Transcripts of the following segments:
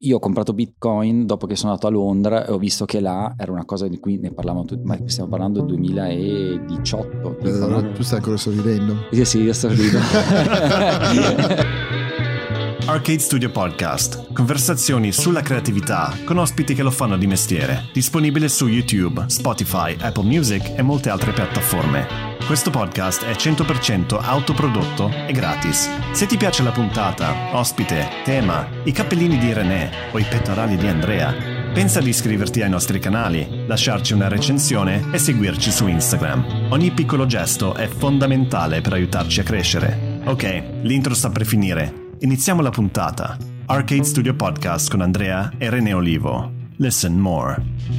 io ho comprato Bitcoin dopo che sono andato a Londra e ho visto che là era una cosa di cui ne parlavano tutti, ma stiamo parlando del 2018. Tu stai ancora sorridendo? Sì, io sto ridendo. Arcade Studio Podcast. Conversazioni sulla creatività con ospiti che lo fanno di mestiere. Disponibile su YouTube, Spotify, Apple Music e molte altre piattaforme. Questo podcast è 100% autoprodotto e gratis. Se ti piace la puntata, ospite, tema, i cappellini di René o i pettorali di Andrea, pensa di iscriverti ai nostri canali, lasciarci una recensione e seguirci su Instagram. Ogni piccolo gesto è fondamentale per aiutarci a crescere. Ok, l'intro sta per finire. Iniziamo la puntata. Arcade Studio Podcast con Andrea e René Olivo. Listen more.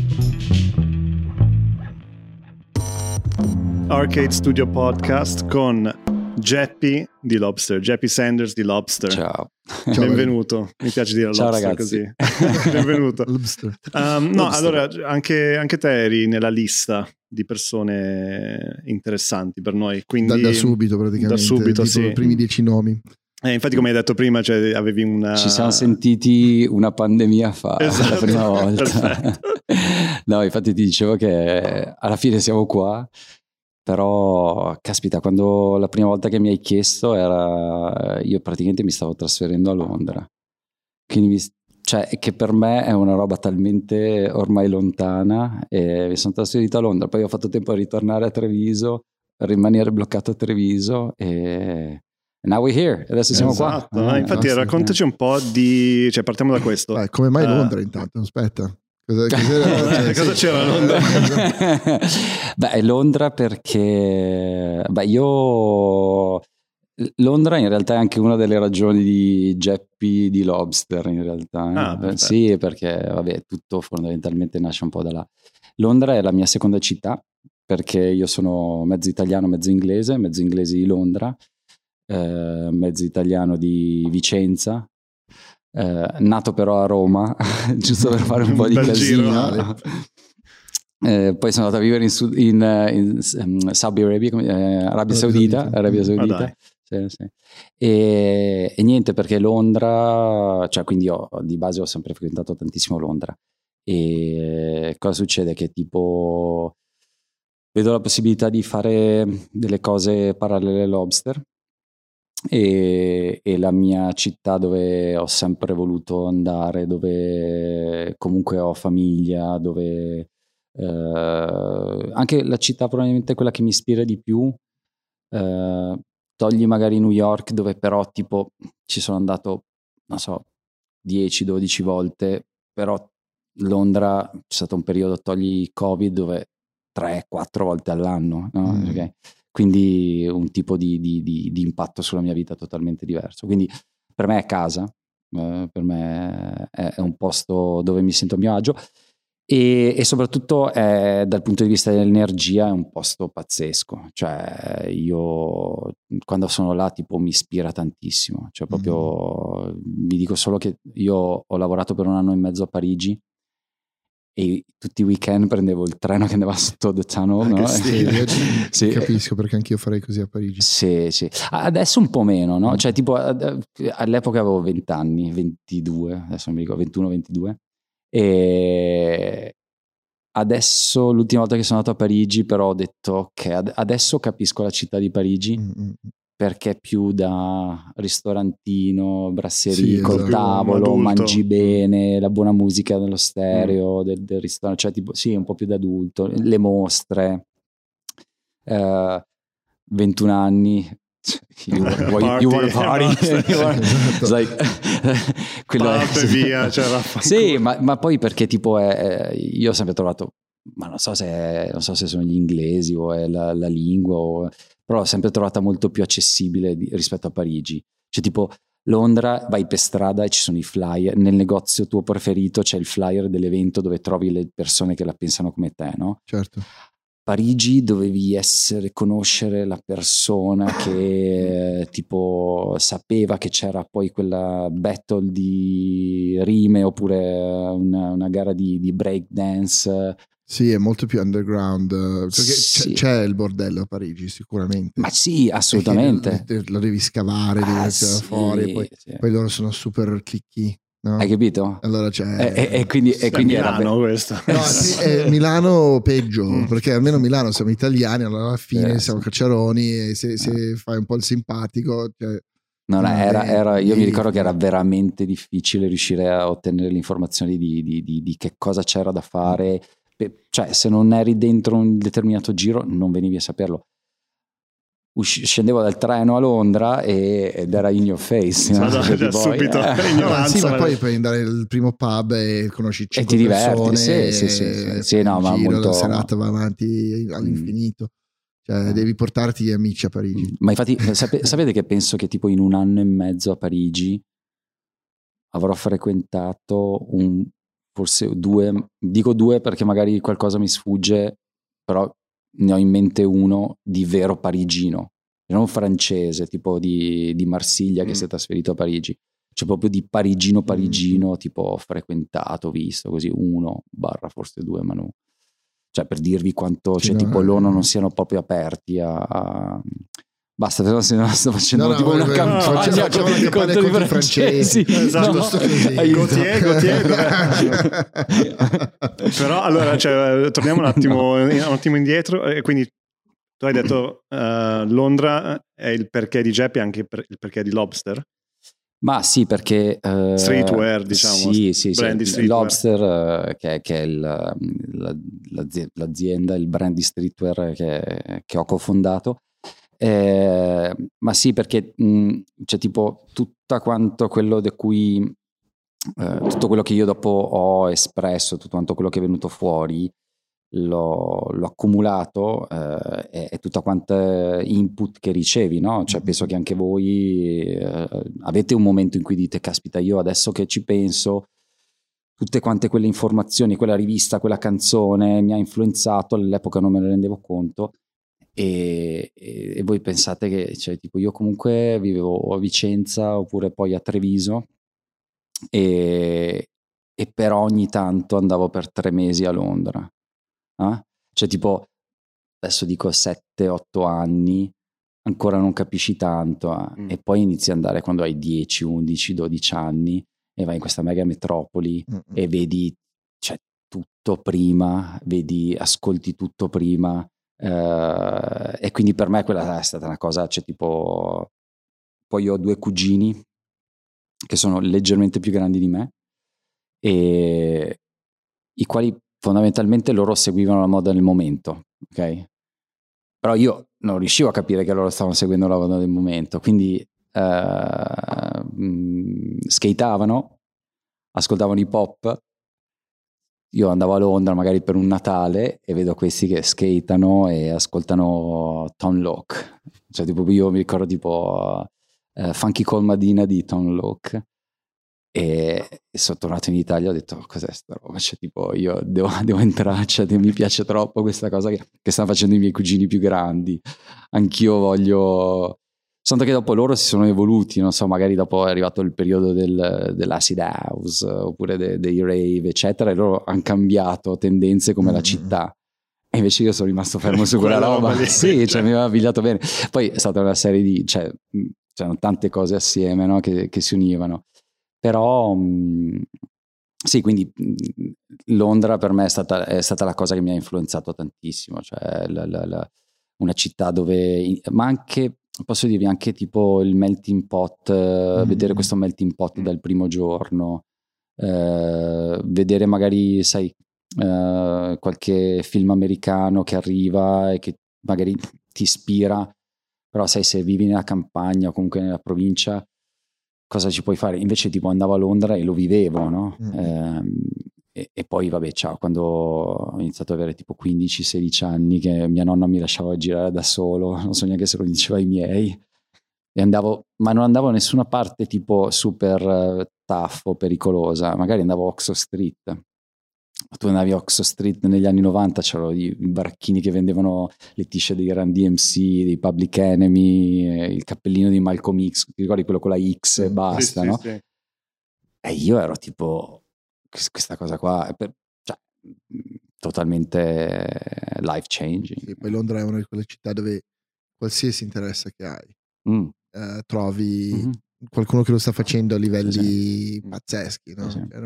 Arcade Studio Podcast con Jeppy di Lobster, Jeppy Sanders di Lobster. Ciao. Benvenuto. Mi piace dire Ciao, Lobster ragazzi. così. Benvenuto. Lobster. No, allora anche te eri nella lista di persone interessanti per noi. Quindi Da subito praticamente. Da subito, tipo sì. I primi 10 nomi. Infatti, come hai detto prima, cioè, avevi una... Ci siamo sentiti una pandemia fa, Esatto, la prima volta. perfetto. No, infatti ti dicevo che alla fine siamo qua, però caspita, quando la prima volta che mi hai chiesto io praticamente mi stavo trasferendo a Londra, quindi cioè, che per me è una roba talmente ormai lontana, e mi sono trasferito a Londra, poi ho fatto tempo a ritornare a Treviso, a rimanere bloccato a Treviso e... Now we're here, adesso siamo Esatto, qua. infatti raccontaci un po' di... cioè partiamo da questo. Come mai Londra intanto? Aspetta. Cosa c'era a Londra? Beh, Londra perché... Londra in realtà è anche una delle ragioni di Jeppy di Lobster in realtà. Sì, perché vabbè, tutto fondamentalmente nasce un po' da là. Londra è la mia seconda città perché io sono mezzo italiano, mezzo inglese di Londra. Mezzo italiano di Vicenza, nato però a Roma, giusto per fare un po' di casino. Poi sono andato a vivere in Saudi Arabia, Arabia Saudita. Sì. E niente, perché Londra, cioè quindi io di base ho sempre frequentato tantissimo Londra. E cosa succede? Che tipo vedo la possibilità di fare delle cose parallele a Lobster. E la mia città dove ho sempre voluto andare, dove comunque ho famiglia, dove anche la città probabilmente quella che mi ispira di più, togli magari New York dove però tipo ci sono andato, non so, 10-12 volte, però Londra c'è stato un periodo, togli Covid, dove 3-4 volte all'anno, no? Okay. Quindi un tipo di impatto sulla mia vita totalmente diverso. Quindi per me è casa, per me è un posto dove mi sento a mio agio e soprattutto dal punto di vista dell'energia è un posto pazzesco. Cioè io quando sono là tipo mi ispira tantissimo. Cioè proprio vi dico solo che io ho lavorato per 1 anno e mezzo a Parigi e tutti i weekend prendevo il treno che andava sotto The Tunnel, no? Sì. Capisco, perché anch'io farei così a Parigi. Sì. Adesso un po' meno, no? Cioè tipo all'epoca avevo 20 anni, 22, adesso non mi ricordo, 21-22 e adesso l'ultima volta che sono andato a Parigi però ho detto ok, adesso capisco la città di Parigi. Perché è più da ristorantino, brasserie, col tavolo, mangi bene, la buona musica dello stereo, del ristorante, cioè tipo sì, un po' più da adulto, le mostre, 21 anni, you want a party? It's like, via, cioè, sì, ma poi perché tipo io ho sempre trovato, ma non so se sono gli inglesi o è la lingua però l'ho sempre trovata molto più accessibile rispetto a Parigi. Cioè tipo Londra vai per strada e ci sono i flyer, nel negozio tuo preferito c'è il flyer dell'evento dove trovi le persone che la pensano come te, no? Certo. Parigi dovevi conoscere la persona che tipo sapeva che c'era poi quella battle di rime oppure una gara di break dance. Sì, è molto più underground, perché sì. c'è il bordello a Parigi sicuramente. Ma sì, assolutamente. Lo devi scavare, devi tirare fuori, poi loro sono super chicchi. No? Hai capito? Allora c'è... E quindi Milano era questo. No, sì, Milano peggio, perché almeno a Milano siamo italiani, allora alla fine siamo cacciaroni e se fai un po' il simpatico... Cioè, io mi ricordo che era veramente difficile riuscire a ottenere le informazioni di che cosa c'era da fare, cioè se non eri dentro un determinato giro non venivi a saperlo. Scendevo dal treno a Londra ed era in your face, subito sì, ma poi puoi andare al primo pub e conosci 5 e ti diverti, persone, sì, no, ma molto... la serata va avanti all'infinito, cioè devi portarti gli amici a Parigi. Ma infatti sapete che penso che tipo in 1 anno e mezzo a Parigi avrò frequentato forse 2, dico 2 perché magari qualcosa mi sfugge, però ne ho in mente uno di vero parigino, non francese, tipo di Marsiglia che si è trasferito a Parigi, cioè proprio di parigino, tipo ho frequentato, visto così 1 / forse 2, ma no. Cioè per dirvi quanto, sì, cioè tipo loro non siano proprio aperti a... Basta, però se no sto facendo una campagna contro i francesi. Esatto, Gautier. Però allora, cioè, torniamo un attimo indietro. E quindi tu hai detto Londra è il perché di Geppi, anche il perché di Lobster? Ma sì, perché streetwear, diciamo. Sì, brand di streetwear. Lobster che è l'azienda, il brand di streetwear che ho cofondato. Ma sì, perché c'è tipo tutto quanto quello di cui tutto quello che io dopo ho espresso, tutto quanto quello che è venuto fuori l'ho accumulato, è tutta quanta input che ricevi, no? Cioè penso che anche voi avete un momento in cui dite caspita, io adesso che ci penso, tutte quante quelle informazioni, quella rivista, quella canzone mi ha influenzato, all'epoca non me ne rendevo conto. E voi pensate che, cioè, tipo io comunque vivevo a Vicenza oppure poi a Treviso e però ogni tanto andavo per 3 mesi a Londra, cioè tipo adesso dico 7-8 anni, ancora non capisci tanto e poi inizi ad andare quando hai 10, 11, 12 anni e vai in questa mega metropoli e vedi, cioè, tutto prima, ascolti tutto prima. E quindi per me quella è stata una cosa, cioè tipo, poi io ho 2 cugini che sono leggermente più grandi di me e i quali fondamentalmente loro seguivano la moda del momento, ok? Però io non riuscivo a capire che loro stavano seguendo la moda del momento, quindi skateavano, ascoltavano hip hop. Io andavo a Londra magari per un Natale e vedo questi che skateano e ascoltano Tom Locke. Cioè tipo io mi ricordo tipo Funky Cold Medina di Tom Locke e sono tornato in Italia e ho detto cos'è sta roba? Cioè tipo io devo entrare, cioè, mi piace troppo questa cosa che stanno facendo i miei cugini più grandi. Anch'io voglio... Tanto che dopo loro si sono evoluti, non so, magari dopo è arrivato il periodo dell'acid house oppure dei rave, eccetera, e loro hanno cambiato tendenze come la città. E invece io sono rimasto fermo su quella roba. Sì, cioè mi aveva pigliato bene. Poi è stata una serie di... cioè, c'erano tante cose assieme, no? che si univano. Però... sì, quindi Londra per me è stata la cosa che mi ha influenzato tantissimo. Cioè una città dove... ma anche... posso dirvi anche tipo il melting pot, vedere questo melting pot dal primo giorno, vedere magari, sai, qualche film americano che arriva e che magari ti ispira, però sai, se vivi nella campagna o comunque nella provincia, cosa ci puoi fare? Invece tipo andavo a Londra e lo vivevo, no? E poi vabbè, ciao, quando ho iniziato ad avere tipo 15-16 anni che mia nonna mi lasciava girare da solo, non so neanche se lo diceva ai miei, e ma non andavo a nessuna parte tipo super tough o pericolosa, magari andavo a Oxford Street. Tu andavi a Oxford Street negli anni 90, c'erano i baracchini che vendevano le t-shirt dei Run DMC, dei Public Enemy, il cappellino di Malcolm X, ti ricordi quello con la X e basta, sì, no? Sì. E io ero tipo... questa cosa qua è cioè, totalmente life changing. Sì, poi Londra è una di quelle città dove qualsiasi interesse che hai trovi qualcuno che lo sta facendo a livelli pazzeschi, no? Sì. Cioè,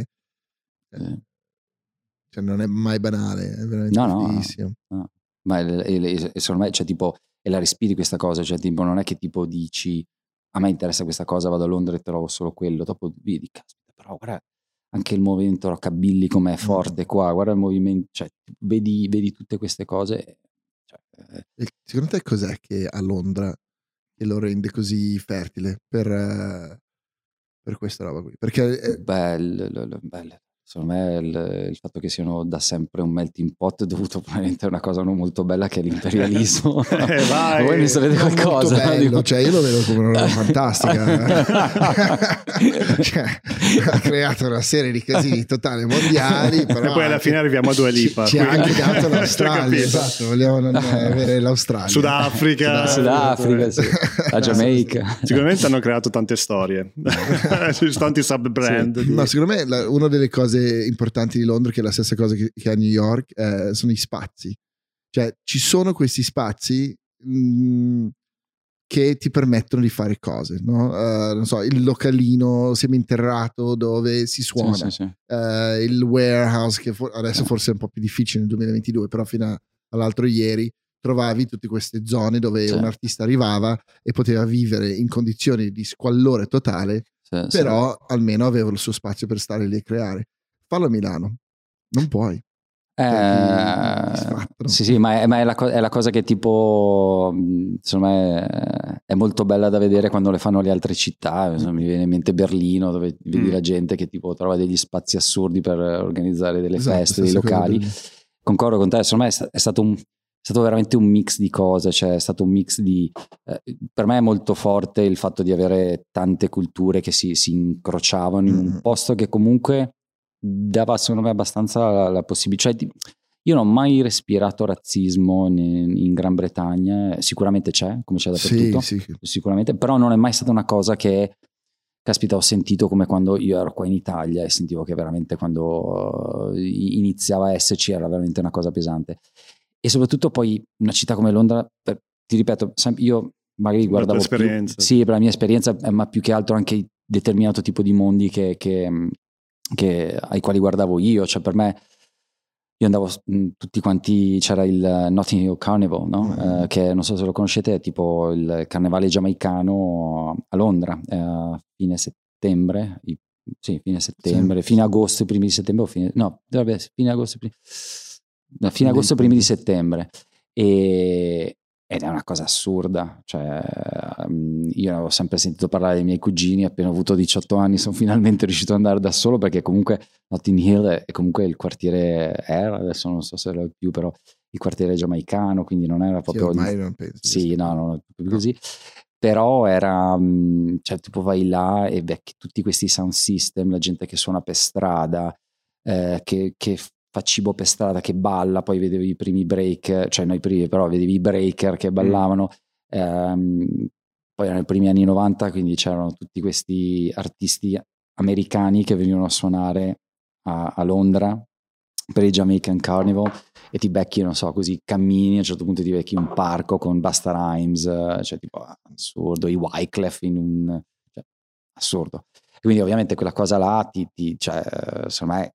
non è mai banale, è veramente bellissimo. No. Ma secondo me, cioè, tipo, e la respiri questa cosa, cioè tipo non è che tipo dici a me interessa questa cosa, vado a Londra e trovo solo quello, dopo vedi, caspita, però guarda anche il movimento rockabilly com'è forte qua, guarda il movimento, cioè vedi tutte queste cose. Cioè, e secondo te cos'è che a Londra che lo rende così fertile per questa roba qui? Perché bello. Secondo me il fatto che siano da sempre un melting pot è dovuto probabilmente a una cosa non molto bella che è l'imperialismo. Voi ne sapete qualcosa? Bello, cioè io lo vedo come una roba fantastica. Cioè, ha creato una serie di casini totali mondiali, però e poi alla fine arriviamo a Dua Lipa. Ci ha anche dato l'Australia, esatto, vogliamo avere l'Australia. Sudafrica, sì. La Giamaica. Sicuramente hanno creato tante storie. Ci sono tanti sub-brand. Sì. No, secondo me una delle cose importanti di Londra, che è la stessa cosa che a New York, sono gli spazi. Cioè ci sono questi spazi che ti permettono di fare cose, no? Non so, il localino seminterrato dove si suona, sì. Il warehouse che adesso forse è un po' più difficile nel 2022, però fino all'altro ieri trovavi tutte queste zone dove un artista arrivava e poteva vivere in condizioni di squallore totale, però almeno aveva il suo spazio per stare lì e creare. Fallo a Milano, non puoi. Sì, ma è la cosa che tipo secondo me è molto bella da vedere quando le fanno le altre città. Mi viene in mente Berlino, dove vedi la gente che tipo trova degli spazi assurdi per organizzare delle feste, dei locali. Concordo con te, secondo me è stato veramente un mix di cose, cioè è stato un mix di per me è molto forte il fatto di avere tante culture che si incrociavano in un posto che comunque dava secondo me abbastanza la possibilità, cioè, io non ho mai respirato razzismo in Gran Bretagna, sicuramente c'è, come c'è dappertutto, sicuramente, però non è mai stata una cosa che, caspita, ho sentito come quando io ero qua in Italia e sentivo che veramente quando iniziava a esserci era veramente una cosa pesante. E soprattutto poi una città come Londra, ti ripeto, io magari guardavo più, sì, per la mia esperienza, ma più che altro anche determinato tipo di mondi ai quali guardavo io, cioè per me io andavo tutti quanti, c'era il Notting Hill Carnival, no? Che non so se lo conoscete, è tipo il carnevale giamaicano a Londra, fine settembre, fine agosto, primi di settembre, fine agosto, primi di settembre, ed è una cosa assurda, cioè io avevo sempre sentito parlare dei miei cugini, appena ho avuto 18 anni sono finalmente riuscito ad andare da solo, perché comunque Notting Hill è comunque il quartiere, adesso non so se era più, però il quartiere giamaicano, quindi non era proprio... ormai non penso. Sì, non è proprio così, però era, cioè tipo vai là e vecchi tutti questi sound system, la gente che suona per strada, che fa cibo per strada, che balla, poi vedevi i primi break, cioè non i primi, però vedevi i breaker che ballavano, poi erano i primi anni 90, quindi c'erano tutti questi artisti americani che venivano a suonare a Londra per il Jamaican Carnival, e ti becchi, non so, così cammini, a un certo punto ti becchi un parco con Busta Rhymes, cioè tipo assurdo, i Wyclef cioè, assurdo. Quindi ovviamente quella cosa là cioè, secondo me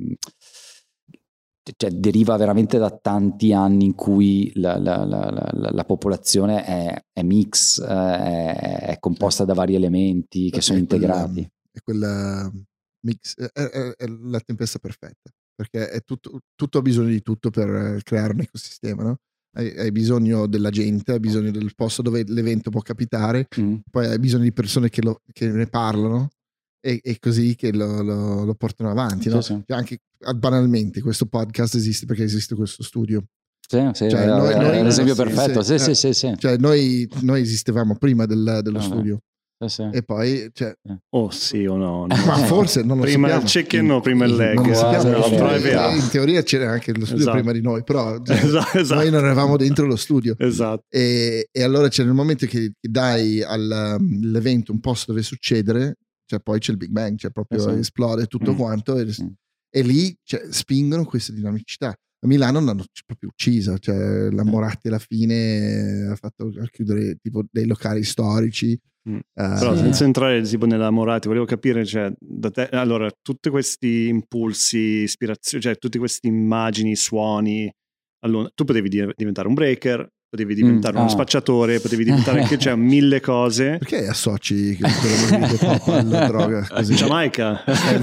cioè, deriva veramente da tanti anni in cui la popolazione è mix, è composta da vari elementi che sono integrati. È quella mix, è la tempesta perfetta, perché è tutto ha bisogno di tutto per creare un ecosistema, no? Hai bisogno della gente, hai bisogno del posto dove l'evento può capitare, poi hai bisogno di persone che ne parlano e così che lo portano avanti, no? Sì. Anche banalmente questo podcast esiste perché esiste questo studio. Sì, cioè, noi, è l'esempio perfetto. Sì. Cioè noi esistevamo prima dello studio. Sì. E poi sì o no? Ma forse non lo prima sappiamo. Il chicken o prima il leg? Non lo sappiamo. Però è vero. In teoria c'era anche lo studio prima di noi, però esatto. Noi non eravamo dentro lo studio. Esatto. E allora c'è nel momento che dai all'evento un posto dove succedere, cioè poi c'è il Big Bang, cioè proprio esplode tutto quanto e lì spingono queste dinamicità. A Milano l'hanno proprio uccisa, cioè la Moratti alla fine ha fatto chiudere tipo dei locali storici, Però senza entrare tipo nella ti volevo capire, cioè, da te, allora, tutti questi impulsi, ispirazioni, cioè tutte queste immagini, suoni, allora, tu potevi diventare un breaker, potevi diventare uno spacciatore, potevi diventare anche, cioè, 1000 cose. Perché associ quella alla droga così? Giamaica.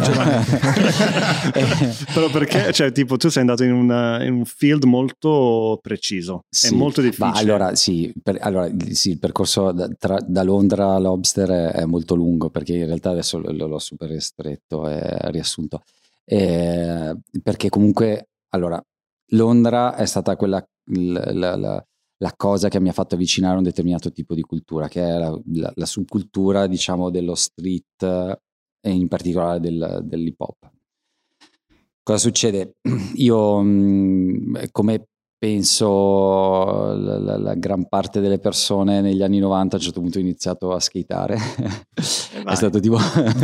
Però perché, cioè, tipo, tu sei andato in un field molto preciso, sì, è molto difficile. Ma allora sì, il percorso da Londra a Lobster è molto lungo, perché in realtà adesso l'ho super ristretto e riassunto, perché comunque, allora, Londra è stata quella la cosa che mi ha fatto avvicinare a un determinato tipo di cultura, che è la subcultura, diciamo, dello street e in particolare dell'hip hop. Cosa succede? Io, come penso la gran parte delle persone negli anni 90, a un certo punto ho iniziato a skateare. È stato tipo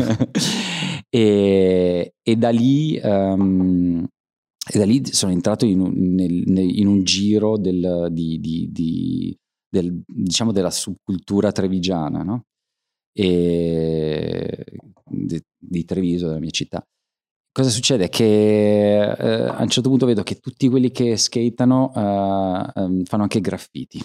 e da lì sono entrato in un giro diciamo della subcultura trevigiana, no? E di Treviso, della mia città. Cosa succede? Che a un certo punto vedo che tutti quelli che skatano fanno anche graffiti.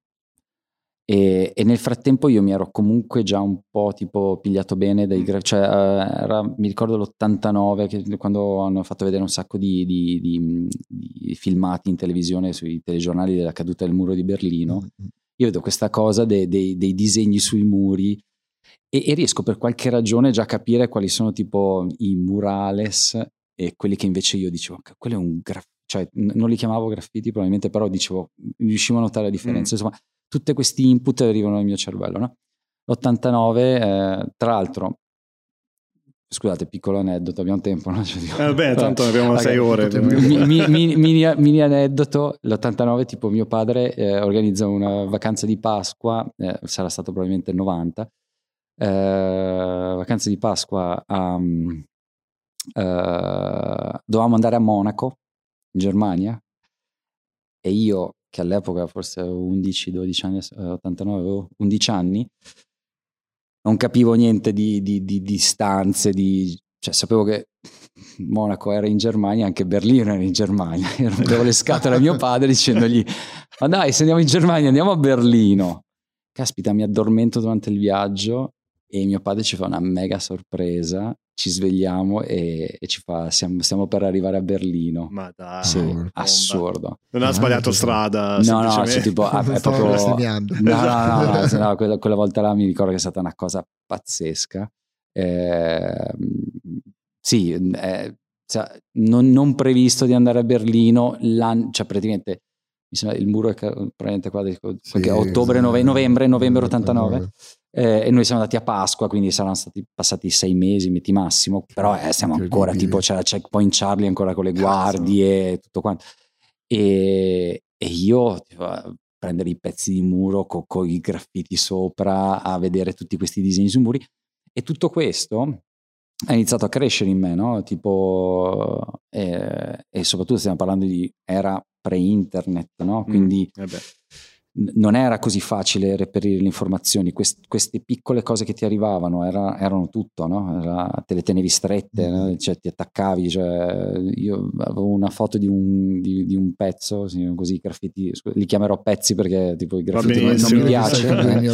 E nel frattempo io mi ero comunque già un po' tipo pigliato bene dai graffiti, cioè mi ricordo l'89 quando hanno fatto vedere un sacco di filmati in televisione sui telegiornali della caduta del muro di Berlino. Io vedo questa cosa dei disegni sui muri e riesco per qualche ragione già a capire quali sono tipo i murales e quelli che invece io dicevo, quello è un graffiti, cioè non li chiamavo graffiti probabilmente, però dicevo, riuscivo a notare la differenza. Insomma, tutti questi input arrivano nel mio cervello, no? L'89, tra l'altro, scusate, piccolo aneddoto, abbiamo tempo, no? Cioè, beh, tanto abbiamo 6 ore. Mini aneddoto, l'89 tipo mio padre organizza una vacanza di Pasqua, sarà stato probabilmente il 90, vacanze di Pasqua dovevamo andare a Monaco, in Germania, e io, che all'epoca forse avevo 11-12 anni, 89, avevo 11 anni, non capivo niente di distanze, cioè sapevo che Monaco era in Germania, anche Berlino era in Germania. Io rompevo le scatole a mio padre dicendogli, ma dai, se andiamo in Germania andiamo a Berlino. Caspita, mi addormento durante il viaggio e mio padre ci fa una mega sorpresa, ci svegliamo e ci fa, stiamo per arrivare a Berlino. Ma dai, sì, assurdo. Non ha sbagliato strada? No, cioè, tipo, è proprio... No, quella volta là mi ricordo che è stata una cosa pazzesca. Sì, cioè, non previsto di andare a Berlino, cioè praticamente mi sembra il muro è praticamente qua novembre 89, e noi siamo andati a Pasqua, quindi saranno stati passati 6 mesi metti massimo, però siamo ancora tipo, c'era Checkpoint Charlie ancora con le guardie e tutto quanto, e io tipo, prendere i pezzi di muro con i graffiti sopra, a vedere tutti questi disegni sui muri, e tutto questo ha iniziato a crescere in me, no? Tipo, e soprattutto stiamo parlando di era pre-internet, no? Quindi non era così facile reperire le informazioni. Queste piccole cose che ti arrivavano erano tutto, no? Te le tenevi strette, no? Cioè, ti attaccavi. Cioè, io avevo una foto di un pezzo, così graffiti, li chiamerò pezzi perché tipo i graffiti non mi piace.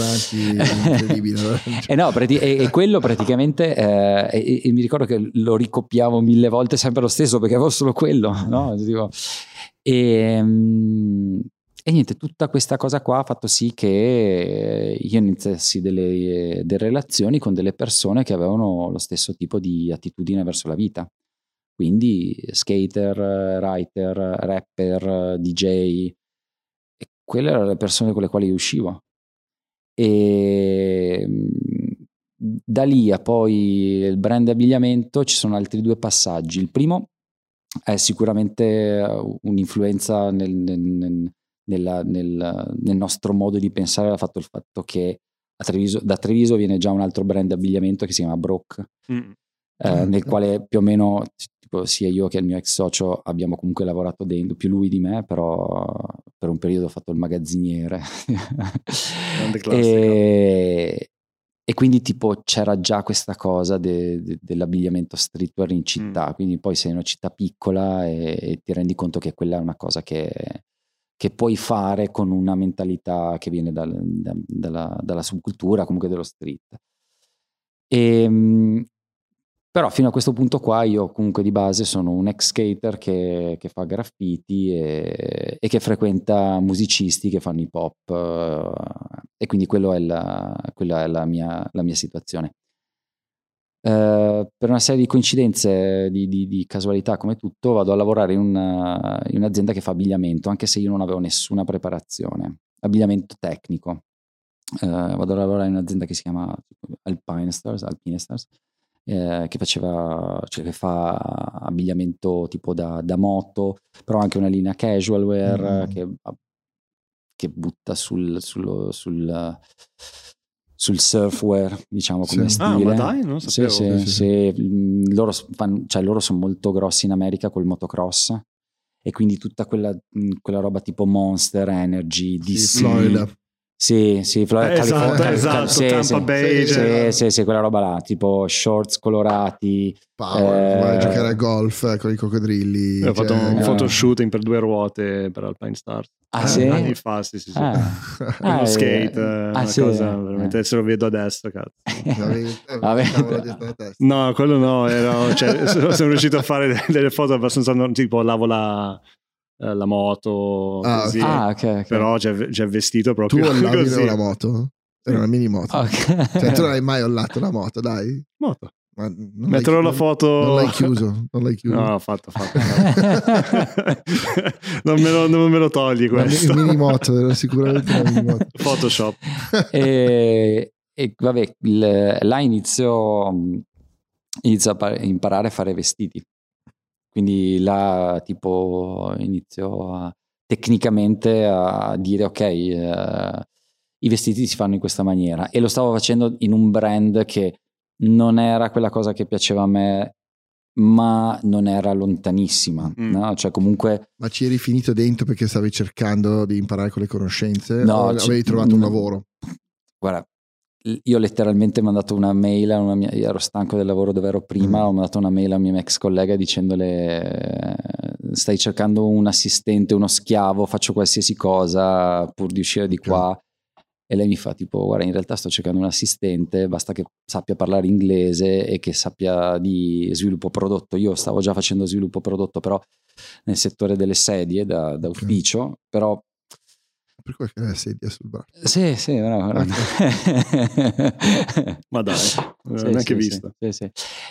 E quello praticamente, e mi ricordo che lo ricopiavo 1000 volte sempre lo stesso perché avevo solo quello, no? Tipo, e niente, tutta questa cosa qua ha fatto sì che io iniziassi delle relazioni con delle persone che avevano lo stesso tipo di attitudine verso la vita. Quindi skater, writer, rapper, DJ, e quelle erano le persone con le quali uscivo. E da lì a poi il brand abbigliamento ci sono altri 2 passaggi. Il primo è sicuramente un'influenza nel nostro modo di pensare, ha fatto il fatto che da Treviso viene già un altro brand abbigliamento che si chiama Brock, nel quale più o meno tipo, sia io che il mio ex socio abbiamo comunque lavorato dentro, più lui di me, però per un periodo ho fatto il magazziniere. E quindi tipo c'era già questa cosa dell'abbigliamento streetwear in città, quindi poi sei in una città piccola e ti rendi conto che quella è una cosa che puoi fare con una mentalità che viene dalla subcultura, comunque dello street. Però fino a questo punto qua io comunque di base sono un ex skater che fa graffiti e che frequenta musicisti che fanno hip hop, e quindi quella è la mia situazione. Per una serie di coincidenze, di casualità come tutto, vado a lavorare in un'azienda che fa abbigliamento, anche se io non avevo nessuna preparazione, abbigliamento tecnico. Vado a lavorare in un'azienda che si chiama Alpine Stars, che fa abbigliamento tipo da moto, però anche una linea casual wear che butta sul surfwear, diciamo, come stile. Ma dai, non sapevo. Sì. Loro sono molto grossi in America col motocross, e quindi tutta quella roba tipo Monster Energy, DC, Florida. Sì, esatto, Tampa Bay, sì, quella roba là, tipo shorts colorati. Power, vai a giocare a golf con i coccodrilli. Ho fatto un photoshooting per 2 ruote per Alpine Stars. Sì? Anni fa, sì. Uno skate, una cosa veramente, se lo vedo adesso, cazzo. No, quello no, sono riuscito a fare delle foto abbastanza, tipo lavo la moto, così. Okay. Però c'è vestito proprio. Tu ollavi così. una moto? Era una mini moto. Okay. Cioè, tu non hai mai ollato una moto, dai? Moto. Ma metterò la foto. Non l'hai chiuso. No, fatto. non me lo togli questo. Il mini moto, era sicuramente una mini moto. Photoshop. E vabbè, là inizio a imparare a fare vestiti. Quindi là tipo inizio tecnicamente a dire ok, i vestiti si fanno in questa maniera, e lo stavo facendo in un brand che non era quella cosa che piaceva a me, ma non era lontanissima, no? Cioè comunque... Ma ci eri finito dentro perché stavi cercando di imparare con le conoscenze? No, o avevi trovato un lavoro? Guarda, io letteralmente ho mandato una mail io ero stanco del lavoro dove ero prima, ho mandato una mail a mia ex collega dicendole: stai cercando un assistente, uno schiavo, faccio qualsiasi cosa pur di uscire di qua. E lei mi fa tipo: guarda, in realtà sto cercando un assistente, basta che sappia parlare inglese e che sappia di sviluppo prodotto. Io stavo già facendo sviluppo prodotto, però nel settore delle sedie da ufficio, però... Per cui la sedia sul braccio. Sì, bravo. Ma dai, neanche visto. Sì.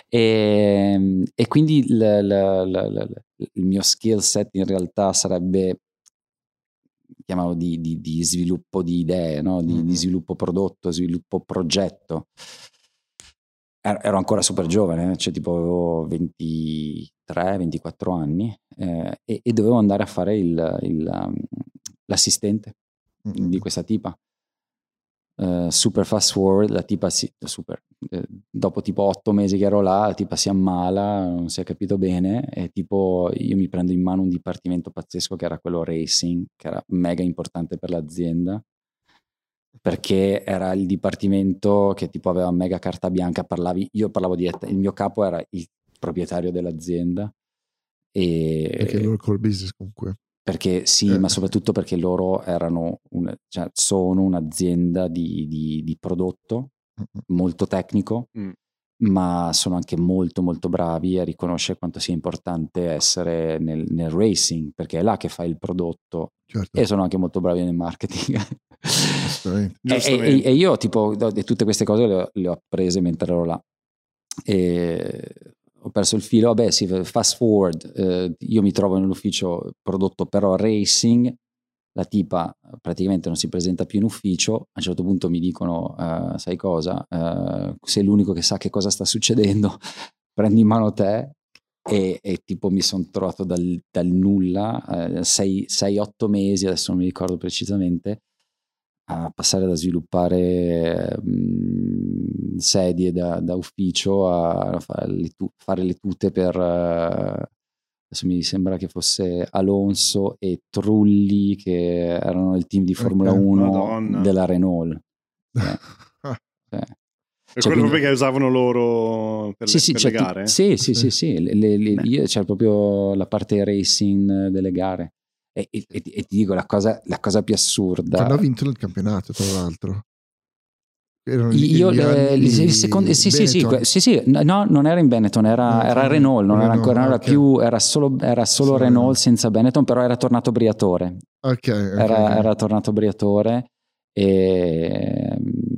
E quindi il mio skill set in realtà sarebbe, chiamavo di sviluppo di idee, no? Di sviluppo prodotto, sviluppo progetto. Ero ancora super giovane, cioè tipo avevo 23-24 anni, e dovevo andare a fare l'assistente di questa tipa. Super fast forward, la tipa dopo tipo 8 mesi che ero là, la tipa si ammala, non si è capito bene, e tipo io mi prendo in mano un dipartimento pazzesco che era quello racing, che era mega importante per l'azienda, perché era il dipartimento che tipo aveva mega carta bianca, io parlavo il mio capo era il proprietario dell'azienda, perché il loro core business comunque. Perché ma soprattutto perché loro erano sono un'azienda di prodotto molto tecnico, ma sono anche molto molto bravi a riconoscere quanto sia importante essere nel racing, perché è là che fai il prodotto. Certo. E sono anche molto bravi nel marketing. E io tipo tutte queste cose le ho apprese mentre ero là, e ho perso il filo. Vabbè, sì, fast forward, io mi trovo nell'ufficio prodotto però racing, la tipa praticamente non si presenta più in ufficio. A un certo punto mi dicono: sai cosa, sei l'unico che sa che cosa sta succedendo, prendi in mano te. E tipo mi sono trovato dal nulla, 6-8 mesi, adesso non mi ricordo precisamente, a passare da sviluppare sedie da ufficio a fare le tute per adesso mi sembra che fosse Alonso e Trulli, che erano il team di Formula 1 della Renault. quello proprio che usavano loro per le gare? Sì. C'è proprio la parte racing delle gare. E ti dico la cosa più assurda. Quando ha vinto il campionato, tra l'altro. No, non era in Benetton, era Renault, non era ancora, era più, era solo Renault senza Benetton, però era tornato Briatore. Era tornato Briatore e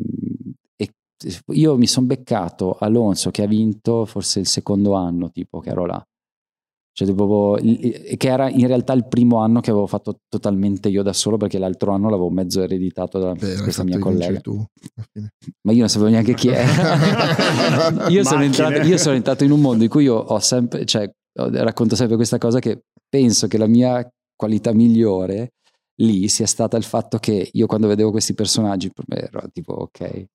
io mi sono beccato Alonso che ha vinto forse il secondo anno, tipo, che ero là. Cioè, tipo, che era in realtà il primo anno che avevo fatto totalmente io da solo, perché l'altro anno l'avevo mezzo ereditato da questa mia collega. Ma io non sapevo neanche chi era. io sono entrato in un mondo in cui io ho sempre, cioè, racconto sempre questa cosa, che penso che la mia qualità migliore lì sia stata il fatto che io, quando vedevo questi personaggi, per me ero tipo ok,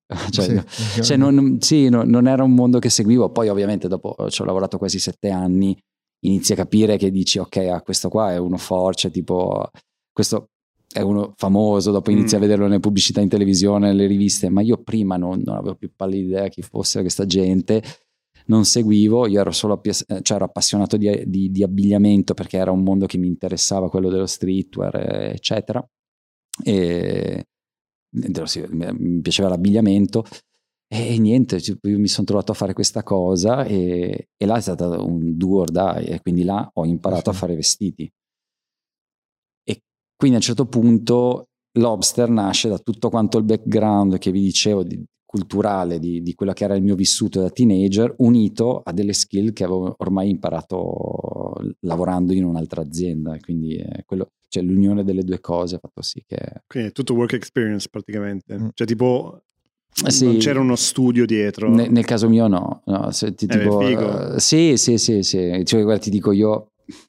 non era un mondo che seguivo. Poi ovviamente dopo ci ho lavorato quasi 7 anni, inizi a capire che dici ok, questo qua è uno forte, tipo questo è uno famoso, dopo inizi a vederlo nelle pubblicità in televisione, nelle riviste, ma io prima non avevo più pallida idea chi fosse questa gente, non seguivo, io ero solo ero appassionato di abbigliamento, perché era un mondo che mi interessava, quello dello streetwear eccetera, e mi piaceva l'abbigliamento. E niente, io mi sono trovato a fare questa cosa e là è stato un do or die, e quindi là ho imparato a fare vestiti. E quindi a un certo punto Lobster nasce da tutto quanto il background che vi dicevo culturale di quello che era il mio vissuto da teenager, unito a delle skill che avevo ormai imparato lavorando in un'altra azienda, e quindi cioè l'unione delle due cose ha fatto sì che... Quindi è tutto work experience praticamente, cioè tipo... non c'era uno studio dietro? Nel caso mio no, figo. Sì, cioè, guarda, ti dico io,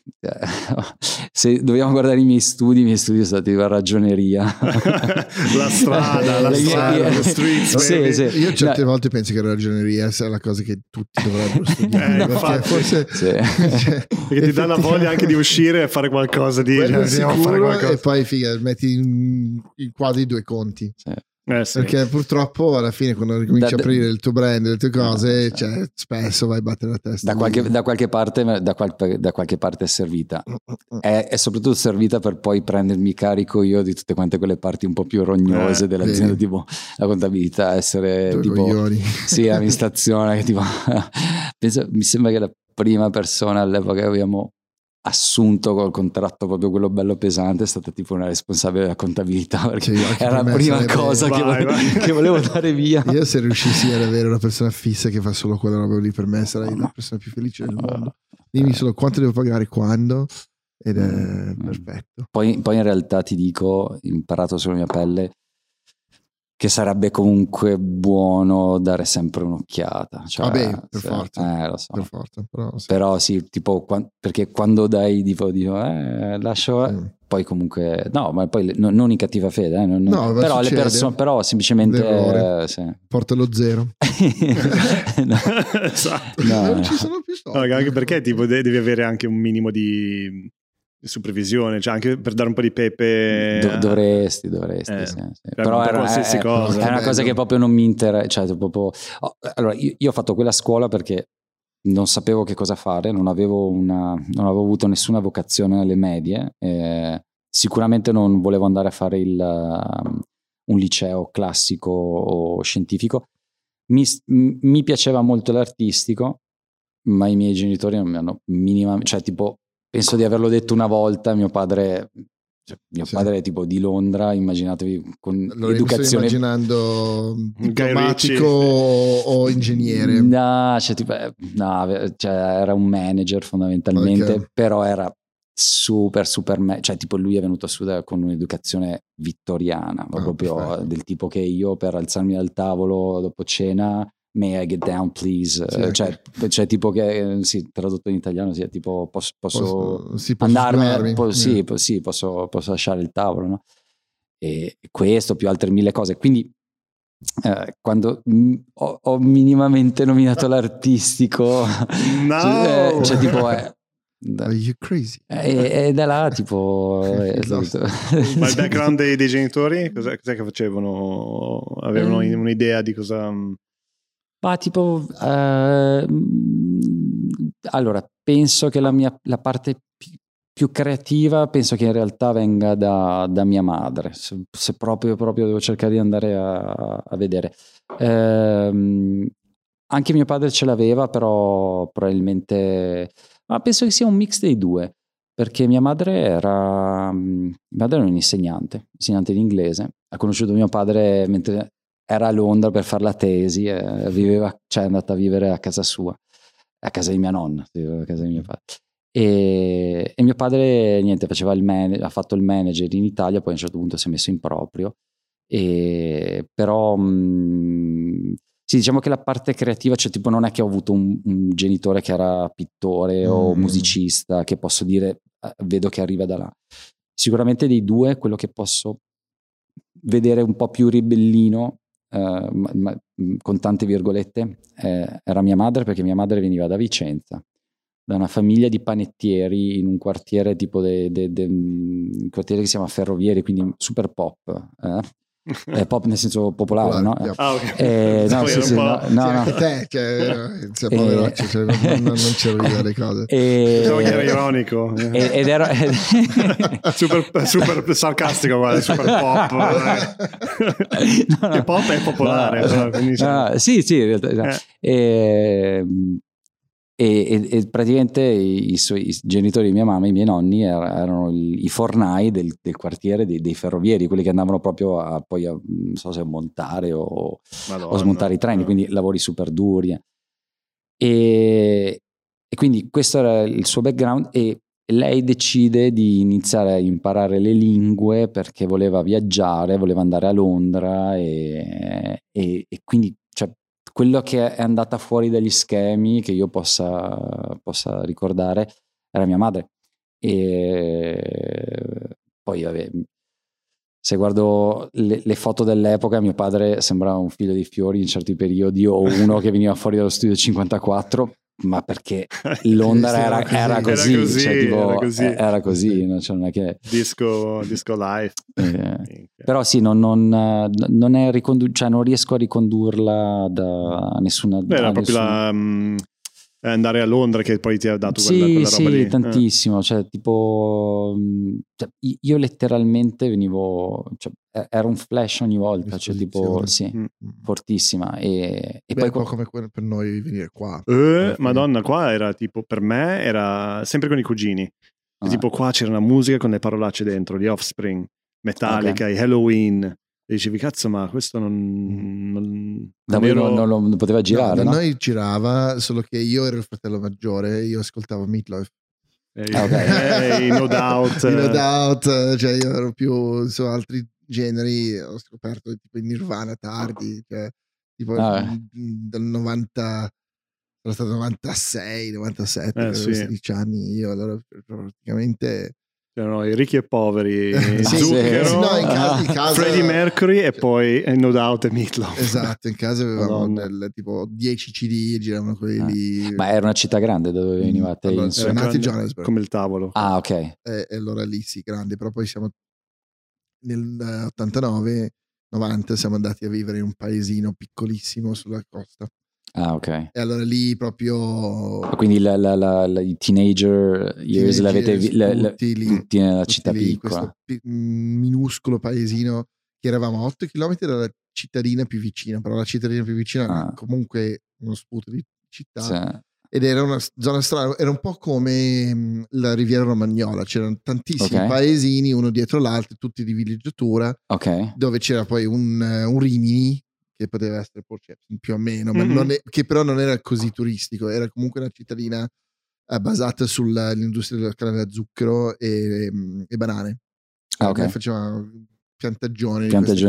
se dobbiamo guardare i miei studi sono stati la ragioneria. la strada, lo street. Sì. Io certe volte penso che la ragioneria sia la cosa che tutti dovrebbero studiare, perché forse perché ti dà la voglia anche di uscire e fare qualcosa di sicuro, e poi figa, metti in quadri 2 conti. Perché purtroppo alla fine, quando cominci a aprire il tuo brand, le tue cose, cioè, spesso vai a battere la testa. Da qualche parte è servita. È soprattutto servita per poi prendermi carico io di tutte quante quelle parti un po' più rognose dell'azienda, tipo la contabilità, essere tipo amministrazione, che tipo mi sembra che la prima persona all'epoca che abbiamo assunto col contratto, proprio quello bello pesante, è stata tipo una responsabile della contabilità, perché era la prima cosa che volevo dare via. Io, se riuscissi ad avere una persona fissa che fa solo quella roba lì, per me sarei la persona più felice del mondo. Dimmi solo quanto devo pagare, quando, ed è perfetto. Poi in realtà ti dico, ho imparato sulla mia pelle che sarebbe comunque buono dare sempre un'occhiata. Cioè, per forza. Lo so. Per forza, però sì, tipo, perché quando dai dico lascio, poi comunque, no, ma poi non in cattiva fede, però le persone, però semplicemente porta lo 0. Esatto. Non ci sono più soldi. Anche perché tipo devi avere anche un minimo di supervisione, cioè anche per dare un po' di pepe. Dovresti sì. Però era qualsiasi cosa. È una cosa che proprio non mi interessa, cioè proprio... Allora io ho fatto quella scuola perché non sapevo che cosa fare, non avevo avuto nessuna vocazione alle medie, sicuramente non volevo andare a fare un liceo classico o scientifico. Mi piaceva molto l'artistico, ma i miei genitori non mi hanno minimamente, cioè tipo, penso di averlo detto una volta, mio padre è tipo di Londra, immaginatevi, con educazione. Sto immaginando diplomatico o ingegnere. No, era un manager fondamentalmente, però era super cioè tipo lui è venuto su con un'educazione vittoriana, proprio perfetto. Del tipo che io, per alzarmi dal tavolo dopo cena, may I get down please, cioè tipo che tradotto in italiano sia tipo posso andarmene, posso lasciare il tavolo, no? E questo più altre 1000 cose, quindi quando ho minimamente nominato l'artistico, cioè tipo are you crazy? E da là tipo ma il background dei genitori cos'è che facevano? Avevano un'idea di cosa? Ma tipo, allora, penso che la parte più creativa penso che in realtà venga da mia madre, se proprio devo cercare di andare a vedere. Anche mio padre ce l'aveva, però probabilmente, ma penso che sia un mix dei due, perché mia madre era un insegnante di inglese, ha conosciuto mio padre mentre era a Londra per fare la tesi, è andata a vivere a casa sua, a casa di mia nonna, a casa di mio padre. E mio padre niente, ha fatto il manager in Italia, poi a un certo punto si è messo in proprio, però sì, diciamo che la parte creativa, cioè tipo non è che ho avuto un genitore che era pittore o musicista, che posso dire vedo che arriva da là. Sicuramente dei due quello che posso vedere un po' più ribellino, ma con tante virgolette, era mia madre, perché mia madre veniva da Vicenza, da una famiglia di panettieri in un quartiere tipo un quartiere che si chiama Ferrovieri, quindi super pop, pop nel senso popolare, no? Ah, ok. No, sì, no. Anche te, cioè, poveraccio, cioè, non c'ero io le cose. Era ironico. Ed era super sarcastico, guarda, super pop. No. Che pop è popolare. Sì, in realtà. E praticamente i genitori di mia mamma, i miei nonni, erano i fornai del quartiere dei ferrovieri, quelli che andavano proprio poi non so se a montare o smontare i treni, quindi lavori super duri. E quindi questo era il suo background, e lei decide di iniziare a imparare le lingue perché voleva viaggiare, voleva andare a Londra e quindi, cioè, quello che è andata fuori dagli schemi che io possa ricordare era mia madre. E poi vabbè, se guardo le foto dell'epoca, mio padre sembrava un figlio dei fiori in certi periodi, o uno che veniva fuori dallo studio 54, ma perché Londra era così, cioè, tipo, era così, cioè, non è che disco live. Però sì, non è cioè non riesco a ricondurla da nessuna. Era proprio andare a Londra che poi ti ha dato quella roba lì. Sì, tantissimo, cioè tipo, cioè, io letteralmente venivo, cioè, era un flash ogni volta, cioè tipo, sì, fortissima. E poi un po' come per noi venire qua. Madonna, qua era tipo, per me era sempre con i cugini. Tipo qua c'era una musica con le parolacce dentro, gli Offspring, Metallica, i Halloween. E dicevi, cazzo, ma questo non lo poteva girare, no? No? Noi girava, solo che io ero il fratello maggiore, io ascoltavo Meatloaf. No Doubt. No Doubt, cioè io ero più su altri generi, ho scoperto tipo in Nirvana tardi, cioè tipo dal 90, sono stato 96, 97, 16 anni io, allora praticamente c'erano i ricchi e poveri, Zucchero, no, in casa, Freddie Mercury e poi No Doubt e Meatloaf. Esatto, in casa avevamo tipo 10 CD, giravano quelli lì. Ma era una città grande dove venivate? Allora, siamo nati a Johannesburg. Come il tavolo. Ah, ok. E allora lì sì, grande, però poi siamo nel 89, 90 siamo andati a vivere in un paesino piccolissimo sulla costa. Ah, ok. E allora lì proprio... Quindi i teenager years l'avete tutti nella città lì, piccola. Questo minuscolo paesino che eravamo a 8 km dalla cittadina più vicina, però la cittadina più vicina era comunque uno sputo di città. Sì. Ed era una zona strana, era un po' come la Riviera Romagnola, c'erano tantissimi paesini uno dietro l'altro, tutti di villeggiatura, dove c'era poi un Rimini, che poteva essere più o meno, ma che però non era così turistico, era comunque una cittadina basata sull'industria della canna da zucchero e banane. Faceva piantagioni.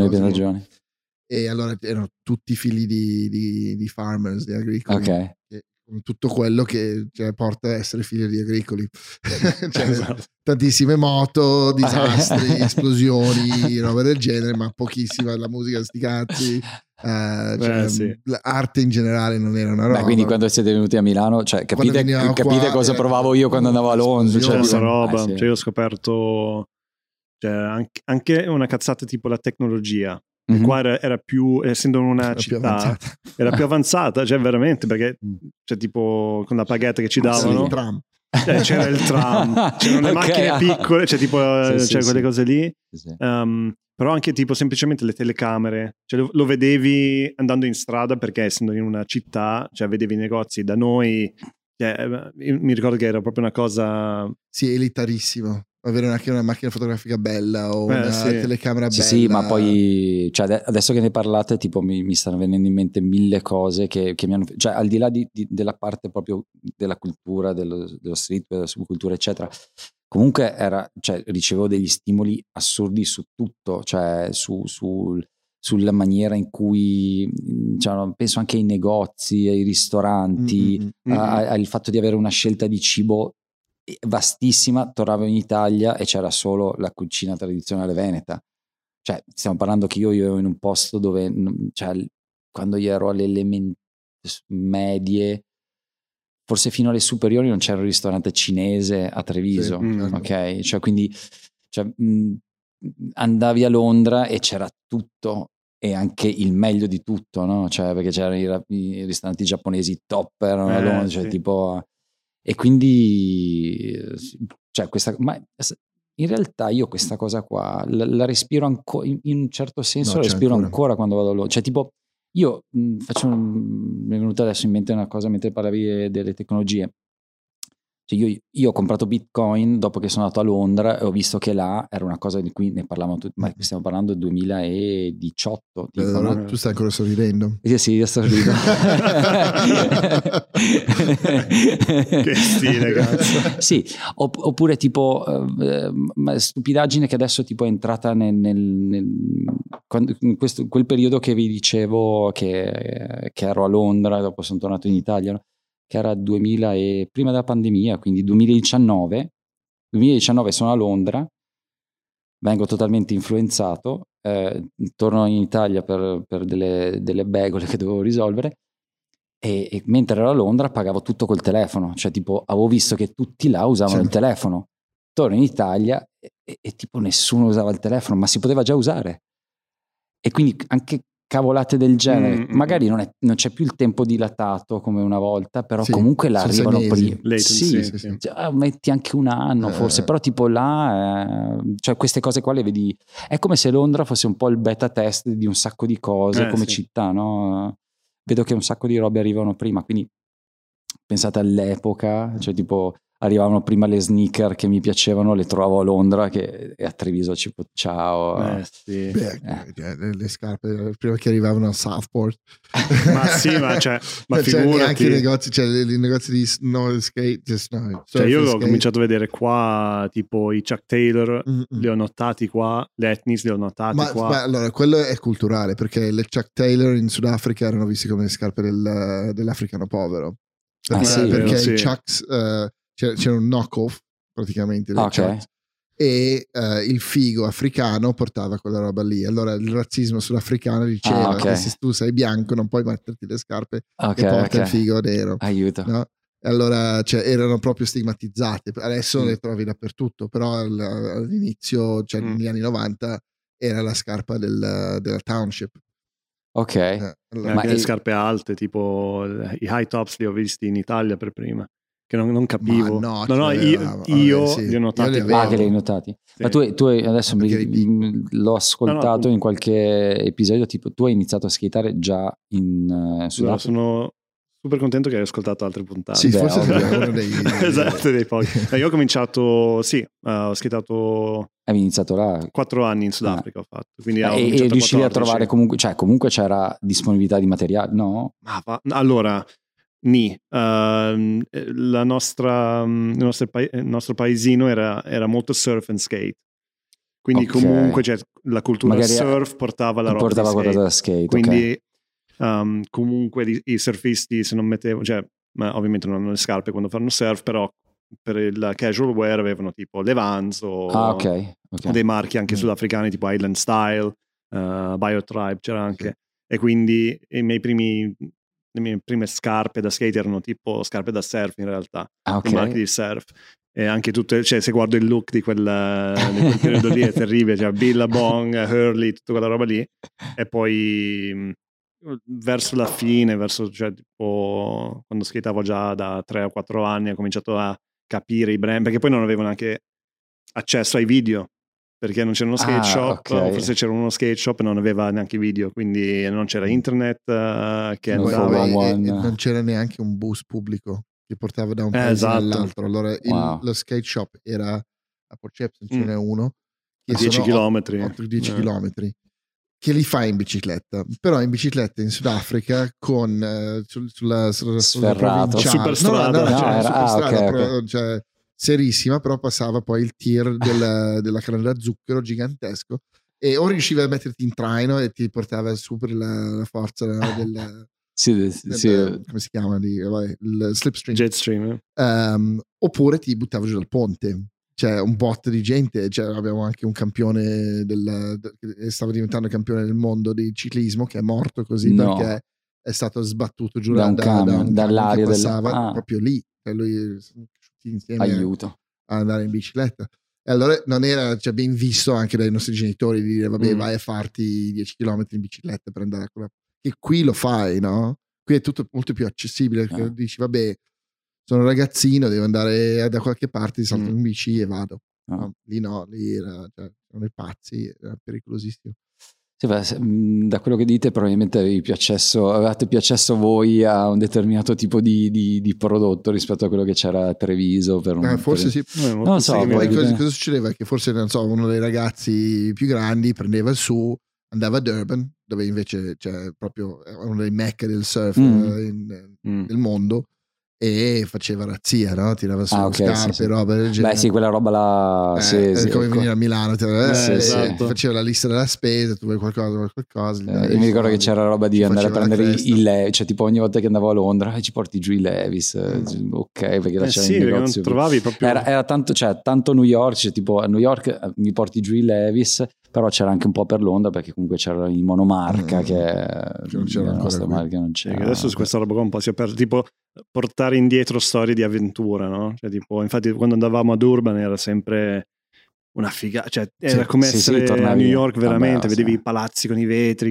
E allora erano tutti figli di farmers, di agricoli. Con tutto quello che porta a essere figli di agricoli. Tantissime moto, disastri, esplosioni, roba del genere, ma pochissima la musica, sti cazzi. L'arte in generale non era una roba. Quindi quando siete venuti a Milano, cioè, capite cosa provavo io quando andavo a Londra, questa roba. Cioè, io ho scoperto anche una cazzata tipo la tecnologia, E qua era più, essendo una città, era più avanzata, cioè veramente, perché cioè, tipo con la paghetta che ci davano, c'era il tram, c'erano le macchine piccole, cioè tipo quelle cose lì. Però anche tipo semplicemente le telecamere, cioè lo vedevi andando in strada, perché essendo in una città, cioè vedevi i negozi. Da noi, cioè, mi ricordo che era proprio una cosa elitarissimo avere anche una macchina fotografica bella o una telecamera bella. Sì, ma poi cioè, adesso che ne parlate, tipo mi stanno venendo in mente mille cose che mi hanno, cioè al di là della parte proprio della cultura, dello streetwear, della subcultura eccetera, comunque cioè, ricevevo degli stimoli assurdi su tutto, cioè sulla maniera in cui, cioè, penso anche ai negozi, ai ristoranti, al fatto di avere una scelta di cibo vastissima. Tornavo in Italia e c'era solo la cucina tradizionale veneta, cioè stiamo parlando che io ero in un posto dove, cioè, quando io ero alle medie, forse fino alle superiori, non c'era un ristorante cinese a Treviso, ok? Cioè quindi andavi a Londra e c'era tutto e anche il meglio di tutto, no? Cioè perché c'erano i ristoranti giapponesi top, erano a Londra, cioè tipo. E quindi, cioè ma in realtà io questa cosa qua la respiro ancora, in un certo senso la respiro ancora quando vado a Londra. Cioè tipo, io mi è venuta adesso in mente una cosa mentre parlavi delle tecnologie. Cioè io ho comprato Bitcoin dopo che sono andato a Londra e ho visto che là era una cosa di cui ne parlavamo tutti, ma stiamo parlando del 2018. Tipo, no? Tu stai ancora sorridendo? Sì, io sto ridendo. Che stile, cazzo. Sì, oppure tipo stupidaggine che adesso tipo è entrata in quel periodo che vi dicevo che ero a Londra e dopo sono tornato in Italia, no? Che era prima della pandemia, quindi 2019 sono a Londra, vengo totalmente influenzato, torno in Italia per delle begole che dovevo risolvere e mentre ero a Londra pagavo tutto col telefono, cioè tipo avevo visto che tutti là usavano il telefono, torno in Italia e tipo nessuno usava il telefono, ma si poteva già usare, e quindi anche cavolate del genere, magari non c'è più il tempo dilatato come una volta, però comunque là arrivano prima. Metti anche un anno forse, però tipo là cioè queste cose qua le vedi, è come se Londra fosse un po' il beta test di un sacco di cose come città, no? Vedo che un sacco di robe arrivano prima, quindi pensate all'epoca, cioè tipo arrivavano prima le sneaker che mi piacevano, le trovavo a Londra e a Treviso tipo ciao. Le scarpe prima che arrivavano a Southport. Ma sì, ma figurati. Anche i negozi di snow skate. Cioè io ho cominciato a vedere qua tipo i Chuck Taylor, li ho notati qua, le Etnies li ho notati qua. Ma allora quello è culturale, perché le Chuck Taylor in Sudafrica erano visti come le scarpe dell'africano povero. Perché i Chucks c'era un knock-off praticamente dei Chucks, e il figo africano portava quella roba lì. Allora il razzismo sudafricano diceva che se tu sei bianco non puoi metterti le scarpe che porta il figo nero. Aiuto. No? Allora erano proprio stigmatizzate. Adesso le trovi dappertutto, però all'inizio, cioè negli anni 90, era la scarpa della township. Ok. Anche le scarpe alte, tipo i high tops li ho visti in Italia per prima, che non capivo. Io li ho notati. Che li hai notati. Sì. Ma tu adesso l'ho ascoltato in qualche episodio, tipo tu hai iniziato a skateare già in Sudafrica? Sono super contento che hai ascoltato altre puntate. Sì, forse è uno dei esatto, dei pochi. Io ho cominciato, ho skatato. Avevi iniziato là? 4 anni in Sudafrica ho fatto. Quindi e riuscivi a trovare comunque c'era disponibilità di materiale, no? Allora, il nostro paesino era molto surf and skate. Quindi comunque la cultura magari surf portava la roba da skate. Quindi comunque i surfisti, se non mettevo, ma ovviamente non hanno le scarpe quando fanno surf, però per il casual wear avevano tipo le Vans o dei marchi anche sudafricani tipo Island Style, Biotribe c'era anche, e quindi le mie prime scarpe da skate erano tipo scarpe da surf in realtà, marchi di surf, e anche tutte, cioè se guardo il look di quel periodo lì è terribile, cioè Billabong, Hurley, tutta quella roba lì, e poi verso la fine, cioè tipo quando skateavo già da 3 o 4 anni ho cominciato a capire i brand, perché poi non avevo neanche accesso ai video, perché non c'era uno skate shop, o forse c'era uno skate shop e non aveva neanche video, quindi non c'era internet che andava e non c'era neanche un bus pubblico che portava da un paese all'altro. Allora lo skate shop era a Port Shepstone, ce n'è uno che 10 km 10 km che li fai in bicicletta, però in bicicletta in Sudafrica con sulla Sferrato, superstrada, cioè serissima, però passava poi il tir della canna da zucchero gigantesco, e o riuscivi a metterti in traino e ti portava su per la forza del come si chiama lì? Il slipstream, jetstream, oppure ti buttavo giù dal ponte. C'è un botto di gente, abbiamo anche un campione che stava diventando campione del mondo di ciclismo, che è morto così perché è stato sbattuto giù dall'aria che passava proprio lì, e lui insieme aiuto a andare in bicicletta. E allora non era ben visto anche dai nostri genitori di dire vabbè vai a farti 10 km in bicicletta per andare a quella, che qui lo fai, no? Qui è tutto molto più accessibile, perché dici vabbè sono un ragazzino, devo andare da qualche parte, salto in bici e vado. No, lì erano i pazzi, era pericolosissimo. Sì, da quello che dite probabilmente avevate più accesso voi a un determinato tipo di prodotto rispetto a quello che c'era a Treviso forse sì, non so. Poi cosa succedeva? Che forse uno dei ragazzi più grandi prendeva il su, andava a Durban, dove invece c'è proprio uno dei mecca del surf del mondo, e faceva razzia, no? Tirava su scarpe, roba del genere. Beh sì, quella roba là come venire a Milano, faceva la lista della spesa, tu vuoi qualcosa. Io mi ricordo che c'era roba di andare a prendere i Levis, cioè tipo ogni volta che andavo a Londra ci porti giù i Levis, ok, perché là c'era un negozio, non trovavi proprio era tanto, tanto New York, cioè tipo a New York mi porti giù i Levis, però c'era anche un po' per Londra, perché comunque c'era il monomarca che non c'era ancora marca non c'era. Adesso su questa roba qua un po' si è perso, tipo portare indietro storie di avventura, no? Cioè tipo, infatti quando andavamo ad Urban era sempre una figata, cioè era come essere a New York veramente, vedevi i palazzi con i vetri,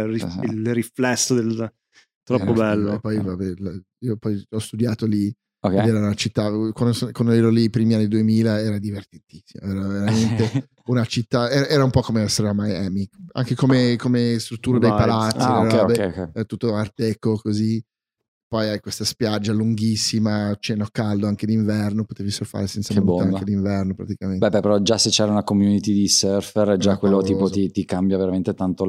il riflesso del troppo bello. E poi io poi ho studiato lì, ed era una città, quando ero lì i primi anni 2000 era divertentissima, era veramente una città, era un po' come essere a Miami, anche come struttura dei palazzi, è tutto art deco così. Poi hai questa spiaggia lunghissima, oceano caldo anche d'inverno, potevi surfare senza muta anche d'inverno praticamente. Beh, però già se c'era una community di surfer, già quello tipo ti cambia veramente tanto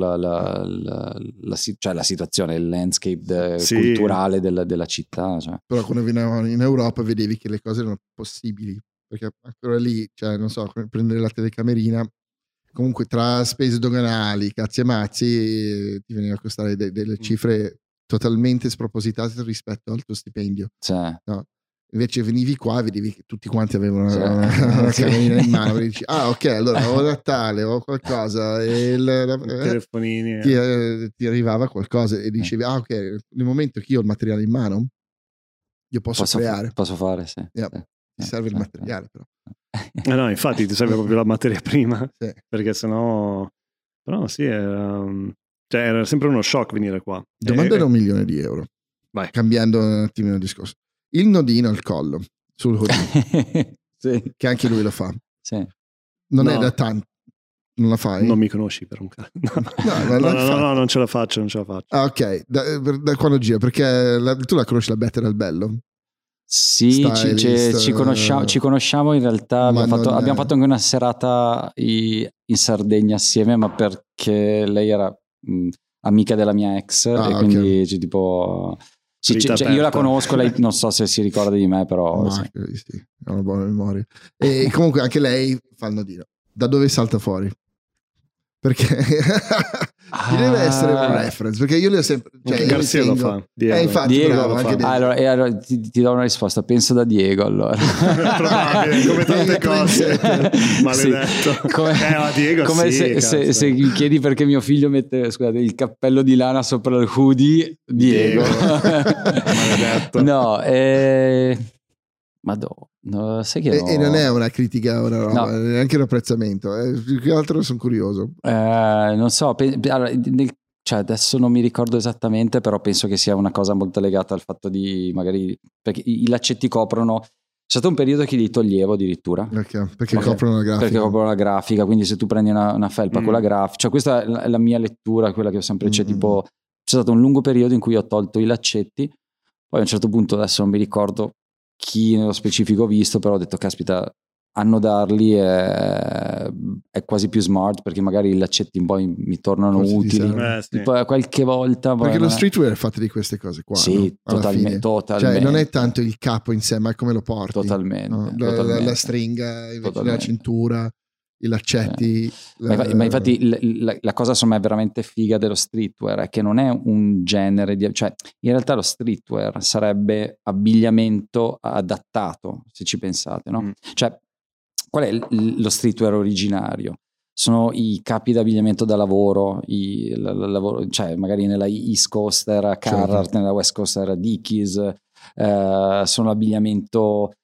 la situazione, il landscape culturale della città. Cioè. Però quando venivano in Europa vedevi che le cose erano possibili, perché ancora lì, non so, prendere la telecamerina, comunque tra spese doganali, cazzi e mazzi, ti veniva a costare delle cifre totalmente spropositate rispetto al tuo stipendio, no? Invece venivi qua e vedevi che tutti quanti avevano una camerina in mano e dici ok, allora ho Natale, ho qualcosa e telefonini ti arrivava qualcosa e dicevi ok, nel momento che io ho il materiale in mano io posso creare, posso fare, sì. Ti serve il materiale però no, infatti ti serve proprio la materia prima, perché sennò però sì era sempre uno shock venire qua. Domanda da €1 milione. Vai. Cambiando un attimino il discorso. Il nodino al collo sul hoodie, che anche lui lo fa. Sì. Non è da tanto. Non la fai? Non mi conosci per un caso. No, non ce la faccio. Ah, ok. Da quando gira? Perché tu la conosci la Better al Bello? Sì, ci conosciamo in realtà, abbiamo fatto anche una serata in Sardegna assieme, ma perché lei era amica della mia ex e quindi tipo io la conosco, lei non so se si ricorda di me, però sì, ha una buona memoria. E comunque anche lei fa il nodino. Da dove salta fuori? Perché deve essere un reference, perché io le ho sempre Garcia lo fa, infatti Diego bravo, lo fa. Anche allora ti do una risposta, penso da Diego allora. Probabile, come tante cose. Maledetto. Diego come se mi chiedi perché mio figlio mette il cappello di lana sopra il hoodie, Diego. Maledetto. No, ma No, sai che e non è una critica, una roba, no. Neanche un apprezzamento. Più che altro sono curioso. Non so, cioè adesso non mi ricordo esattamente, però penso che sia una cosa molto legata al fatto di magari perché i laccetti coprono. C'è stato un periodo che li toglievo addirittura perché coprono la grafica. Perché coprono la grafica, quindi se tu prendi una felpa con la grafica, cioè questa è la mia lettura, quella che ho sempre, c'è tipo c'è stato un lungo periodo in cui ho tolto i laccetti, poi a un certo punto, adesso non mi ricordo chi nello specifico ho visto, però ho detto caspita, annodarli è quasi più smart, perché magari i laccetti poi mi tornano utili poi qualche volta perché lo streetwear è fatto di queste cose qua, sì, no? totalmente. Cioè non è tanto il capo in sé, ma è come lo porti, totalmente, no? La stringa invece della cintura, i laccetti. Ma infatti la cosa insomma è veramente figa dello streetwear è che non è un genere cioè in realtà lo streetwear sarebbe abbigliamento adattato, se ci pensate, no? Cioè qual è lo streetwear originario? Sono i capi d'abbigliamento da lavoro, cioè magari nella East Coast era Carhartt, nella West Coast era Dickies, sono l'abbigliamento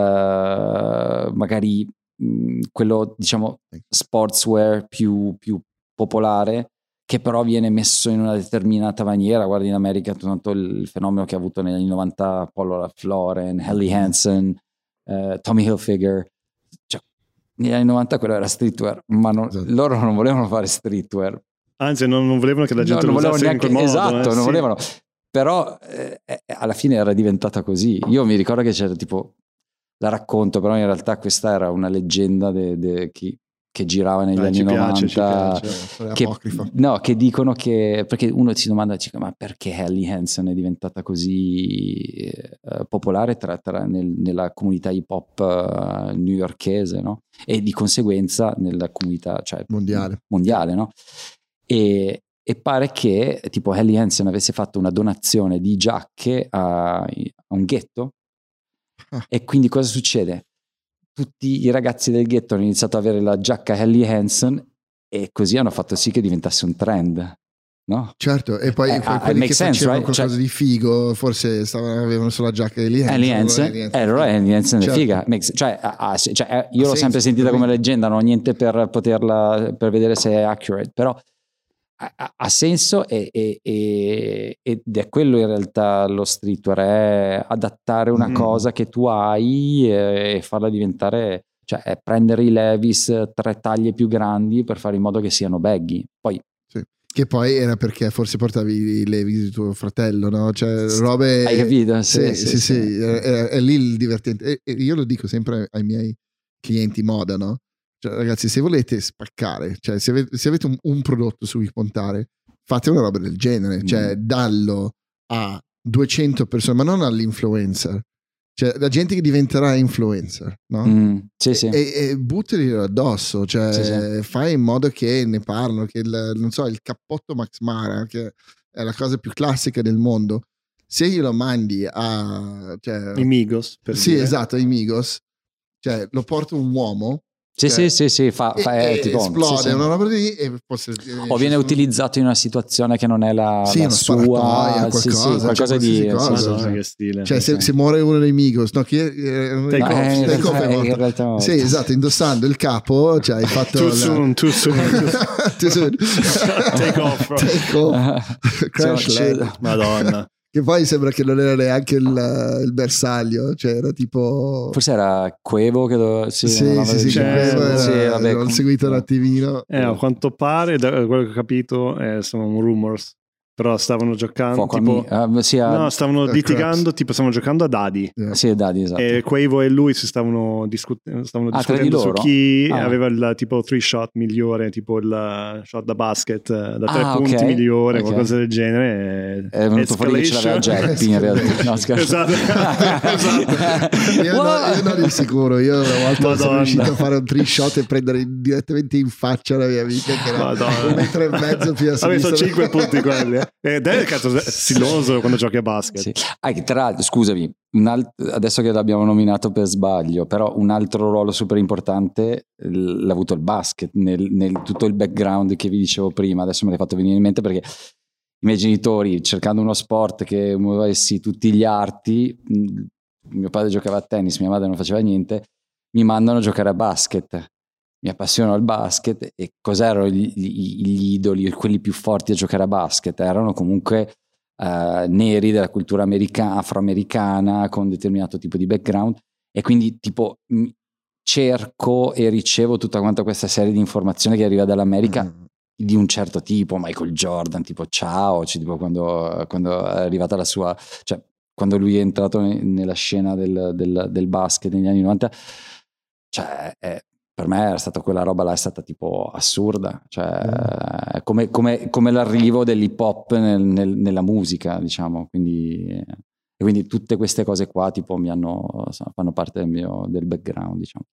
magari quello diciamo sportswear più popolare, che però viene messo in una determinata maniera. Guardi in America tutto il fenomeno che ha avuto negli anni 90 Polo Ralph-Lauren, Helly Hansen, Tommy Hilfiger, cioè, negli anni 90 quello era streetwear, ma loro non volevano fare streetwear, anzi non volevano che la gente lo usasse in quel modo, esatto, non volevano, però alla fine era diventata così. Io mi ricordo che c'era tipo, la racconto, però in realtà questa era una leggenda che girava negli anni 90, che dicono che, perché uno si domanda ma perché Helly Hansen è diventata così popolare nella comunità hip hop newyorkese, no? E di conseguenza nella comunità, cioè, mondiale, no? E pare che tipo Helly Hansen avesse fatto una donazione di giacche a un ghetto. E quindi cosa succede? Tutti i ragazzi del ghetto hanno iniziato ad avere la giacca Helly Hansen e così hanno fatto sì che diventasse un trend, no? Certo, e poi quelli che facevano qualcosa di figo forse avevano solo la giacca Helly Hansen. Allora Helly Hansen è figa. Cioè, io l'ho sempre sentita come leggenda, non ho niente per per vedere se è accurate, però ha senso ed è quello in realtà lo streetwear, è adattare una cosa che tu hai e farla diventare, cioè è prendere i Levi's 3 taglie più grandi per fare in modo che siano baggy. Poi che poi era perché forse portavi i Levi's di tuo fratello, no? Cioè robe, hai capito? Sì. È lì il divertente, e io lo dico sempre ai miei clienti moda, no? Cioè, ragazzi, se volete spaccare, cioè se avete un prodotto su cui puntare, fate una roba del genere, cioè dallo a 200 persone, ma non all'influencer, cioè la gente che diventerà influencer, no? E buttali addosso, cioè fai in modo che ne parlano, che non so, il cappotto Max Mara, che è la cosa più classica del mondo, se glielo mandi a i Migos, per dire. Esatto, i Migos, cioè lo porta un uomo. Sì, fa tipo, esplode una roba lì e o viene utilizzato in una situazione che non è la sua, qualcosa di Madonna, che stile. Cioè se muore uno dei Migos, no, Take off. Sì, esatto, indossando il capo, cioè hai fatto too soon take off crash land. Madonna. Che poi sembra che non era neanche il bersaglio, cioè era tipo... Forse era Quavo che l'ho seguito un attimino. A quanto pare, da quello che ho capito, sono rumors. Però stavano giocando stavano litigando, tipo stavano giocando a dadi. Sì, dadi, esatto. E Quavo e lui si stavano discutendo su chi aveva il tipo 3 shot migliore, tipo il shot da basket da 3 punti migliore, qualcosa del genere. È venuto fuori che ce l'aveva Jack in realtà. No, esatto. Io non ero sicuro. Io una volta sono riuscito a fare un 3 shot e prendere direttamente in faccia la mia amica che era 1,5 metri più a sinistra. Avevo 5 punti quelli. Ed è cazzo siloso quando giochi a basket. Sì. Tra l'altro, scusami, adesso che l'abbiamo nominato per sbaglio, però un altro ruolo super importante l'ha avuto il basket nel tutto il background che vi dicevo prima. Adesso me l'hai fatto venire in mente perché i miei genitori, cercando uno sport che muovessi tutti gli arti, mio padre giocava a tennis, mia madre non faceva niente, mi mandano a giocare a basket. Mi appassiono al basket, e cos'erano gli idoli, quelli più forti a giocare a basket? Erano comunque neri della cultura afroamericana, con determinato tipo di background, e quindi tipo cerco e ricevo tutta quanta questa serie di informazioni che arriva dall'America di un certo tipo, Michael Jordan, tipo ciao, tipo quando è arrivata la sua, cioè quando lui è entrato nella scena del basket negli anni 90, cioè per me era stata quella roba là, è stata tipo assurda, cioè come l'arrivo dell'hip hop nella musica, diciamo, quindi tutte queste cose qua tipo fanno parte del background, diciamo.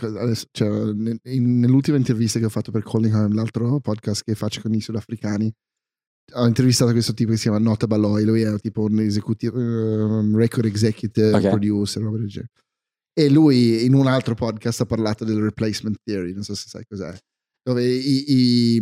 Nell'ultima intervista che ho fatto per Calling, l'altro podcast che faccio con i sudafricani, ho intervistato questo tipo che si chiama Nota Baloy. Lui è tipo un record executive, producer, roba del genere. E lui in un altro podcast ha parlato del replacement theory, non so se sai cos'è, dove i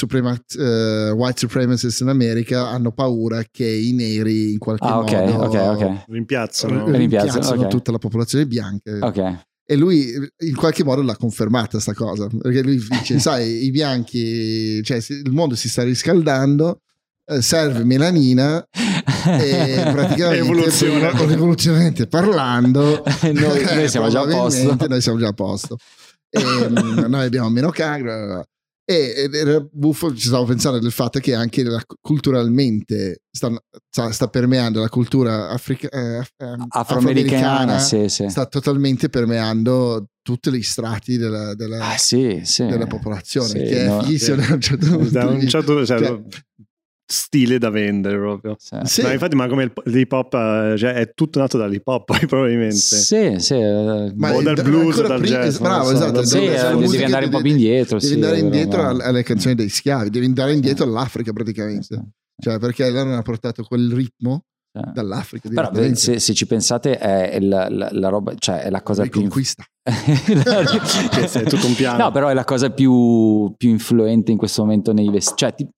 white supremacists in America hanno paura che i neri in qualche modo rimpiazzano tutta la popolazione bianca. E lui in qualche modo l'ha confermata sta cosa, perché lui dice sai, i bianchi, cioè il mondo si sta riscaldando, serve melanina e praticamente evoluzionalmente parlando noi siamo già a posto e noi abbiamo meno cancro, e era buffo. Ci stavo pensando del fatto che anche culturalmente sta permeando la cultura afroamericana, sta totalmente permeando tutti gli strati della popolazione, che è fighissimo da un certo stile da vendere proprio. Ma infatti, ma come l'hip hop, cioè è tutto nato dall'hip hop poi probabilmente. O dal blues o dal jazz, bravo, esatto, devi andare un po' più indietro, devi andare indietro alle canzoni dei schiavi, devi andare indietro all'Africa praticamente, cioè perché loro hanno portato quel ritmo dall'Africa. Però se ci pensate è la roba, cioè è la cosa più conquista. È tutto un piano. No, però è la cosa più influente in questo momento nei vestiti,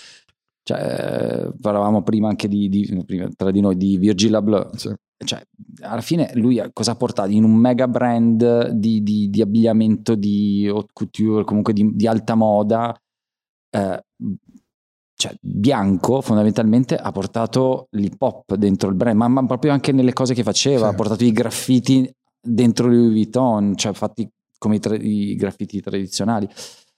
cioè parlavamo prima anche tra di noi di Virgil Abloh, cioè alla fine lui cosa ha portato in un mega brand di abbigliamento, di haute couture, comunque di alta moda, cioè bianco, fondamentalmente ha portato l'hip hop dentro il brand, ma proprio anche nelle cose che faceva, ha portato i graffiti dentro Louis Vuitton, cioè fatti come i graffiti tradizionali.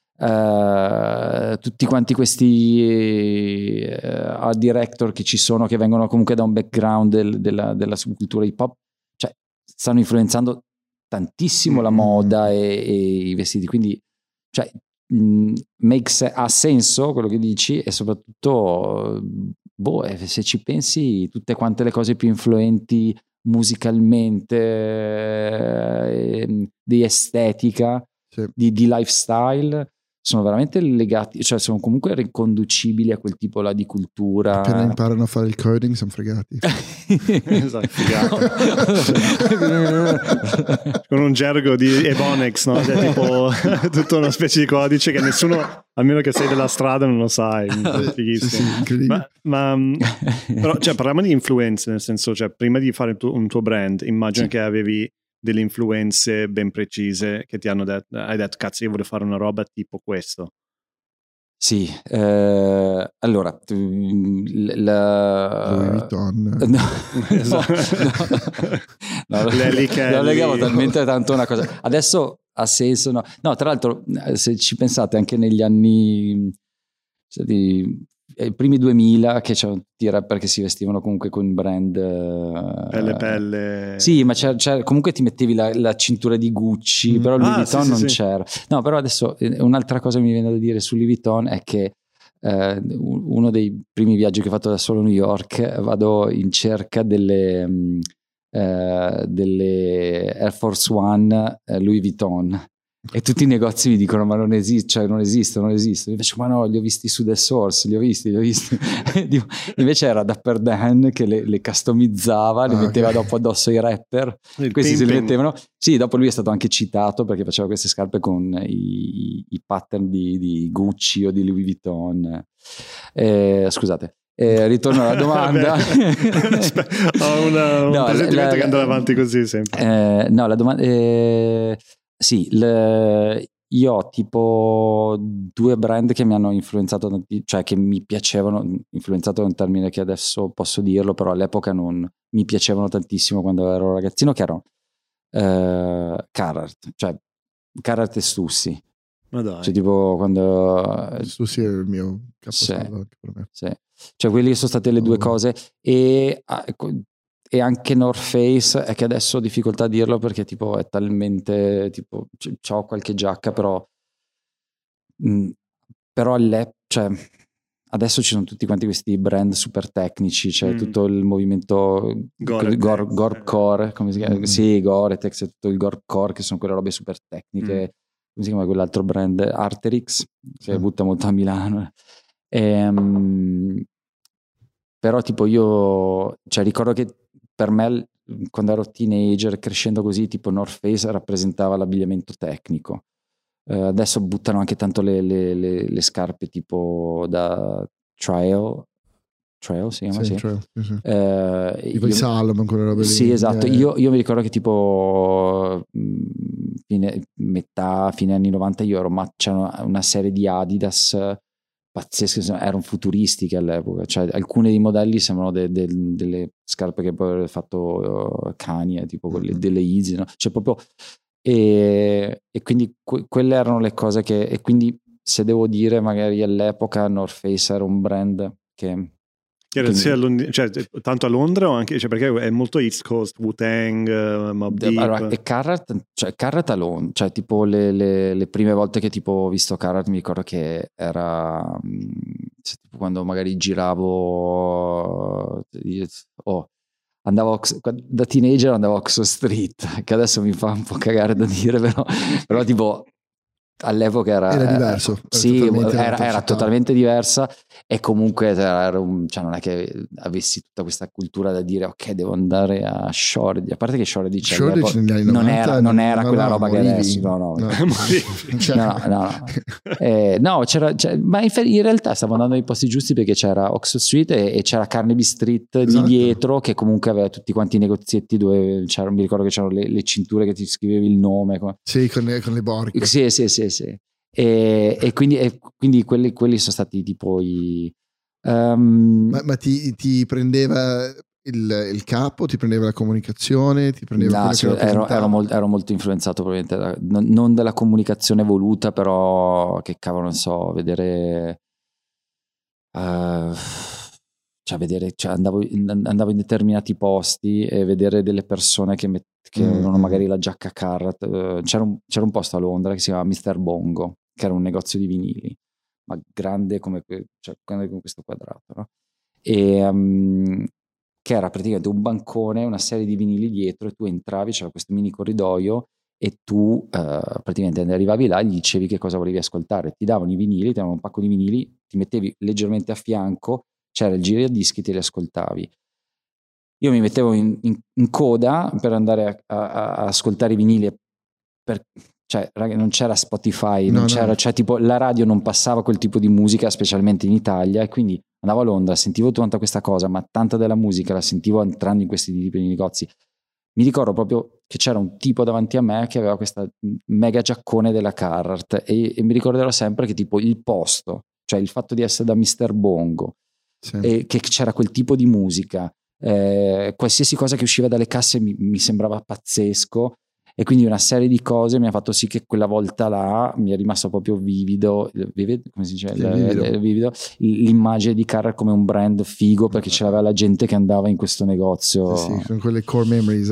Tutti quanti questi art director che ci sono, che vengono comunque da un background della subcultura hip hop, cioè stanno influenzando tantissimo la moda e i vestiti, quindi cioè ha senso quello che dici, e soprattutto se ci pensi, tutte quante le cose più influenti musicalmente, di estetica, di lifestyle, sono veramente legati, cioè sono comunque riconducibili a quel tipo là di cultura. Appena imparano a fare il coding sono fregati. Esatto, con un gergo di Ebonics, no? Cioè, tipo tutta una specie di codice che nessuno, almeno che sei della strada, non lo sai. Fighissimo. Ma però, cioè, parliamo di influenze, nel senso, cioè, prima di fare un tuo brand, immagino che avevi delle influenze ben precise che ti hanno detto, hai detto cazzo, io voglio fare una roba tipo questo. Sì, allora Louis Vuitton. Lo legavo talmente tanto una cosa. Adesso ha senso, no, tra l'altro se ci pensate anche negli anni i primi 2000, che c'erano tutti i rapper che si vestivano comunque con brand pelle. Sì, ma c'era comunque ti mettevi la cintura di Gucci, però Louis Vuitton non c'era. No, però adesso un'altra cosa che mi viene da dire su Louis Vuitton è che uno dei primi viaggi che ho fatto da solo a New York, vado in cerca delle Air Force One Louis Vuitton, e tutti i negozi mi dicono ma non esistono. Io faccio ma no, li ho visti su The Source, li ho visti. Invece era Dapper Dan che le customizzava, le metteva dopo addosso ai rapper, questi se li mettevano. Sì, dopo lui è stato anche citato perché faceva queste scarpe con i pattern di Gucci o di Louis Vuitton, scusate. Ritorno alla domanda. Ho un presentimento che andrà avanti così sempre. No, la domanda sì, io ho tipo 2 brand che mi hanno influenzato, cioè che mi piacevano, influenzato è un termine che adesso posso dirlo, però all'epoca non mi piacevano tantissimo quando ero ragazzino, che erano Carhartt, cioè Carhartt e Stussy. Ma dai. Cioè tipo quando Stussy è il mio caposaldo anche per me. Sì. Cioè quelle sono state le 2 cose, e anche North Face, è che adesso ho difficoltà a dirlo perché tipo è talmente tipo c'ho qualche giacca, però cioè adesso ci sono tutti quanti questi brand super tecnici, c'è tutto il movimento Gore-Core, come si chiama? Sì, Gore-Tex, tutto il Gore-Core, che sono quelle robe super tecniche. Come si chiama quell'altro brand? Arterix, che butta molto a Milano. Però tipo io, cioè ricordo che per me quando ero teenager, crescendo così, tipo North Face rappresentava l'abbigliamento tecnico. Adesso buttano anche tanto le scarpe tipo da trail si chiama? Sì. Trail, sì. Tipo i Salomon, quelle robe lì. Sì, esatto. Io mi ricordo che tipo fine anni 90 c'era una serie di Adidas pazzesche, erano futuristiche all'epoca, cioè alcuni dei modelli sembrano delle scarpe che poi aveva fatto Kanye, tipo quelle delle Yeezy, no? Cioè proprio e quindi quelle erano le cose e quindi se devo dire magari all'epoca North Face era un brand che era sia cioè, tanto a Londra o anche, cioè, perché è molto East Coast, Wu-Tang, Mobb Deep. Allora, e Carhartt a Londra, cioè tipo le prime volte che tipo ho visto Carhartt mi ricordo che era tipo quando magari giravo andavo da teenager, andavo a Oxford Street, che adesso mi fa un po' cagare da dire, però tipo all'epoca era diverso, era totalmente diversa, e comunque cioè non è che avessi tutta questa cultura da dire ok, devo andare a Shoreditch, a parte che Shoreditch non era quella roba che adesso no. Ma in realtà stavo andando nei posti giusti, perché c'era Oxford Street e c'era Carnaby Street, esatto, di dietro, che comunque aveva tutti quanti i negozietti dove mi ricordo che c'erano le cinture che ti scrivevi il nome sì, con le borche, sì. E quindi quelli sono stati tipo i ma ti prendeva il capo, ti prendeva la comunicazione, ti prendeva ero molto influenzato probabilmente non dalla comunicazione voluta, però che cavolo non so, vedere andavo in determinati posti e vedere delle persone che avevano magari la giacca Carhartt. C'era un posto a Londra che si chiama Mr. Bongo, che era un negozio di vinili, ma grande come questo quadrato, no? E che era praticamente un bancone, una serie di vinili dietro, e tu entravi, c'era questo mini corridoio, e tu praticamente arrivavi là e gli dicevi che cosa volevi ascoltare, ti davano i vinili, ti davano un pacco di vinili, ti mettevi leggermente a fianco, c'era il giradischi, te li ascoltavi. Io mi mettevo in coda per andare a ascoltare i vinili, cioè non c'era Spotify, cioè tipo la radio non passava quel tipo di musica, specialmente in Italia, e quindi andavo a Londra, sentivo tanta questa cosa, ma tanta della musica la sentivo entrando in questi tipi di negozi. Mi ricordo proprio che c'era un tipo davanti a me che aveva questa mega giaccone della Carhartt, e mi ricorderò sempre che tipo il posto, cioè il fatto di essere da Mr. Bongo, sì, e che c'era quel tipo di musica, qualsiasi cosa che usciva dalle casse mi sembrava pazzesco, e quindi una serie di cose mi ha fatto sì che quella volta là mi è rimasto proprio vivido, come si dice? Vivido l'immagine di Carhartt come un brand figo, perché c'era la gente che andava in questo negozio. Sì, sono quelle core memories.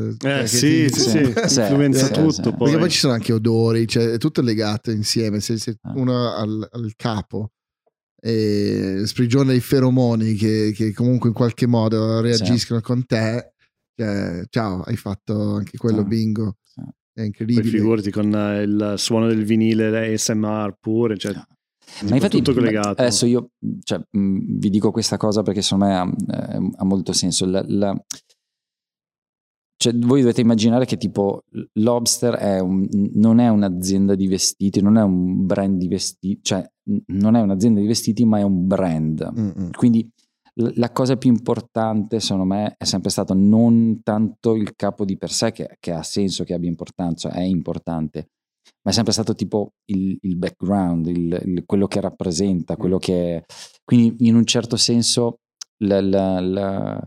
Influenza tutto. Poi. Perché poi ci sono anche odori, cioè è tutto legato insieme. Se uno al capo e sprigiona i feromoni che comunque in qualche modo reagiscono con te, ciao, hai fatto anche quello, bingo. È incredibile. Poi figurati con il suono del vinile, ASMR pure, cioè, ma infatti tutto collegato. Adesso io vi dico questa cosa perché secondo me ha molto senso. Cioè, voi dovete immaginare che tipo Lobster non è un'azienda di vestiti, non è un brand di vestiti, cioè non è un'azienda di vestiti, ma è un brand. Quindi la cosa più importante secondo me è sempre stato non tanto il capo di per sé, che ha senso che abbia importanza, è importante, ma è sempre stato tipo il background, quello che rappresenta, quello che è. Quindi in un certo senso la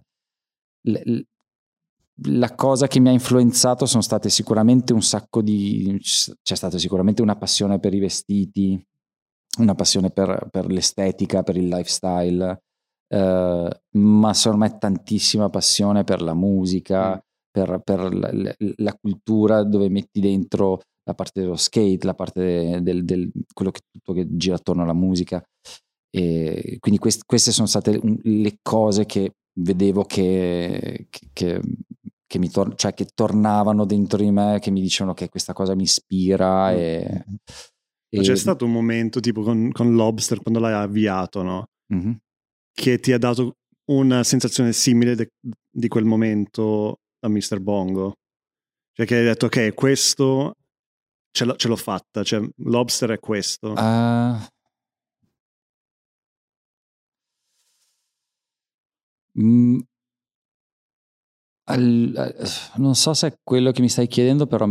cosa che mi ha influenzato sono state sicuramente c'è stata sicuramente una passione per i vestiti, una passione per l'estetica, per il lifestyle, ma secondo me tantissima passione per la musica, per la cultura, dove metti dentro la parte dello skate, la parte del quello che tutto che gira attorno alla musica, e quindi queste sono state le cose che vedevo che tornavano dentro di me, che mi dicevano che questa cosa mi ispira. C'è stato un momento tipo con Lobster, quando l'hai avviato, no? Mm-hmm. Che ti ha dato una sensazione simile di quel momento a Mr. Bongo? Cioè che hai detto, ok, questo ce l'ho fatta, cioè Lobster è questo. Non so se è quello che mi stai chiedendo, però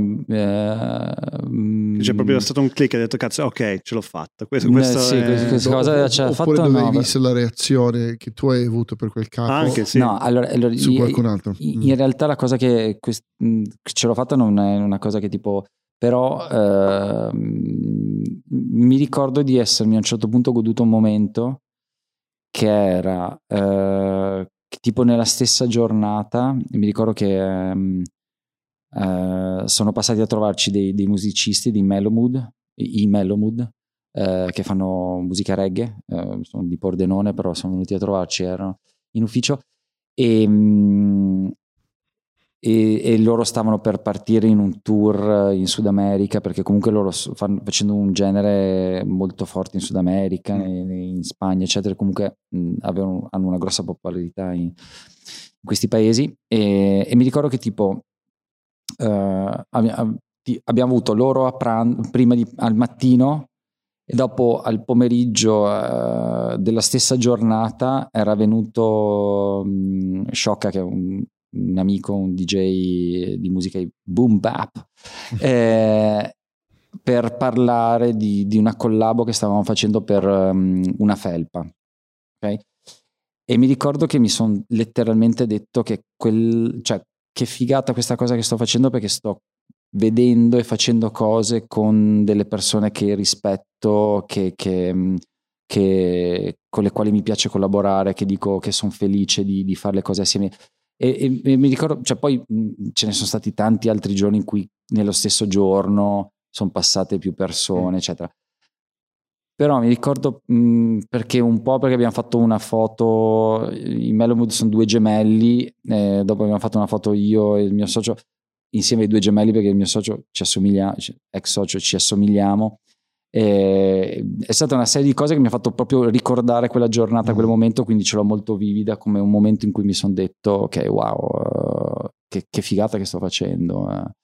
c'è proprio stato un click e hai detto cazzo, ok, ce l'ho fatta. Questa questa cosa ce l'ha fatta. Oppure dove hai visto la reazione che tu hai avuto per quel capo? Anche sì. No, allora su qualcun altro. In realtà la cosa che ce l'ho fatta non è una cosa che tipo, però mi ricordo di essermi a un certo punto goduto un momento che era tipo nella stessa giornata. Mi ricordo che sono passati a trovarci dei musicisti di Mellomood, che fanno musica reggae, sono di Pordenone, però sono venuti a trovarci, erano in ufficio e loro stavano per partire in un tour in Sud America, perché comunque loro stanno facendo un genere molto forte in Sud America, in Spagna eccetera, comunque hanno una grossa popolarità in questi paesi, e mi ricordo che tipo abbiamo avuto loro a pranzo prima al mattino, e dopo al pomeriggio della stessa giornata era venuto Sciocca, che è un amico, un DJ di musica boom bap, per parlare di una collabo che stavamo facendo per una felpa, ok? E mi ricordo che mi sono letteralmente detto che che figata questa cosa che sto facendo, perché sto vedendo e facendo cose con delle persone che rispetto, con le quali mi piace collaborare, che dico che sono felice di fare le cose assieme. E mi ricordo, cioè poi ce ne sono stati tanti altri giorni in cui nello stesso giorno sono passate più persone, eccetera. Però mi ricordo perché abbiamo fatto una foto, i Mellomood sono due gemelli, dopo abbiamo fatto una foto io e il mio socio insieme ai due gemelli, perché il mio socio ex socio ci assomigliamo. È stata una serie di cose che mi ha fatto proprio ricordare quella giornata, quel momento, quindi ce l'ho molto vivida come un momento in cui mi sono detto ok, wow, che figata che sto facendo.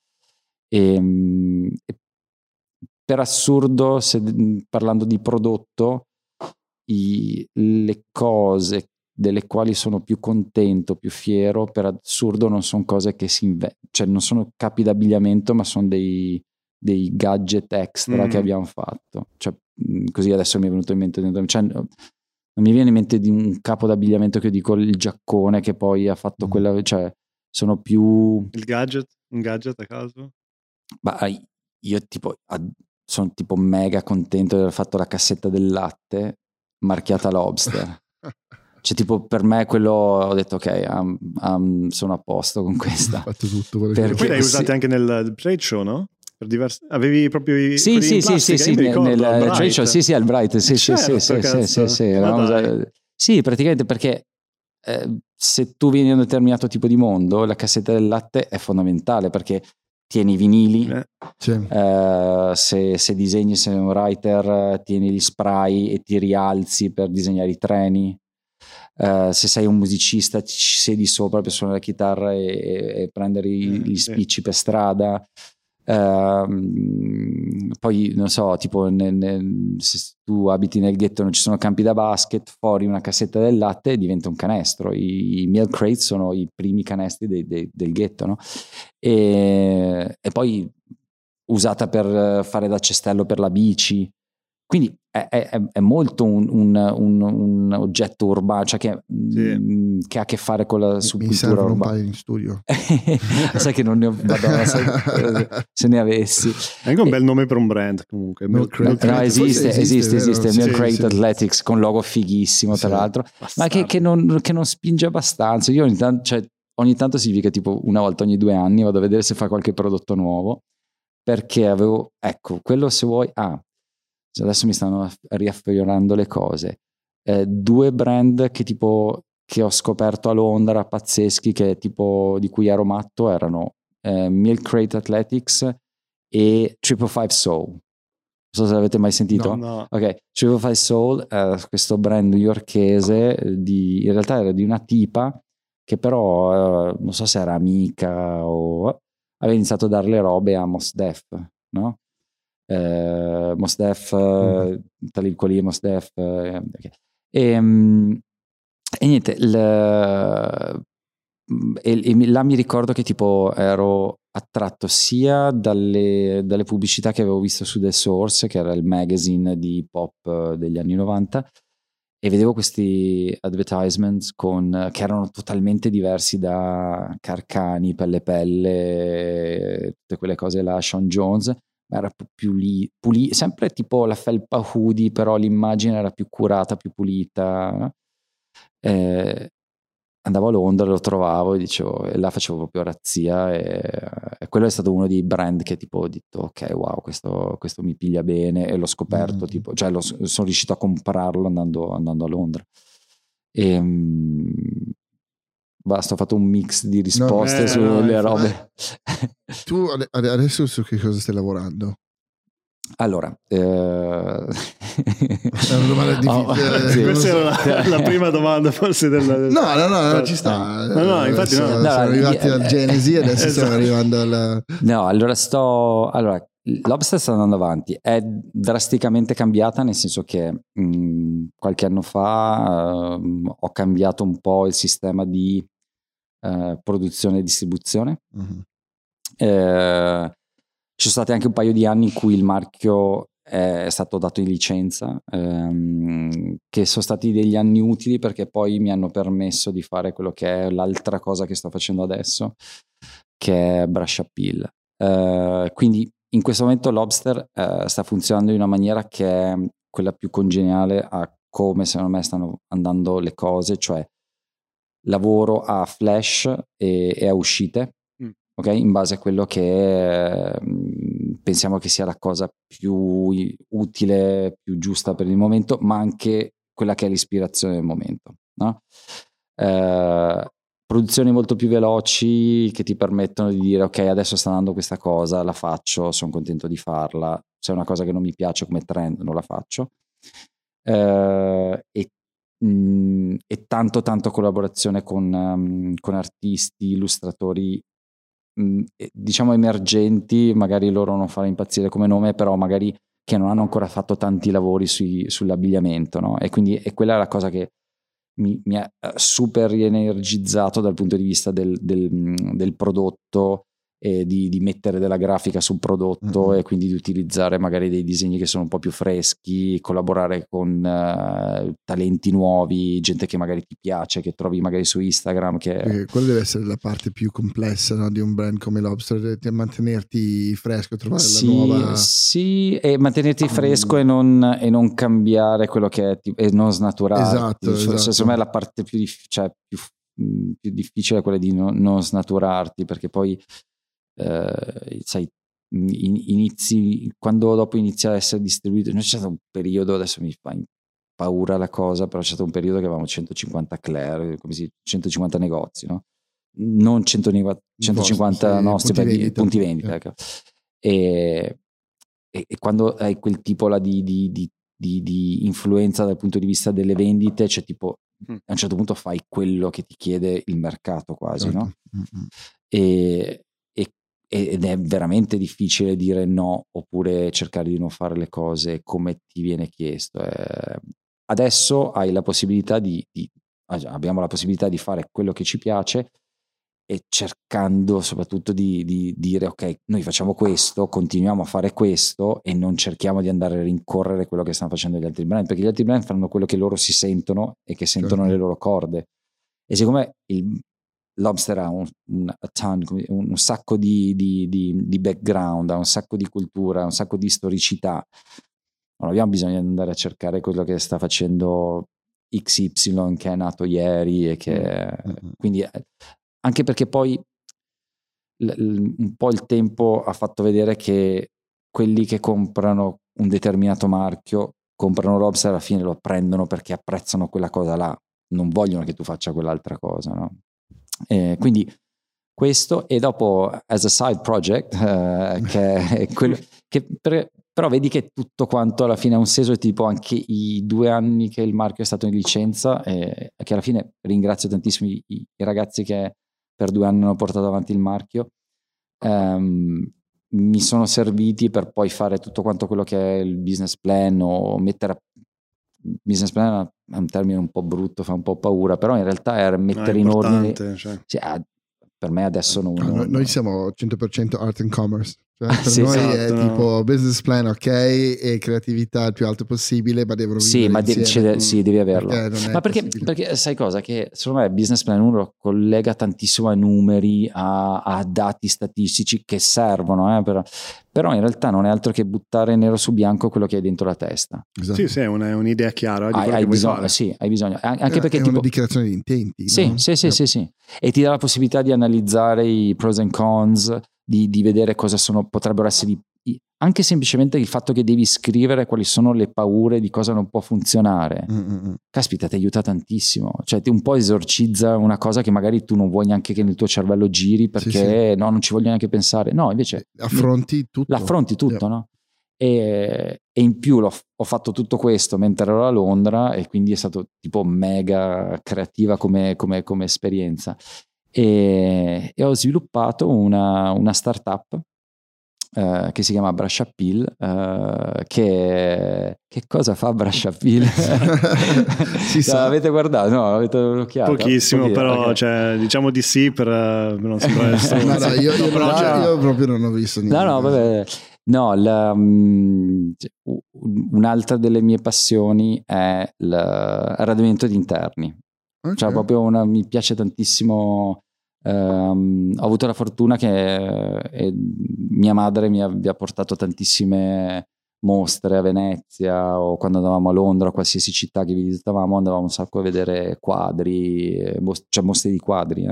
E per assurdo, parlando di prodotto, le cose delle quali sono più contento, più fiero, per assurdo non sono cose che cioè non sono capi d'abbigliamento, ma sono dei gadget extra che abbiamo fatto. Cioè, così adesso mi è venuto in mente, cioè, non mi viene in mente di un capo d'abbigliamento che io dico il giaccone che poi ha fatto quella, cioè sono più un gadget a caso? Ma io tipo sono tipo mega contento di aver fatto la cassetta del latte marchiata Lobster. Cioè tipo per me quello, ho detto ok, sono a posto con questa. Ho fatto tutto perché poi l'hai usate anche nel trade show, no? Per avevi proprio i sì, nel trade show, sì, al Bright, sì, praticamente perché se tu vieni da un determinato tipo di mondo, la cassetta del latte è fondamentale, perché tieni i vinili, se disegni, sei un writer, tieni gli spray e ti rialzi per disegnare i treni. Se sei un musicista ci siedi sopra per suonare la chitarra e prendere gli spicci per strada. Poi non so, tipo se tu abiti nel ghetto e non ci sono campi da basket, fuori una cassetta del latte e diventa un canestro. I milk crate sono i primi canestri del ghetto, no? E poi usata per fare da cestello per la bici, quindi è molto un oggetto urbano, cioè che ha a che fare con la subcultura urbana. Un paio in studio. Sai che non ne ho, Madonna, se ne avessi. È anche un bel nome per un brand, comunque. No, esiste Milk Crate Athletics con logo fighissimo, tra l'altro, ma che non spinge abbastanza. Io ogni tanto significa tipo una volta ogni 2 anni vado a vedere se fa qualche prodotto nuovo, perché avevo, ecco, quello se vuoi, adesso mi stanno riaffiorando le cose, 2 brand che ho scoperto a Londra, pazzeschi, che tipo di cui ero matto, erano Milk Crate Athletics e 555 Soul. Non so se l'avete mai sentito. No. Ok, 555 Soul, questo brand newyorkese, in realtà era di una tipa che però non so se era amica o aveva iniziato a dare le robe a Mos Def, no? Mos Def, Talib Kweli, Mos Def, okay. E niente, là mi ricordo che tipo ero attratto sia dalle pubblicità che avevo visto su The Source, che era il magazine di pop degli anni 90, e vedevo questi advertisements che erano totalmente diversi da Carcani, Pelle Pelle, tutte quelle cose là, Sean Jones, ma era più sempre tipo la felpa hoodie, però l'immagine era più curata, più pulita, no? Andavo a Londra, lo trovavo e dicevo, e là facevo proprio razzia, e quello è stato uno dei brand che tipo ho detto ok, wow, questo mi piglia bene, e l'ho scoperto, tipo, cioè sono riuscito a comprarlo andando a Londra. E basta, ho fatto un mix di risposte sulle robe. Tu adesso su che cosa stai lavorando? Allora, è una domanda difficile. Sì. Questa era la prima domanda forse No, ci sta. No, infatti no. Siamo arrivati al Genesi e adesso stiamo arrivando alla... No, allora Lobster sta andando avanti, è drasticamente cambiata, nel senso che qualche anno fa ho cambiato un po' il sistema di produzione e distribuzione. Ci sono stati anche un paio di anni in cui il marchio è stato dato in licenza, che sono stati degli anni utili, perché poi mi hanno permesso di fare quello che è l'altra cosa che sto facendo adesso, che è Brush Appeal. Quindi in questo momento Lobster sta funzionando in una maniera che è quella più congeniale a come secondo me stanno andando le cose, cioè lavoro a flash e a uscite. Ok, in base a quello che pensiamo che sia la cosa più utile, più giusta per il momento, ma anche quella che è l'ispirazione del momento, no? Produzioni molto più veloci che ti permettono di dire ok, adesso sta andando questa cosa, la faccio, sono contento di farla, se è una cosa che non mi piace come trend non la faccio, e tanto collaborazione con artisti, illustratori, diciamo emergenti, magari loro non fanno impazzire come nome, però magari che non hanno ancora fatto tanti lavori sull'abbigliamento, no? E quindi quella è la cosa che mi ha super rienergizzato dal punto di vista del prodotto, e di mettere della grafica sul prodotto, e quindi di utilizzare magari dei disegni che sono un po' più freschi, collaborare con talenti nuovi, gente che magari ti piace, che trovi magari su Instagram. Quella deve essere la parte più complessa, no, di un brand come Lobster, mantenerti fresco, trovare la nuova... Sì, e mantenerti fresco e non cambiare quello che è, e non snaturarti. Esatto. Secondo me la parte più difficile è quella di non snaturarti, perché poi sai, quando dopo inizia a essere distribuito, c'è stato un periodo, adesso mi fa paura la cosa, però c'è stato un periodo che avevamo 150 Claire, 150 negozi, no? Non 150 nostri punti vendita, ecco. E quando hai quel tipo là di influenza dal punto di vista delle vendite, cioè tipo a un certo punto fai quello che ti chiede il mercato quasi, no? ed è veramente difficile dire no oppure cercare di non fare le cose come ti viene chiesto. Adesso hai la possibilità abbiamo la possibilità di fare quello che ci piace, e cercando soprattutto di dire ok, noi facciamo questo, continuiamo a fare questo e non cerchiamo di andare a rincorrere quello che stanno facendo gli altri brand, perché gli altri brand fanno quello che loro si sentono e che sentono le loro corde. E siccome il Lobster ha un sacco di background, ha un sacco di cultura, un sacco di storicità, non abbiamo bisogno di andare a cercare quello che sta facendo XY che è nato ieri e che quindi anche perché poi un po' il tempo ha fatto vedere che quelli che comprano un determinato marchio comprano Lobster, alla fine lo prendono perché apprezzano quella cosa là, non vogliono che tu faccia quell'altra cosa, no? Quindi questo, e dopo as a side project che è quello che però vedi che tutto quanto alla fine ha un senso, tipo anche i 2 anni che il marchio è stato in licenza, che alla fine ringrazio tantissimo i ragazzi che per 2 anni hanno portato avanti il marchio, mi sono serviti per poi fare tutto quanto quello che è il business plan, o mettere business plan è un termine un po' brutto, fa un po' paura, però in realtà è mettere in ordine, cioè. sì, per me adesso noi siamo 100% art and commerce, cioè per sì, noi esatto, è tipo business plan, ok, e creatività il più alto possibile, ma devono sì, ma devi averlo, ma perché sai cosa, che secondo me il business plan uno lo collega tantissimo a numeri, a dati statistici che servono, però in realtà non è altro che buttare nero su bianco quello che hai dentro la testa. Esatto. Sì, è un'idea chiara di quello che hai vuoi bisogno, fare. sì, hai bisogno, anche perché è tipo una dichiarazione di intenti, sì, no? sì, e ti dà la possibilità di analizzare i pros and cons, di vedere cosa potrebbero essere anche semplicemente il fatto che devi scrivere quali sono le paure di cosa non può funzionare. Caspita, ti aiuta tantissimo, cioè ti un po' esorcizza una cosa che magari tu non vuoi neanche che nel tuo cervello giri, perché no, non ci voglio neanche pensare, no, invece l'affronti tutto, no? E in più ho fatto tutto questo mentre ero a Londra, e quindi è stato tipo mega creativa come esperienza, e ho sviluppato una startup che si chiama Brush Appeal, che cosa fa Brush Appeal? Avete guardato? No, avete occhiato? Pochissimo, però okay. Cioè, diciamo di sì per non sembrare io proprio non ho visto niente. No, vabbè. No, un'altra delle mie passioni è l'arredamento di interni. Okay. Cioè proprio mi piace tantissimo. Ho avuto la fortuna che mia madre mi abbia portato tantissime mostre a Venezia, o quando andavamo a Londra, o qualsiasi città che visitavamo, andavamo un sacco a vedere quadri, cioè mostre di quadri.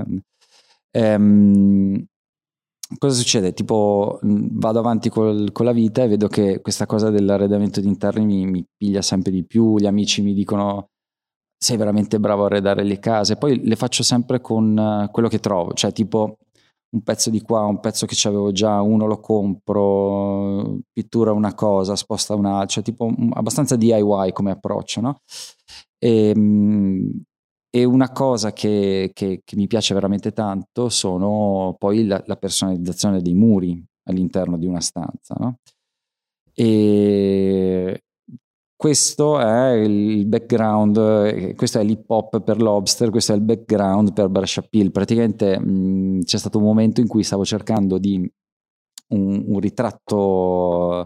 Cosa succede? Tipo vado avanti con la vita e vedo che questa cosa dell'arredamento di interni mi piglia sempre di più. Gli amici mi dicono: sei veramente bravo a arredare le case. Poi le faccio sempre con quello che trovo, cioè tipo un pezzo di qua, un pezzo che c'avevo già, uno lo compro, pittura una cosa, sposta un'altra, cioè tipo abbastanza DIY come approccio, no? E una cosa che mi piace veramente tanto sono poi la personalizzazione dei muri all'interno di una stanza, no? E questo è il background, questo è l'hip hop per Lobster, questo è il background per Brush Appeal. Praticamente c'è stato un momento in cui stavo cercando di un ritratto,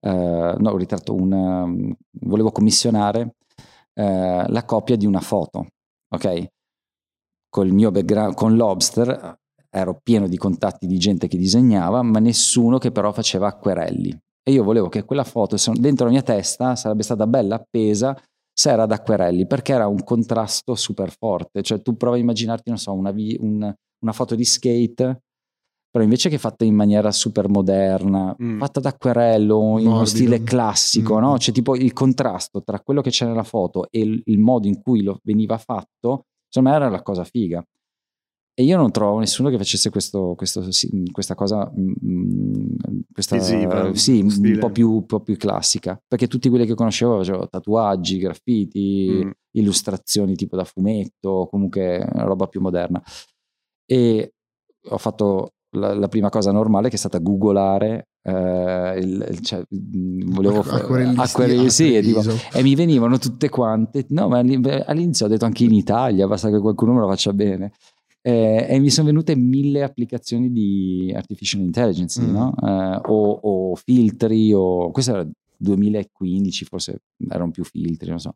volevo commissionare la copia di una foto, ok? Col mio background, con Lobster ero pieno di contatti di gente che disegnava, ma nessuno che però faceva acquerelli. E io volevo che quella foto dentro la mia testa sarebbe stata bella appesa se era ad acquerelli, perché era un contrasto super forte. Cioè tu prova a immaginarti, non so, una foto di skate, però invece che fatta in maniera super moderna, fatta ad acquerello, in uno stile classico, no? C'è tipo il contrasto tra quello che c'è nella foto e il modo in cui lo veniva fatto, secondo me era la cosa figa. E io non trovavo nessuno che facesse questa cosa visiva, un po' più classica, perché tutti quelli che conoscevo facevano tatuaggi, graffiti, illustrazioni tipo da fumetto, comunque roba più moderna. E ho fatto la prima cosa normale che è stata googolare volevo sì, e mi venivano tutte quante, no, ma all'inizio ho detto anche in Italia, basta che qualcuno me lo faccia bene, e mi sono venute 1000 applicazioni di artificial intelligence, no? O filtri, questo era 2015, forse erano più filtri, non so.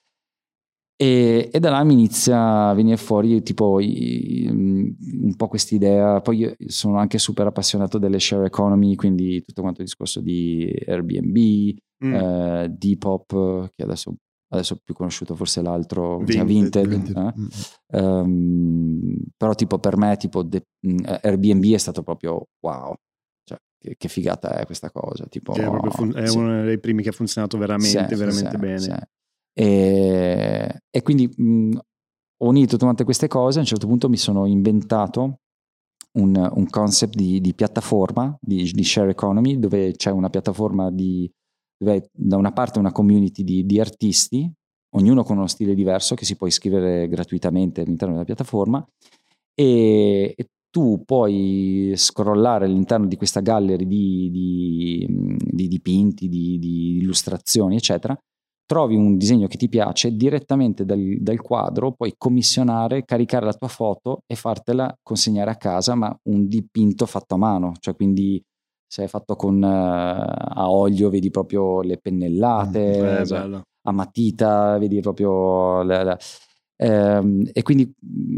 E da là mi inizia a venire fuori tipo un po' quest'idea. Poi io sono anche super appassionato delle share economy, quindi tutto quanto il discorso di Airbnb, Depop, che adesso è più conosciuto forse l'altro, Vinted. Però tipo per me tipo Airbnb è stato proprio wow, cioè che figata è questa cosa, tipo, è uno dei primi che ha funzionato veramente bene. Sì. E quindi ho unito tutte queste cose. A un certo punto mi sono inventato un concept di piattaforma di share economy, dove c'è una piattaforma dove da una parte una community di artisti, ognuno con uno stile diverso, che si può iscrivere gratuitamente all'interno della piattaforma, e tu puoi scrollare all'interno di questa gallery di dipinti, di illustrazioni, eccetera. Trovi un disegno che ti piace, direttamente dal quadro puoi commissionare, caricare la tua foto e fartela consegnare a casa, ma un dipinto fatto a mano, cioè quindi se è fatto a olio vedi proprio le pennellate, a matita vedi proprio e quindi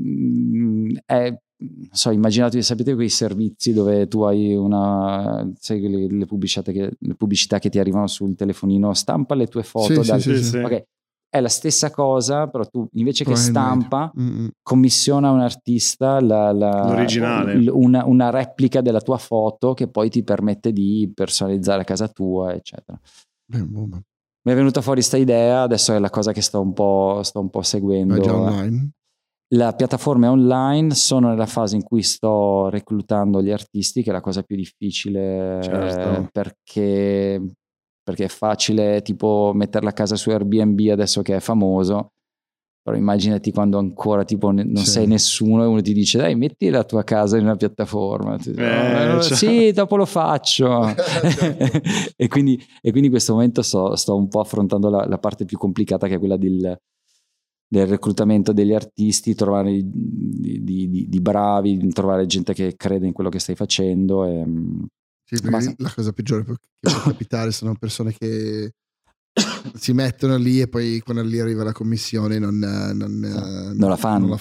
sapete quei servizi dove tu hai sai, le pubblicità che ti arrivano sul telefonino, stampa le tue foto, sì. Okay. È la stessa cosa, però tu invece che stampa commissiona a un artista l'originale, una replica della tua foto che poi ti permette di personalizzare a casa tua, eccetera. Mi è venuta fuori sta idea, adesso è la cosa che sto un po' seguendo. È già online? La piattaforma è online, sono nella fase in cui sto reclutando gli artisti, che è la cosa più difficile, certo. perché è facile tipo metterla a casa su Airbnb adesso che è famoso, però immaginati quando ancora tipo non sei nessuno e uno ti dice dai metti la tua casa in una piattaforma, sì, dopo lo faccio. e quindi in questo momento sto un po' affrontando la parte più complicata, che è quella del reclutamento degli artisti, trovare di bravi, trovare gente che crede in quello che stai facendo. La cosa peggiore che può capitare sono persone che si mettono lì e poi quando lì arriva la commissione non la fanno.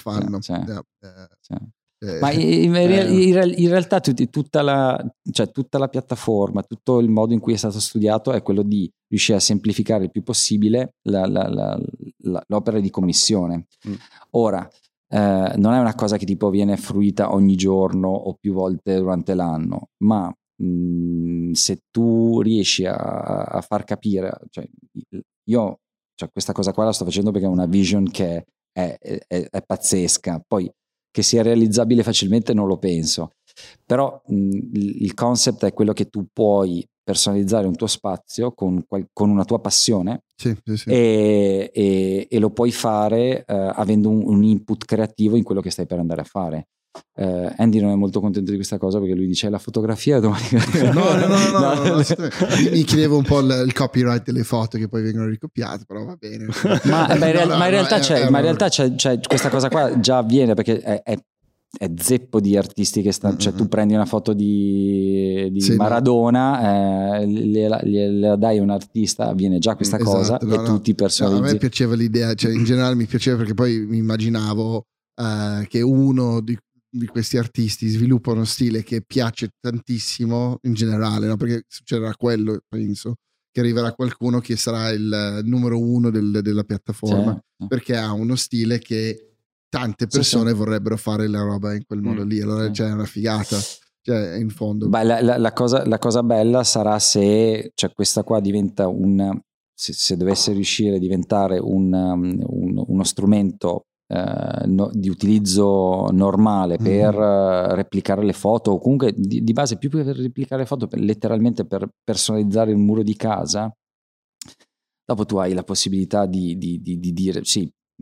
Ma in realtà tutta la piattaforma, tutto il modo in cui è stato studiato è quello di riuscire a semplificare il più possibile l'opera di commissione. Ora non è una cosa che tipo viene fruita ogni giorno o più volte durante l'anno, ma se tu riesci a far capire, io questa cosa qua la sto facendo perché è una vision che è pazzesca, poi che sia realizzabile facilmente non lo penso, però il concept è quello che tu puoi personalizzare un tuo spazio con una tua passione. Sì. E lo puoi fare avendo un input creativo in quello che stai per andare a fare. Andy non è molto contento di questa cosa perché lui dice la fotografia domani. No. Mi chiedevo un po' il copyright delle foto che poi vengono ricopiate, però va bene. Ma in realtà c'è questa cosa qua già avviene, perché è zeppo di artisti che stanno, cioè tu prendi una foto di Maradona, le dai a un artista, avviene già questa cosa, e tu ti personalizzi. A me piaceva l'idea, cioè in generale mi piaceva perché poi mi immaginavo che uno di questi artisti sviluppa uno stile che piace tantissimo in generale, no? Perché succederà quello, penso, che arriverà qualcuno che sarà il numero uno della piattaforma, perché ha uno stile che tante persone vorrebbero fare la roba in quel modo lì, allora c'è una figata, cioè in fondo. Beh, la cosa bella sarà se questa qua diventa se dovesse riuscire a diventare uno strumento di utilizzo normale per replicare le foto, o comunque di base più per replicare le foto, letteralmente per personalizzare il muro di casa. Dopo tu hai la possibilità di dire sì,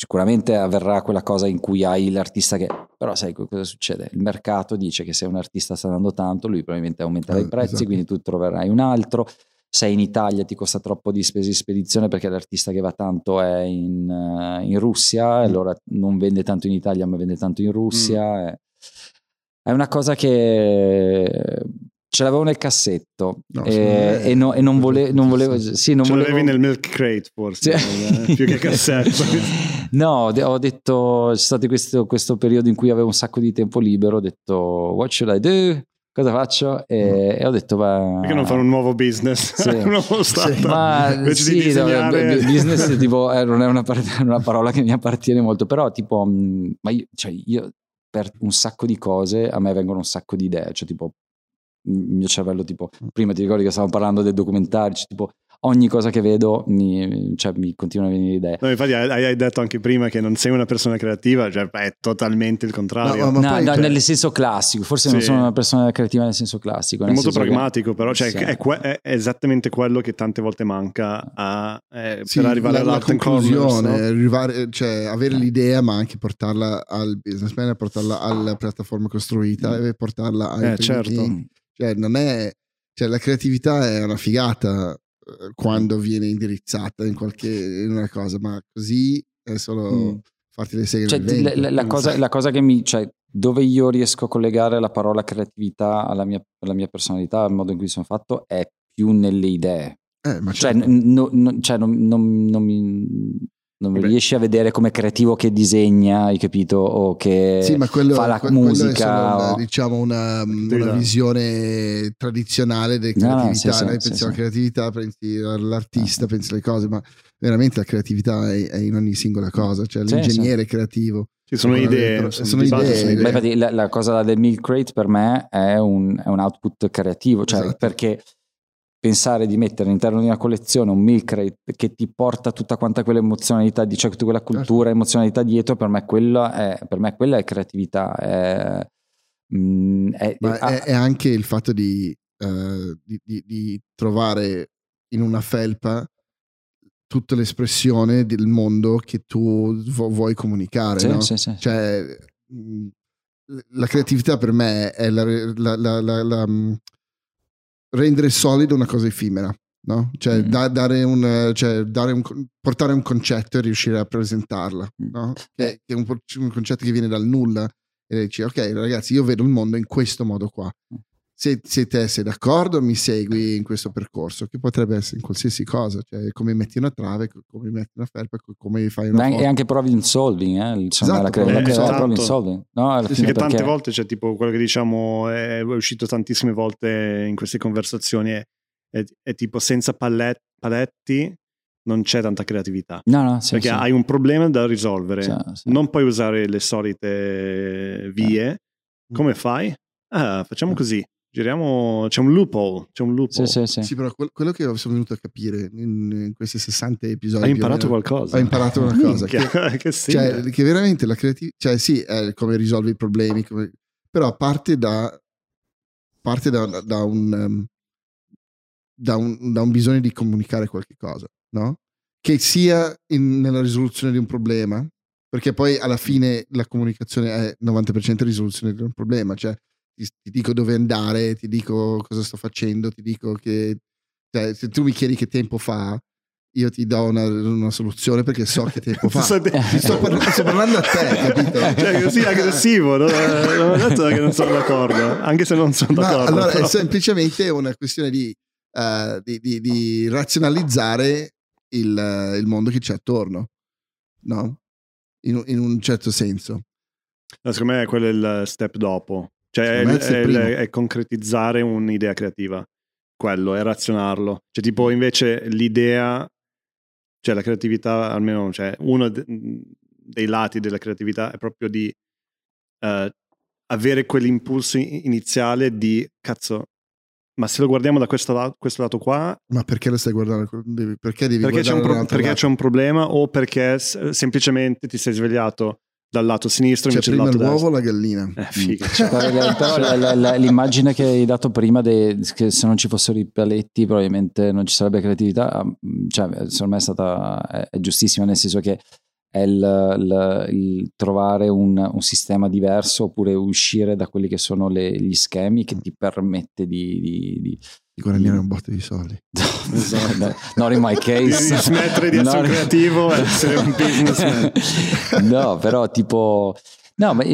sicuramente avverrà quella cosa in cui hai l'artista che, però sai cosa succede? Il mercato dice che se un artista sta dando tanto, lui probabilmente aumenterà i prezzi, esatto. Quindi tu troverai un altro. Se in Italia ti costa troppo di spese di spedizione perché l'artista che va tanto è in Russia, e allora non vende tanto in Italia ma vende tanto in Russia. È una cosa che ce l'avevo nel cassetto, e non volevo. Sì, non ce volevo... l'avevi nel milk crate forse, più che cassetto. No, ho detto, c'è stato questo periodo in cui avevo un sacco di tempo libero, ho detto what should I do? Cosa faccio? E ho detto perché non fare un nuovo business? Sì. Un nuovo startup? Ma invece sì, di disegnare... business tipo, non è una parola che mi appartiene molto, però tipo ma io per un sacco di cose a me vengono un sacco di idee, cioè tipo il mio cervello, tipo prima ti ricordi che stavamo parlando del documentario, cioè, tipo ogni cosa che vedo mi continua a venire idee. No, infatti hai detto anche prima che non sei una persona creativa, cioè è totalmente il contrario. No, nel senso classico, forse non sono una persona creativa nel senso classico. È molto pragmatico, però cioè, è esattamente quello che tante volte manca per arrivare alla conclusione, no? Cioè avere l'idea ma anche portarla al businessman, portarla alla piattaforma costruita e portarla ai certo. Cioè non è, cioè la creatività è una figata quando viene indirizzata in una cosa, ma così è solo farti le seghe del vento. La cosa che dove io riesco a collegare la parola creatività alla mia personalità, al modo in cui sono fatto, è più nelle idee. Ma cioè non mi riesci a vedere come creativo che disegna, hai capito? O che fa la musica. Quello è diciamo una visione tradizionale della creatività. Noi pensiamo alla creatività, pensi all'artista, pensi alle cose, ma veramente la creatività è in ogni singola cosa. Cioè l'ingegnere creativo. Ci sono idee. Sono idee. Beh, infatti la cosa del milk crate per me è un output creativo, cioè esatto. Perché pensare di mettere all'interno di una collezione un milk crate che ti porta tutta quanta quell'emozionalità, cioè tutta quella cultura, emozionalità dietro, per me quella è creatività. È anche il fatto di trovare in una felpa tutta l'espressione del mondo che tu vuoi comunicare, sì, no? Sì. Cioè la creatività per me è rendere solido una cosa effimera, no? Cioè portare un concetto e riuscire a presentarla, no? Che è un concetto che viene dal nulla e dici ok ragazzi, io vedo il mondo in questo modo qua, se te sei d'accordo mi segui in questo percorso, che potrebbe essere in qualsiasi cosa, cioè come metti una trave, come metti una felpa, come fai una foto. E anche problem solving, esatto, problem solving, no? Che tante volte, cioè tipo quello che diciamo è uscito tantissime volte in queste conversazioni, è tipo senza paletti non c'è tanta creatività, perché hai un problema da risolvere, non puoi usare le solite vie. Come fai? Facciamo così, giriamo, c'è un loophole. Sì, però quello che sono venuto a capire in questi 60 episodi, hai imparato qualcosa. Ho imparato una cosa che veramente la creatività, cioè sì, è come risolvi i problemi, però parte da un bisogno di comunicare qualche cosa, no? Che sia nella risoluzione di un problema, perché poi alla fine la comunicazione è 90% risoluzione di un problema, cioè ti dico dove andare, ti dico cosa sto facendo, ti dico che, cioè, se tu mi chiedi che tempo fa, io ti do una soluzione perché so che tempo fa. sto parlando a te, capito? Cioè così aggressivo, no? Non ho detto che non sono d'accordo, anche se non sono d'accordo. Allora però. È semplicemente una questione di razionalizzare il mondo che c'è attorno, no? In un certo senso. No, secondo me quello è il step dopo. Cioè è concretizzare un'idea creativa, quello è razionarlo, cioè tipo invece l'idea, cioè la creatività, almeno cioè uno dei lati della creatività è proprio di avere quell'impulso iniziale di cazzo, ma se lo guardiamo da questo lato qua, ma perché lo stai guardando? Perché c'è un problema, o perché semplicemente ti sei svegliato dal lato sinistro, cioè invece prima l'uovo destro. o la gallina? Figa. Però l'immagine che hai dato prima che se non ci fossero i paletti probabilmente non ci sarebbe creatività, cioè secondo me è giustissima, nel senso che è il trovare un sistema diverso, oppure uscire da quelli che sono gli schemi che ti permette di guadagnare un botto di soldi. Not in my case. Di smettere di essere creativo e essere un businessman. No, però tipo... No, ma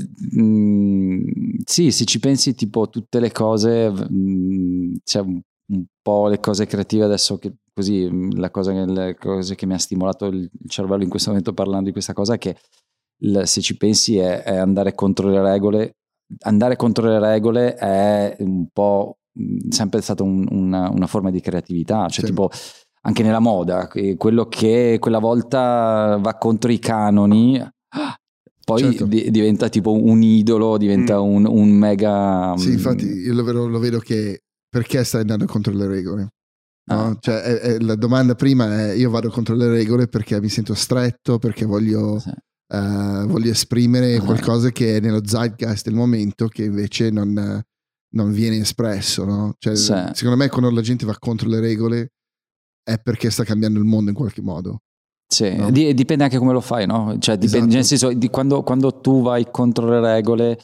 sì, se ci pensi, tipo tutte le cose, c'è un po' le cose creative adesso, che così le cose che mi ha stimolato il cervello in questo momento parlando di questa cosa è che se ci pensi è andare contro le regole. Andare contro le regole è un po' sempre stata una forma di creatività, cioè tipo anche nella moda, quello che quella volta va contro i canoni poi diventa tipo un idolo, diventa un mega... Sì, infatti io lo vedo che perché stai andando contro le regole? No? Cioè, la domanda prima è: io vado contro le regole perché mi sento stretto, perché voglio esprimere qualcosa che è nello zeitgeist del momento, che invece non viene espresso, no? Cioè, secondo me quando la gente va contro le regole è perché sta cambiando il mondo in qualche modo. Sì, no? Dipende anche come lo fai, no? Cioè, dipende, nel senso, quando tu vai contro le regole,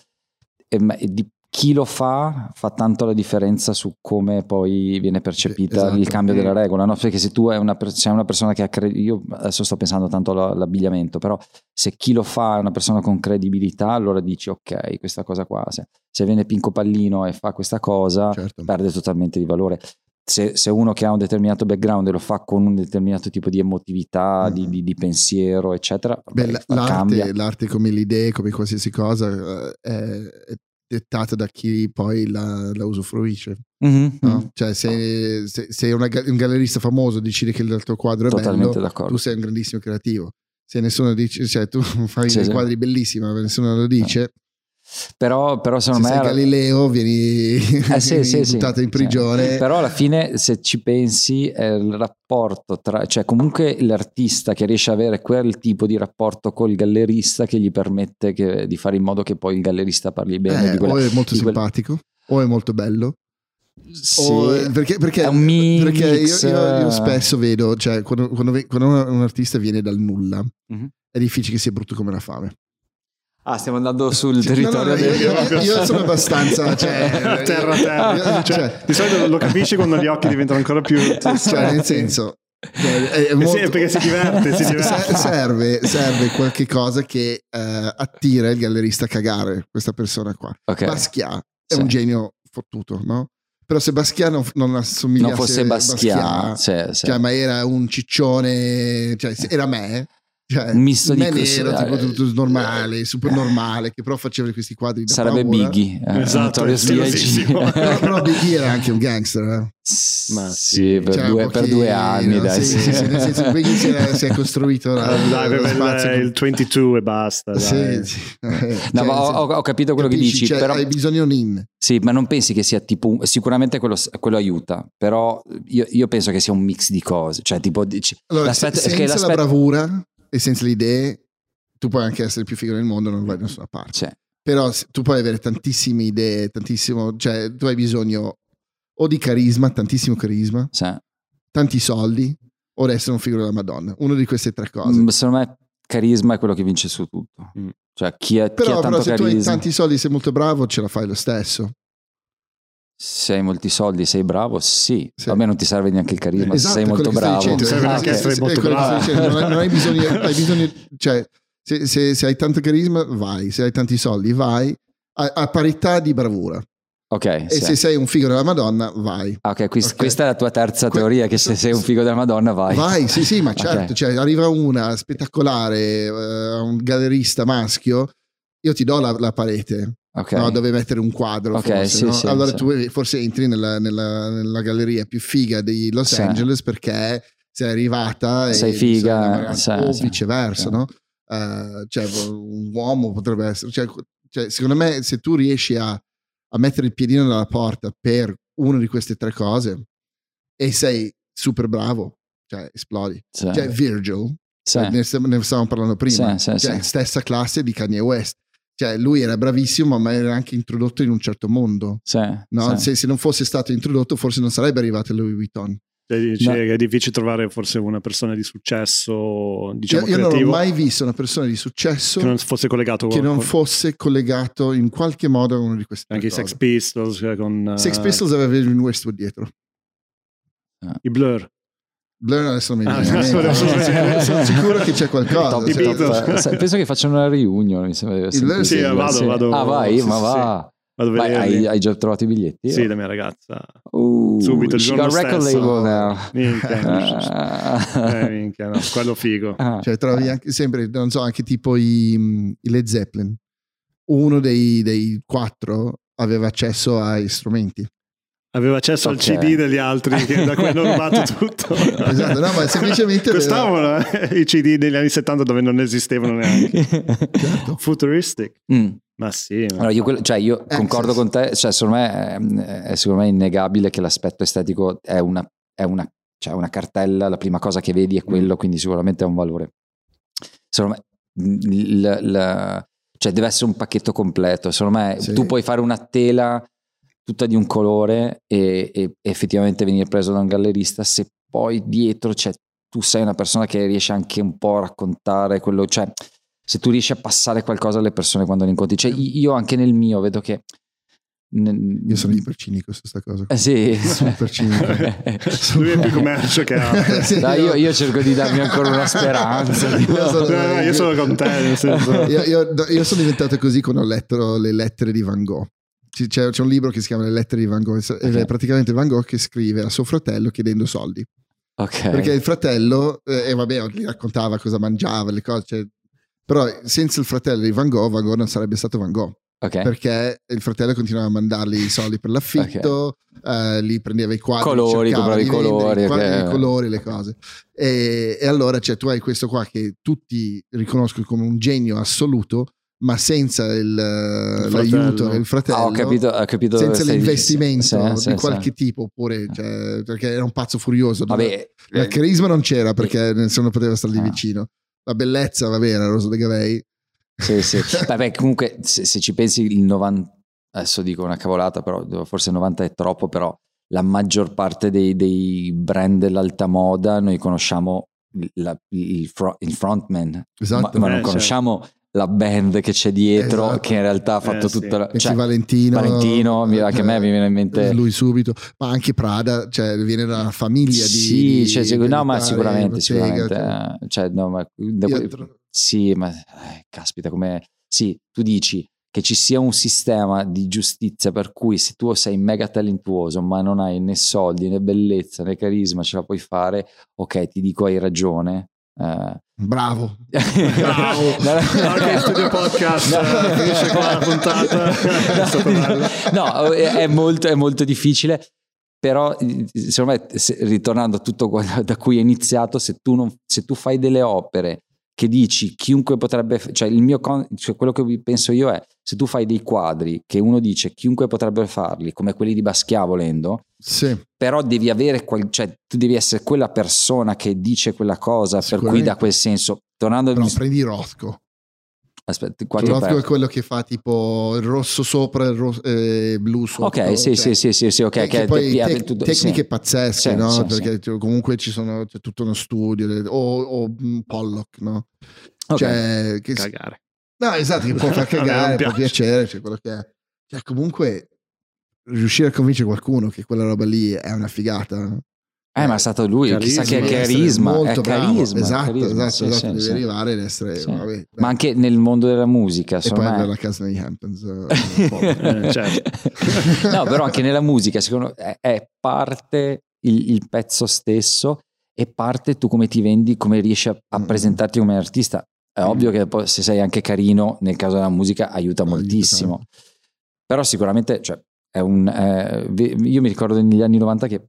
chi lo fa tanto la differenza su come poi viene percepita il cambio della regola, no? Perché se tu sei una persona che io adesso sto pensando tanto all'abbigliamento, però se chi lo fa è una persona con credibilità, allora dici ok, questa cosa qua, se viene Pinco Pallino e fa questa cosa, perde totalmente di valore. Se uno che ha un determinato background e lo fa con un determinato tipo di emotività, di pensiero, eccetera, l'arte come le idee, come qualsiasi cosa è dettata da chi poi la usufruisce. No? Cioè, se un gallerista famoso decide che il tuo quadro è bello, tu sei un grandissimo creativo. Se nessuno dice, cioè tu fai dei quadri bellissimi ma nessuno lo dice, però secondo me sei Galileo vieni buttato in prigione. Però alla fine, se ci pensi, è il rapporto cioè comunque l'artista che riesce a avere quel tipo di rapporto col gallerista che gli permette di fare in modo che poi il gallerista parli bene o è molto simpatico o è molto bello. Sì, perché è un mix. Perché io spesso vedo, cioè quando un artista viene dal nulla, è difficile che sia brutto come la fame. Stiamo andando sul territorio io sono abbastanza terra. Cioè, di solito lo capisci quando gli occhi diventano ancora più cioè, nel senso perché si diverte. Serve qualche cosa che attira il gallerista a cagare questa persona qua. Basquiat è un genio fottuto, no? Però se Basquiat non assomigliasse, non fosse Basquiat, cioè, ma era un ciccione, cioè era me. Cioè, un misto di nero, tipo tutto normale, super normale, che però faceva questi quadri da sarebbe paura. Biggie, esatto, però Biggie era anche un gangster, ma sì, per 2 anni, dai. Sì, nel senso, Biggie si è costruito il 22 e basta. No, ma ho capito quello capisci, che dici, cioè, però hai bisogno sì, ma non pensi che sia tipo sicuramente quello aiuta, però io penso che sia un mix di cose, cioè tipo allora, senza la bravura e senza le idee tu puoi anche essere il più figo del mondo, non vai da nessuna parte. Però tu puoi avere tantissime idee, cioè tu hai bisogno o di carisma, tantissimo carisma, tanti soldi, o essere un figo della Madonna. Una di queste 3 cose. Secondo me carisma è quello che vince su tutto. Cioè chi ha tanto però se carisma, tu hai tanti soldi, sei molto bravo, ce la fai lo stesso. Se hai molti soldi, sei bravo, sì. A me non ti serve neanche il carisma, se sei molto bravo. Ti serve anche essere molto bravo. Non hai bisogno, cioè se hai tanto carisma vai, se hai tanti soldi vai, a parità di bravura. E se sei un figo della Madonna vai. Questa è la tua terza teoria, che se sei un figo della Madonna vai. Sì, ma certo, cioè, arriva una spettacolare, un gallerista maschio, io ti do la parete. No, dove mettere un quadro, forse, no? Allora tu forse entri nella galleria più figa di Los Angeles perché sei arrivata sei figa, o viceversa, no? Cioè un uomo potrebbe essere, cioè secondo me se tu riesci a mettere il piedino nella porta per una di queste 3 cose e sei super bravo, cioè esplodi. Cioè Virgil, ne stavamo parlando prima, stessa classe di Kanye West. Cioè lui era bravissimo ma era anche introdotto in un certo mondo, no? Se non fosse stato introdotto forse non sarebbe arrivato a Louis Vuitton, È difficile trovare forse una persona di successo, diciamo, io creativo. Non ho mai visto una persona di successo che non fosse collegato in qualche modo a uno di questi. Anche i Sex Pistols Sex Pistols aveva Vivian Westwood dietro. I Blur adesso non mi viene. Sono sicuro che c'è qualcosa. Penso che facciano una reunion, mi sembra. Sì, vado. Vai, ma va. Hai già trovato i biglietti? Sì, la mia ragazza. Subito il giorno stesso. Minchia, no, quello figo. Cioè trovi anche sempre, non so, anche tipo i Led Zeppelin. Uno dei 4 aveva accesso ai strumenti. Aveva accesso al CD degli altri, da cui hanno rubato tutto. Esatto, no, ma semplicemente costavano i CD degli anni 70 dove non esistevano neanche. Certo. Futuristic. Ma sì. Allora, io concordo con te, cioè secondo me è innegabile che l'aspetto estetico è una cartella, la prima cosa che vedi è quello, quindi sicuramente ha un valore. Secondo me cioè deve essere un pacchetto completo. Secondo me tu puoi fare una tela tutta di un colore e effettivamente venire preso da un gallerista, se poi dietro tu sei una persona che riesce anche un po' a raccontare quello, cioè se tu riesci a passare qualcosa alle persone quando le incontri, cioè io anche nel mio vedo che io sono ipercinico su questa cosa. Sì, sono ipercinico. Lui è più commercio che ha. Sì, io cerco di darmi ancora una speranza. Io sono con te, nel senso. Io sono diventato così quando ho letto le lettere di Van Gogh. C'è un libro che si chiama Le lettere di Van Gogh, ed è praticamente Van Gogh che scrive a suo fratello chiedendo soldi. Perché il fratello gli raccontava cosa mangiava, le cose, però senza il fratello di Van Gogh non sarebbe stato Van Gogh. Perché il fratello continuava a mandargli i soldi per l'affitto, gli prendeva i quadri, comprava i colori, le cose, e allora tu hai questo qua che tutti riconoscono come un genio assoluto, ma senza l'aiuto del fratello, ho capito senza l'investimento di qualche tipo, oppure perché era un pazzo furioso. Il carisma non c'era perché nessuno poteva stargli vicino. La bellezza, era Rosa de Gavei. Sì. Vabbè, comunque se ci pensi il 90, adesso dico una cavolata, però forse il 90 è troppo, però la maggior parte dei brand dell'alta moda noi conosciamo il frontman, esatto, ma non conosciamo la band che c'è dietro, esatto, che in realtà ha fatto tutta Valentino, anche a me mi viene in mente lui subito, ma anche Prada, viene dalla famiglia ma sicuramente caspita, come tu dici che ci sia un sistema di giustizia per cui se tu sei mega talentuoso ma non hai né soldi né bellezza né carisma, ce la puoi fare, ok, ti dico hai ragione. Bravo. Anche Studio Podcast finisce qua la puntata. È molto difficile, però secondo me, ritornando a tutto da cui è iniziato, se tu fai delle opere che dici chiunque potrebbe, quello che penso io è, se tu fai dei quadri che uno dice chiunque potrebbe farli, come quelli di Basquiat volendo, però devi avere tu devi essere quella persona che dice quella cosa, per cui dà quel senso. Tornando però prendi Rothko. Aspetta, Rothko è quello che fa tipo il rosso sopra e blu sotto. Ok, sì, ok. Che poi tecniche pazzesche, no? Perché comunque c'è tutto uno studio, o Pollock, no? Cagare. No, esatto, che può far cagare, può piacere, quello che è. Comunque riuscire a convincere qualcuno che quella roba lì è una figata. Ma è stato lui, chissà che carisma, molto è carisma. Esatto, sì, devi arrivare ad essere ma anche nel mondo della musica, e poi avere la casa negli Hamptons. Certo. No, però anche nella musica secondo me è parte il pezzo stesso e parte tu come ti vendi, come riesci a presentarti come artista. È ovvio che poi se sei anche carino nel caso della musica aiuta moltissimo, però sicuramente io mi ricordo negli anni 90 che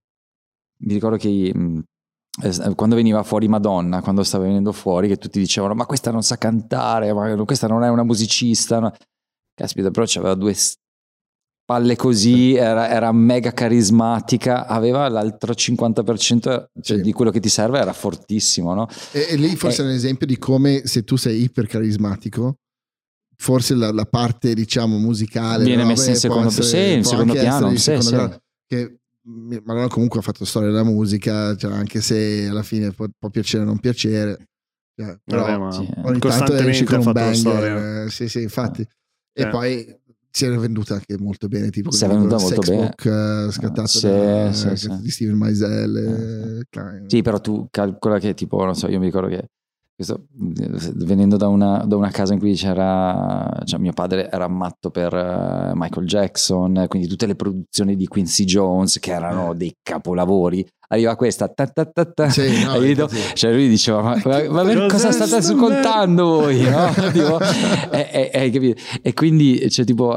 quando veniva fuori Madonna, quando stava venendo fuori, che tutti dicevano ma questa non sa cantare, ma questa non è una musicista, no? Caspita, però c'aveva due palle così, era mega carismatica, aveva l'altro 50% di quello che ti serve, era fortissimo, no? E lì forse è un esempio di come se tu sei iper carismatico, forse la parte diciamo musicale viene messa in secondo piano, che Madonna comunque ha fatto storia della musica, cioè, anche se alla fine può piacere o non piacere, cioè, però ogni tanto esce con un banger, sì, infatti. E poi si era venduta anche molto bene, tipo si è venuta molto bene, scattato di Steven Meisel, sì, però tu calcola che tipo, non so, io mi ricordo che questo, venendo da una casa in cui c'era, cioè mio padre era matto per Michael Jackson, quindi tutte le produzioni di Quincy Jones che erano dei capolavori, arriva questa sì, no, cioè lui diceva ma cosa state ascoltando voi, no? Tipo, e quindi cioè tipo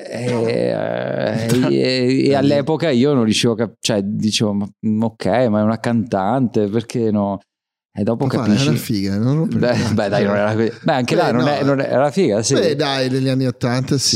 e all'epoca io non riuscivo cioè dicevo ok, ma è una cantante, perché no? E dopo capisci. Era figa, non beh dai, non era così. Beh, anche là non era figa, sì. Beh dai, negli anni 80 sì.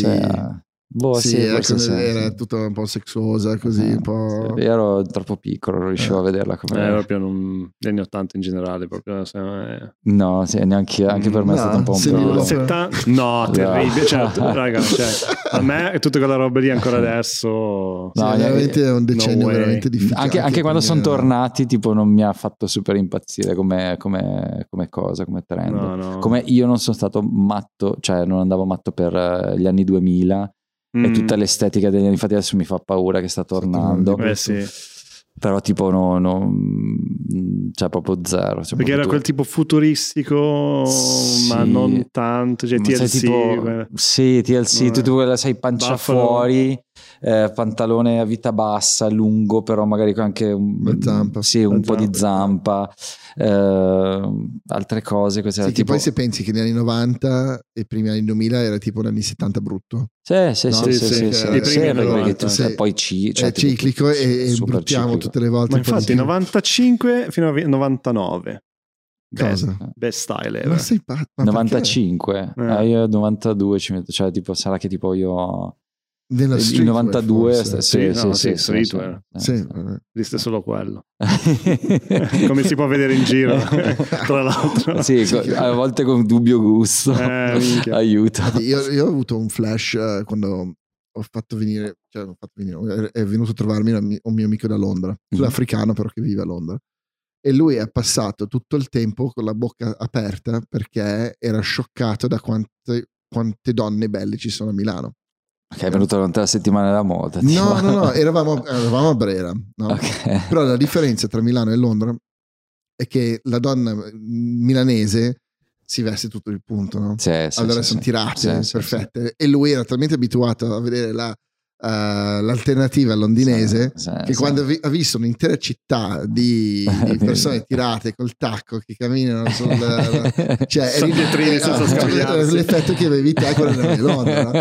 Era tutta un po' sessuosa così, un po'. Io ero troppo piccolo, non riuscivo a vederla come proprio negli anni 80 in generale proprio, no, sì, neanche per me è stato un po' no, terribile, cioè, raga, cioè, a me tutta quella roba lì ancora adesso veramente è un decennio veramente difficile, anche quando sono tornati tipo non mi ha fatto super impazzire come cosa, come trend, no. Come io non sono stato matto, cioè non andavo matto per gli anni 2000 e tutta l'estetica degli anni, infatti adesso mi fa paura che sta tornando, sì. Però tipo cioè proprio zero, cioè perché era quel tipo futuristico, sì, ma non tanto, cioè TLC tipo, sì, TLC, tu quella sei pancia Buffalo. Fuori, pantalone a vita bassa, lungo, però magari anche un po' di zampa, altre cose così, sì, tipo... poi se pensi che negli anni 90 e primi anni 2000 era tipo negli anni 70 brutto, sì, poi è ciclico e bruttiamo tutte le volte, ma infatti 95 fino a 99 best style era. Ma sei pazzo, 95 io 92 ci metto, cioè tipo sarà che tipo io nella il 92 streetwear esiste solo quello come si può vedere in giro tra l'altro sì, a volte con dubbio gusto, aiuto. Io ho avuto un flash quando ho fatto venire, è venuto a trovarmi un mio amico da Londra, sudafricano però che vive a Londra, e lui è passato tutto il tempo con la bocca aperta perché era scioccato da quante donne belle ci sono a Milano. Che è venuto durante la settimana della moda. No, eravamo a Brera, no? Okay. Però la differenza tra Milano e Londra è che la donna milanese si veste tutto il punto, no? Allora sono tirate, perfette. E lui era talmente abituato a vedere l'alternativa londinese che quando ha visto un'intera città di persone tirate col tacco che camminano cioè l'effetto che avevi te quando eri a Londra, no?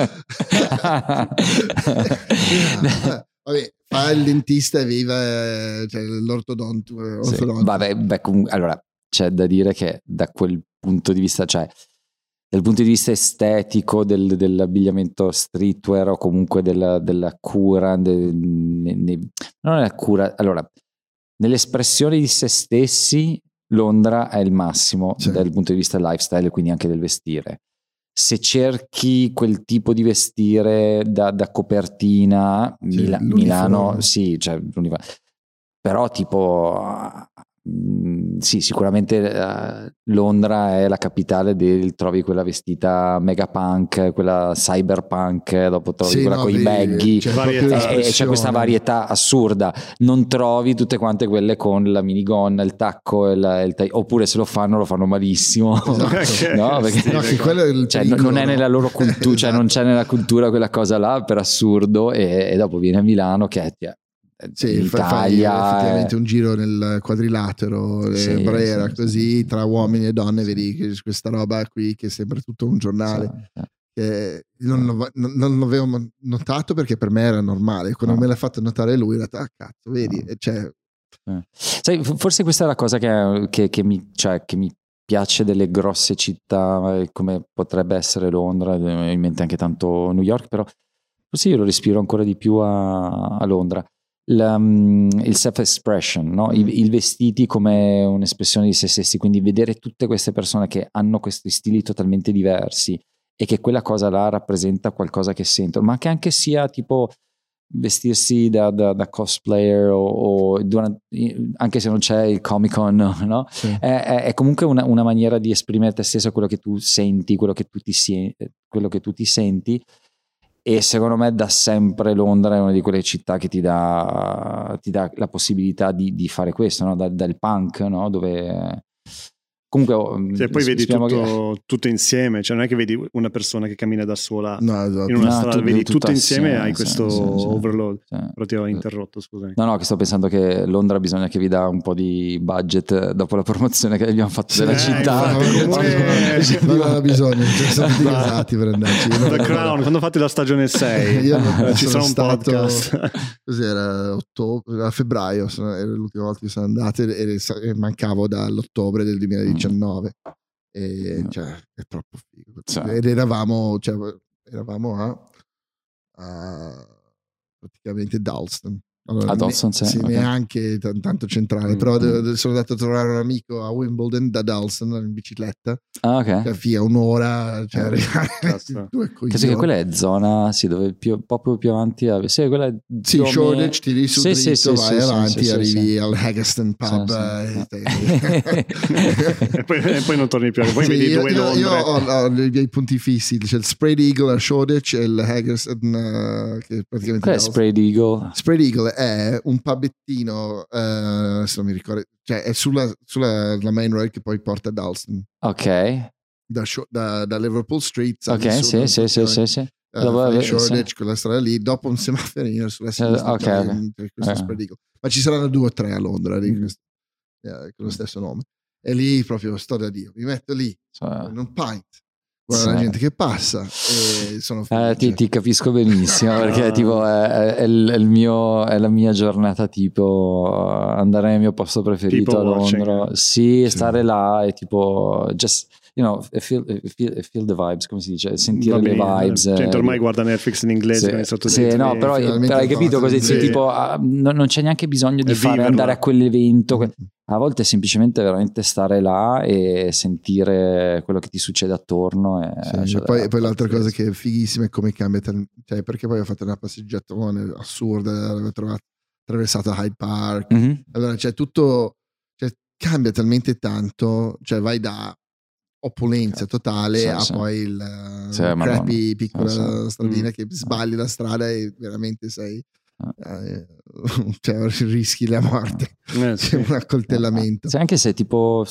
Vabbè, fa il dentista e viva l'ortodonto. Vabbè, comunque, allora c'è da dire che da quel punto di vista, cioè dal punto di vista estetico dell'abbigliamento streetwear o comunque della cura, non è la cura, allora nell'espressione di se stessi Londra è il massimo dal punto di vista lifestyle, quindi anche del vestire. Se cerchi quel tipo di vestire da copertina, Milano sì, cioè però tipo sì, sicuramente Londra è la capitale trovi quella vestita mega punk, quella cyberpunk, dopo trovi quella con i baggy, c'è questa varietà assurda, non trovi tutte quante quelle con la minigonna, il tacco oppure se lo fanno malissimo, esatto. No? Perché non è nella loro cultura, cioè non c'è nella cultura quella cosa là, per assurdo, e dopo viene a Milano che è in Italia fai effettivamente un giro nel quadrilatero Brera, così tra uomini e donne vedi che questa roba qui che sembra tutto un giornale, che non l'avevo notato perché per me era normale, quando me l'ha fatto notare lui era cazzo, vedi, sai, forse questa è la cosa che mi piace delle grosse città come potrebbe essere Londra, mi viene in mente anche tanto New York, però forse io lo respiro ancora di più a Londra. Il self-expression, no? I vestiti come un'espressione di se stessi, quindi vedere tutte queste persone che hanno questi stili totalmente diversi e che quella cosa là rappresenta qualcosa che sentono, ma che anche sia tipo vestirsi da cosplayer o anche se non c'è il Comic Con, no? Sì. È comunque una maniera di esprimere te stesso, quello che tu senti, quello che tu ti senti. E secondo me da sempre Londra è una di quelle città che ti dà la possibilità di fare questo, no? Dal punk, no? Dove comunque poi vedi tutto insieme, cioè non è che vedi una persona che cammina da sola in una strada, vedi tutto insieme e hai questo overload. Però ti ho interrotto, scusami. No, che sto pensando che Londra bisogna che vi dà un po' di budget dopo la promozione che abbiamo fatto della città. Non aveva bisogno, ci sono tutti casati per andarci. The Crown, quando fate la stagione 6 ci sarà un podcast. Cos'era? A febbraio era l'ultima volta che sono andato e mancavo dall'ottobre del 2019. E cioè è troppo figo. Ed eravamo a praticamente Dalston. Allora, a Dalston, neanche tanto centrale, però sono andato a trovare un amico a Wimbledon da Dalston in bicicletta. Cioè, via un'ora, cioè che quella è zona dove proprio più avanti quella è Shoreditch, tiri su dritto, vai avanti, arrivi al Haggerston pub e poi non torni più, poi vedi due Londra. Io ho i miei punti fissi, c'è il Spread Eagle a Shoreditch e il Haggerston che praticamente qual è Spread Eagle è un pubettino, se non mi ricordo, cioè è sulla main road che poi porta a Dalston. Ok. Da Liverpool Street. Ok, sì. Shoreditch, quella strada lì, dopo un semaforino sulla sinistra. Spread Eagle. Ma ci saranno 2 o 3 a Londra con lo stesso nome. E lì proprio sto da Dio. Mi metto lì in un pint. Guarda la gente che passa e sono ti capisco benissimo perché tipo è la mia giornata, tipo andare nel mio posto preferito tipo a Londra, stare là e tipo just feel the vibes, come si dice, sentire le vibes. Gente ormai guarda Netflix in inglese no, però hai capito così, tipo non c'è neanche bisogno di andare a quell'evento. A volte è semplicemente veramente stare là e sentire quello che ti succede attorno. Poi l'altra cosa che è fighissima è come cambia, cioè, perché poi ho fatto una passeggiatone assurda, avevo attraversato Hyde Park, allora tutto cambia talmente tanto, cioè vai da opulenza totale a poi il crappy piccola stradina che sbagli la strada e veramente sei cioè rischi la morte, c'è un accoltellamento. Anche se tipo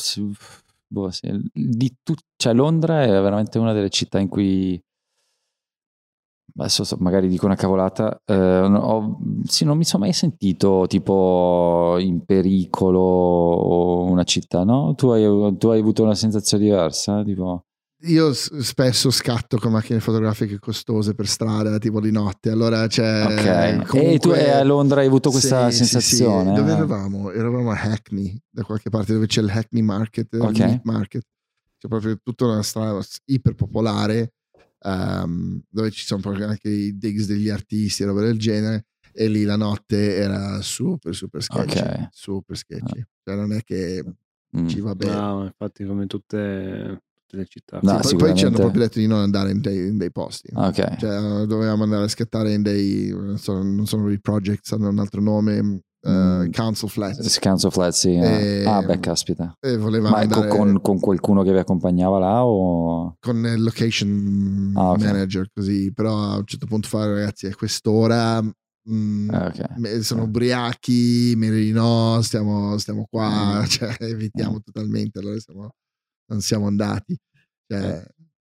cioè Londra è veramente una delle città in cui, adesso magari dico una cavolata, non mi sono mai sentito tipo in pericolo o una città, no? Tu hai avuto una sensazione diversa? Tipo... Io spesso scatto con macchine fotografiche costose per strada, tipo di notte, allora comunque... E tu a Londra hai avuto questa sensazione? Dove eravamo? Eravamo a Hackney, da qualche parte dove c'è il Hackney Market, il Meat Market, c'è proprio tutta una strada iper popolare, dove ci sono proprio anche i digs degli artisti e roba del genere, e lì la notte era super sketchy, super sketchy, cioè non è che ci va bene. No, infatti come tutte le città. No, poi ci hanno proprio detto di non andare in dei posti, cioè dovevamo andare a scattare in dei, non sono i projects, hanno un altro nome, Council Flats. Council Flats, sì. Beh, caspita. Ma andare... con qualcuno che vi accompagnava là o con il location manager, così, però a un certo punto fare, ragazzi, a quest'ora sono ubriachi, meglio di no, stiamo qua, cioè evitiamo totalmente, allora non siamo andati, cioè,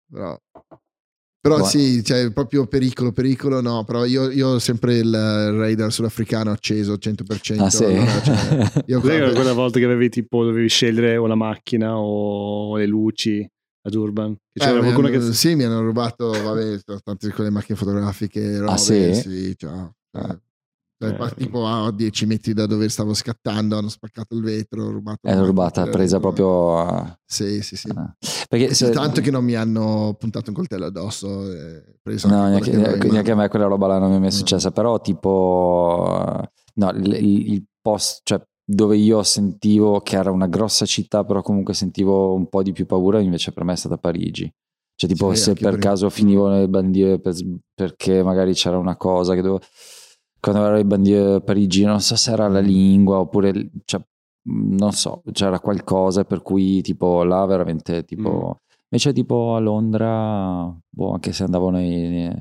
però sì, cioè proprio pericolo no, però io ho sempre il radar sudafricano acceso 100%. Sì. Allora, quella volta che dovevi scegliere o la macchina o le luci ad Urban, c'era qualcuno che sì, mi hanno rubato, tante di quelle macchine fotografiche, robe, sì, ciao. Tipo a 10 metri da dove stavo scattando hanno spaccato il vetro, rubata, presa proprio sì. Perché tanto che non mi hanno puntato un coltello addosso, preso neanche a me quella roba là non mi è mai successa, però tipo il post, cioè dove io sentivo che era una grossa città, però comunque sentivo un po' di più paura, invece per me è stata Parigi. Cioè tipo se per caso finivo nelle bandiere perché magari c'era una cosa che dovevo... quando ero ai bandiere parigini, non so se era la lingua oppure, cioè, non so, c'era qualcosa per cui tipo là veramente tipo... Invece tipo a Londra, anche se andavo nei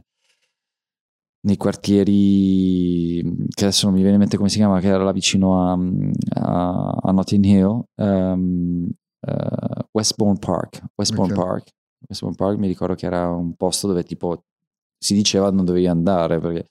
quartieri, che adesso non mi viene in mente come si chiama, che era là vicino a Notting Hill, Westbourne Park. Westbourne Park mi ricordo che era un posto dove tipo si diceva non dovevi andare perché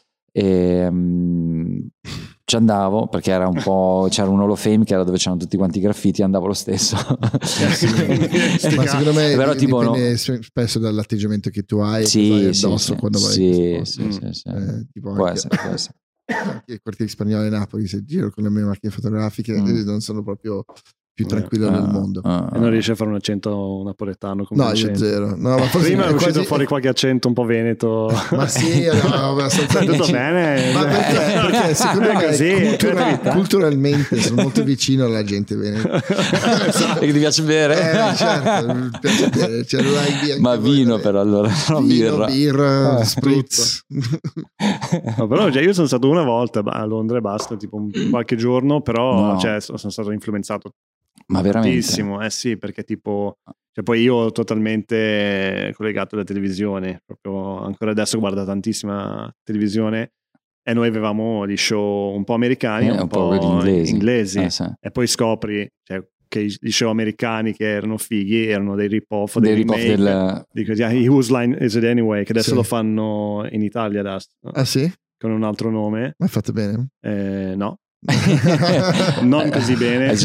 ci andavo perché era un po', c'era un Hall of Fame che era dove c'erano tutti quanti i graffiti, andavo lo stesso. Ma secondo me però, tipo, dipende spesso dall'atteggiamento che tu hai addosso quando vai. Tipo può essere. Anche i quartieri spagnoli a Napoli, se giro con le mie macchine fotografiche non sono proprio più tranquillo del mondo. E non riesci a fare un accento napoletano come no, io zero. No, ma prima è uscito fuori qualche accento un po' veneto. Ma sì, no, tutto bene. Ma perché secondo me culturalmente sono molto vicino alla gente veneta. E che ti piace bere? Certo, mi piace bere. Cioè, ma vino però allora, no, birra, spritz. No, però io sono stato una volta a Londra e basta, tipo qualche giorno, però cioè, sono stato influenzato. Ma veramente? Tantissimo, sì, perché tipo cioè poi io totalmente collegato alla televisione, proprio ancora adesso guardo tantissima televisione e noi avevamo gli show un po' americani, un po' inglesi. Sì. E poi scopri che gli show americani che erano fighi erano dei rip-off, dei remake di Whose Line Is It Anyway, che adesso lo fanno in Italia adesso. Ah sì? Con un altro nome. Ma è fatto bene? No. Non così bene,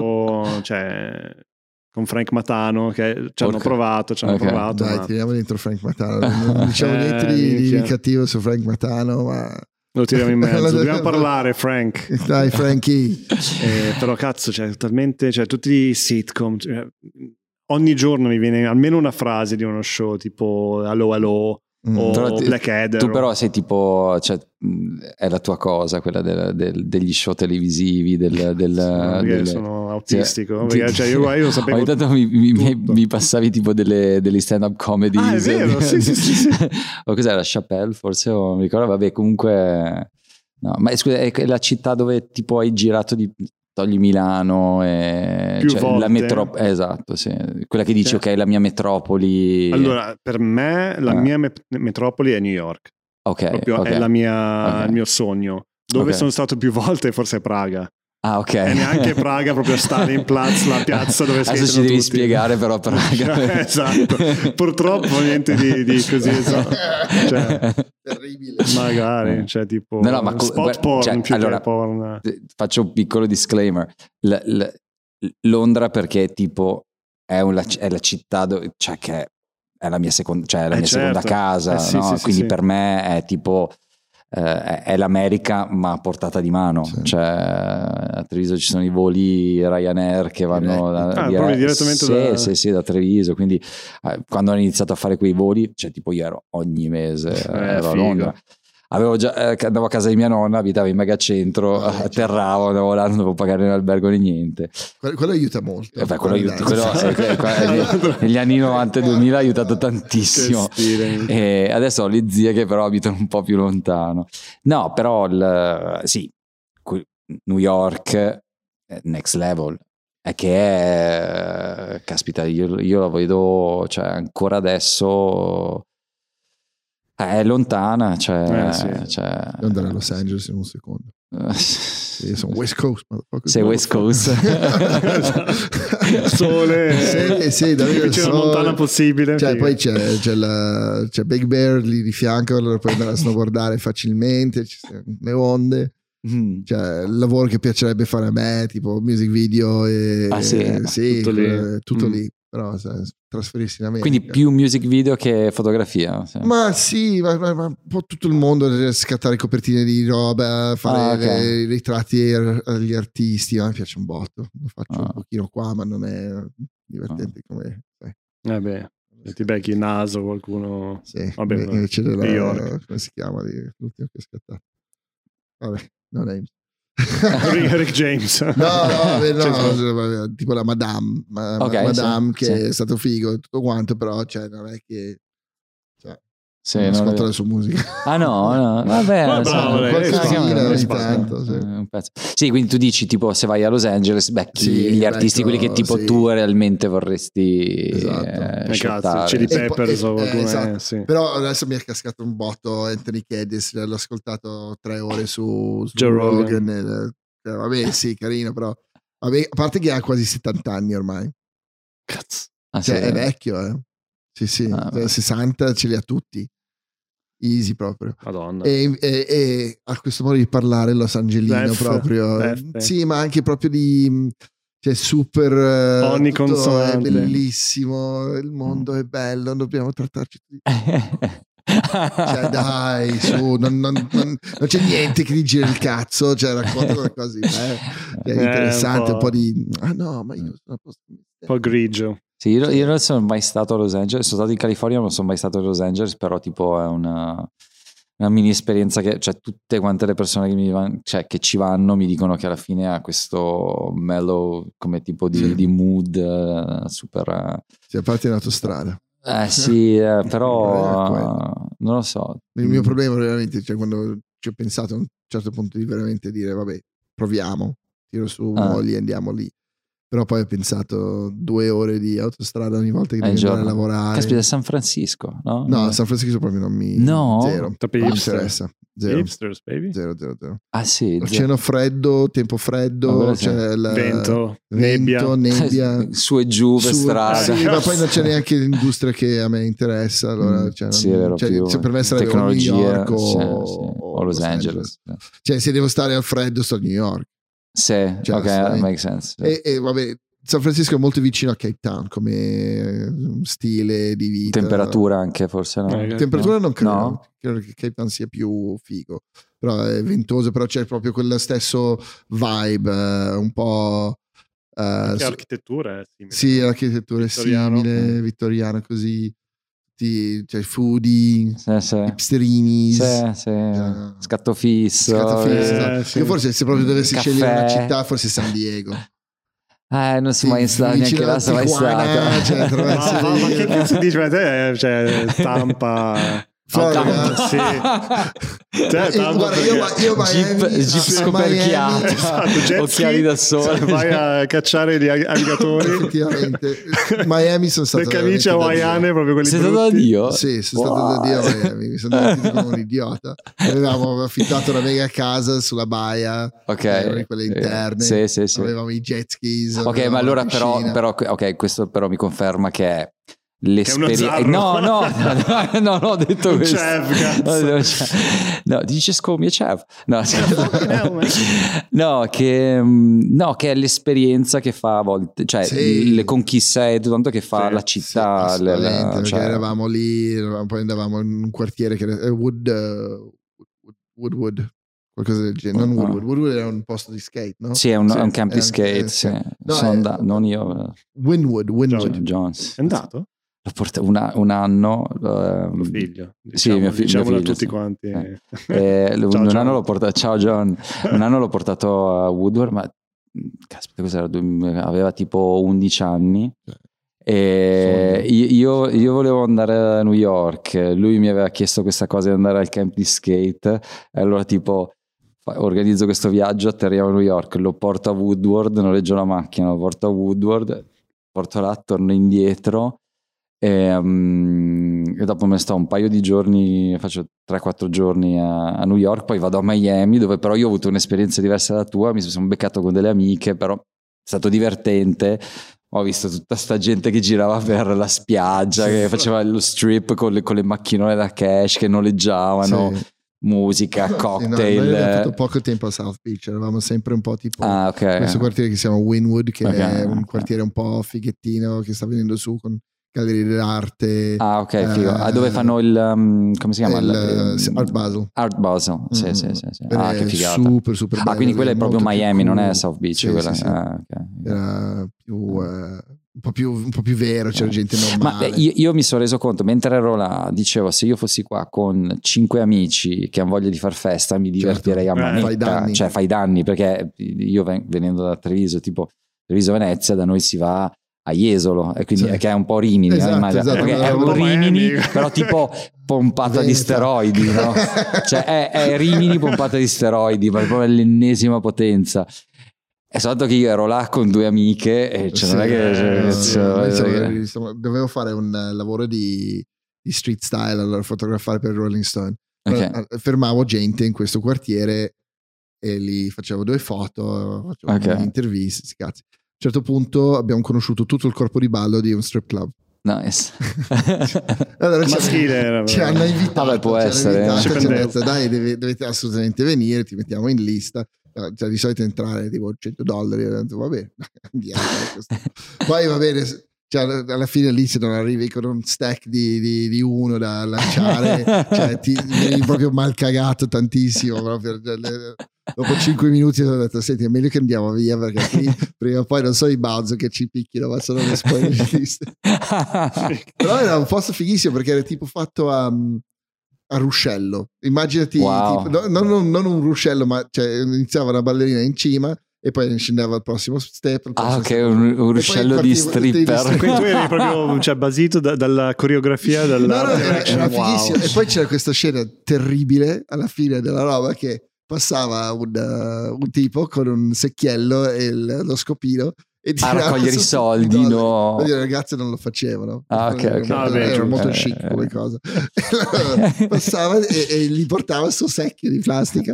con Frank Matano che ci hanno provato. Dai, tiriamo dentro Frank Matano. Non diciamo niente di cattivo su Frank Matano, ma lo tiriamo in mezzo. Dobbiamo parlare, Frank. Dai, Frankie. Però cazzo, talmente, tutti i sitcom, ogni giorno mi viene almeno una frase di uno show tipo Allo Allo o Blackadder. Tu però sei tipo, è la tua cosa quella degli show televisivi sono autistico, perché io lo sapevo. Ogni tanto mi passavi tipo degli stand up comedy. È vero, sì. O cos'era, Chappelle forse, o mi ricordo, vabbè, comunque no, ma scusa, è la città dove tipo hai girato togli Milano e più volte. Esatto, sì. Quella che dici ok, la mia metropoli. Allora, per me la mia metropoli è New York. Proprio è la mia il mio sogno. Dove sono stato più volte forse è Praga. Ah, ok. E neanche Praga, proprio stare in la piazza dove adesso ci devi spiegare però Praga. Esatto. Purtroppo niente di così, terribile. Magari, tipo ma spot porn più allora, che porn. Faccio un piccolo disclaimer. Londra perché tipo è la città dove, che è la mia seconda, seconda casa, no? Quindi per me è tipo è l'America ma a portata di mano, a Treviso ci sono i voli Ryanair che vanno proprio direttamente sì, da Treviso, quindi quando hanno iniziato a fare quei voli, tipo io ero ogni mese ero a Londra. Andavo a casa di mia nonna, abitavo in megacentro, atterravo, andavo là, non dovevo pagare l'albergo né niente. Quello aiuta molto. Negli anni 90 e 2000 ha aiutato tantissimo. E adesso ho le zie che però abitano un po' più lontano. No, però New York next level. È che caspita, io la vedo, ancora adesso è lontana, Devo andare a Los Angeles in un secondo. Io sono West Coast. Sei West Coast. Sole. Sì, davvero. Più lontana possibile. Poi c'è Big Bear lì di fianco, allora puoi andare a snowboardare facilmente, ci sono le onde. Il lavoro che piacerebbe fare a me, tipo music video e tutto lì. Però trasferirsi in America, quindi più music video che fotografia, ma sì, ma un po' tutto il mondo, scattare copertine di roba, fare i ritratti agli artisti, a me piace un botto, lo faccio un pochino qua, ma non è divertente come ti becchi il naso qualcuno, invece della, come si chiama l'ultimo che ho scattato, non è Rick James. No, tipo la Madame che è stato figo tutto quanto, però non è che Sì, non ascolto la sua musica. Ah no, vabbè, un pezzo. Sì, quindi tu dici tipo se vai a Los Angeles becchi gli artisti quelli che tipo tu realmente vorresti Chili Peppers o esatto. Sì. Però adesso mi è cascato un botto Anthony Kiedis, l'ho ascoltato 3 ore su Joe Rogan. Vabbè, sì, carino, però vabbè, a parte che ha quasi 70 anni ormai. Cazzo. Cioè, è vecchio, Sì, 60 ce li ha tutti. Easy proprio. Madonna. E ha questo modo di parlare Los Angelino proprio. Sì, ma anche proprio di... Cioè super... È bellissimo, il mondo è bello, dobbiamo trattarci tutti. Cioè dai, su, non c'è niente che ti gira il cazzo, cioè racconta qualcosa di interessante, un po' di... Ah no, ma io sono un po' grigio. Sì, io non sono mai stato a Los Angeles, sono stato in California, ma non sono mai stato a Los Angeles, però tipo è una mini esperienza che, cioè, tutte quante le persone che ci vanno mi dicono che alla fine ha questo mellow come tipo di mood super... Sì, a parte in autostrada. Sì, però non lo so. Il mio problema veramente, cioè quando ci ho pensato a un certo punto di veramente dire vabbè, proviamo, tiro su lì, andiamo lì. Però poi ho pensato 2 ore di autostrada ogni volta che devi andare a lavorare. Caspita, San Francisco, no? No, San Francisco proprio non mi... No? Zero. Non mi interessa. Zero. Hipsters, baby. Zero. Ah sì? Oceano freddo, tempo freddo, c'è vento, nebbia. Su e giù per strada. Sì, ma poi non c'è neanche l'industria che a me interessa. Allora, sì, è vero, più per me sarebbe New York o Los Angeles. Cioè se devo stare al freddo sto a New York. Sì, ok, makes sense. E vabbè, San Francisco è molto vicino a Cape Town come stile di vita. Temperatura anche forse, no? Temperatura non credo. No? Credo che Cape Town sia più figo. Però è ventoso, però c'è proprio quello stesso vibe, un po'... Anche l'architettura è simile. Sì, l'architettura è simile, vittoriana così. Cioè foodie, hipsterini, scatto fisso. Esatto. Io forse se proprio dovessi scegliere una città, forse San Diego. Non sono mai stato neanche là, sono mai stato. Cioè, ma che cazzo dici? Ma te, cioè, Tampa... Florida, sì. Guarda, io Jeep scoperchiato, esatto, occhiali da sole, vai a cacciare gli alligatori. Effettivamente Miami sono stato, le camicie hawaiane proprio quelli sei stato da Dio? Sì, sono stato da Dio a Miami, mi sono divertito come un idiota. Avevamo affittato una mega casa sulla baia, quelle interne, sì. Avevamo i jet skis, ok, ma allora però ok, questo però mi conferma che è l'esperienza. No, ho detto questo. No, dice come chef. No, che è l'esperienza che fa a volte, cioè le conquiste e tutto che fa la città. Perché eravamo lì, poi andavamo in un quartiere che era Woodwood. Qualcosa del genere, non Woodwood. Woodwood era un posto di skate, no? Sì, è un camp di skate. Non io. Wynwood Jones. È andato? L'ho portato un anno. Mio figlio. Diciamolo a tutti quanti. Un anno l'ho portato. Ciao John. Un anno l'ho portato a Woodward, ma caspita, cos'era? Aveva tipo 11 anni. E io volevo andare a New York. Lui mi aveva chiesto questa cosa di andare al camp di skate. E allora tipo organizzo questo viaggio, atterriamo a New York, lo porto a Woodward, noleggio la macchina, lo porto a Woodward, porto là, torno indietro. E dopo me ne sto un paio di giorni, faccio 3-4 giorni a New York, poi vado a Miami, dove però io ho avuto un'esperienza diversa dalla tua, mi sono beccato con delle amiche, però è stato divertente. Ho visto tutta sta gente che girava per la spiaggia, che faceva lo strip con le macchinone da cash che noleggiavano, musica, cocktail. Noi abbiamo fatto poco tempo a South Beach, eravamo sempre un po' tipo questo quartiere che si chiama Wynwood, che è un quartiere un po' fighettino che sta venendo su con gallerie dell'arte. Figo. Dove fanno il come si chiama? Art Basel. Art Basel, sì. Che figata. Super bello. Quindi quella è proprio Miami, non è South Beach. Quella. Sì. Era più un po' più vero, c'era gente normale. Ma io mi sono reso conto mentre ero là, dicevo, se io fossi qua con 5 amici che hanno voglia di far festa, mi divertirei a manetta. Fai danni, perché io venendo da Treviso, tipo Treviso Venezia, da noi si va a Jesolo, e quindi che è un po' Rimini, esatto. Perché è un Rimini però tipo pompata di steroidi, no? Cioè è Rimini pompata di steroidi, proprio l'ennesima potenza. È soltanto che io ero là con 2 amiche e non è che dovevo fare un lavoro di street style, allora fotografare per Rolling Stone. Fermavo gente in questo quartiere e li facevo 2 foto, facevo interviste, sti cazzi. A un certo punto abbiamo conosciuto tutto il corpo di ballo di un strip club. Nice. Allora maschile ci hanno invitato. Vabbè, può essere. Ci hanno detto, dai, dovete assolutamente venire, ti mettiamo in lista. Cioè, di solito entrare tipo $100. Ho detto, va bene, andiamo. Poi va bene. Cioè, alla fine lì se non arrivi con un stack di uno da lanciare, cioè ti vieni proprio mal cagato tantissimo. Proprio. Dopo 5 minuti ho detto, senti, è meglio che andiamo via, perché qui prima o poi non so i Bowser che ci picchino, ma sono le spoileriste. Però era un posto fighissimo perché era tipo fatto a ruscello. Immaginati, tipo, non un ruscello, ma cioè, iniziava una ballerina in cima e poi scendeva al prossimo step. Un ruscello di stripper. Quindi tu eri proprio basito dalla coreografia, era fighissimo. E poi c'era questa scena terribile alla fine della roba che passava un tipo con un secchiello e lo scopino e a raccogliere i soldi, no? Le ragazze non lo facevano, era molto chic come cosa. Passava e gli portava il suo secchio di plastica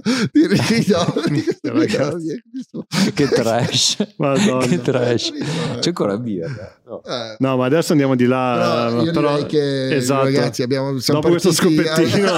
che trash. Madonna. Che trash. C'è ancora via? No, ma adesso andiamo di là. Io direi che esatto. Ragazzi siamo dopo questo scoppettino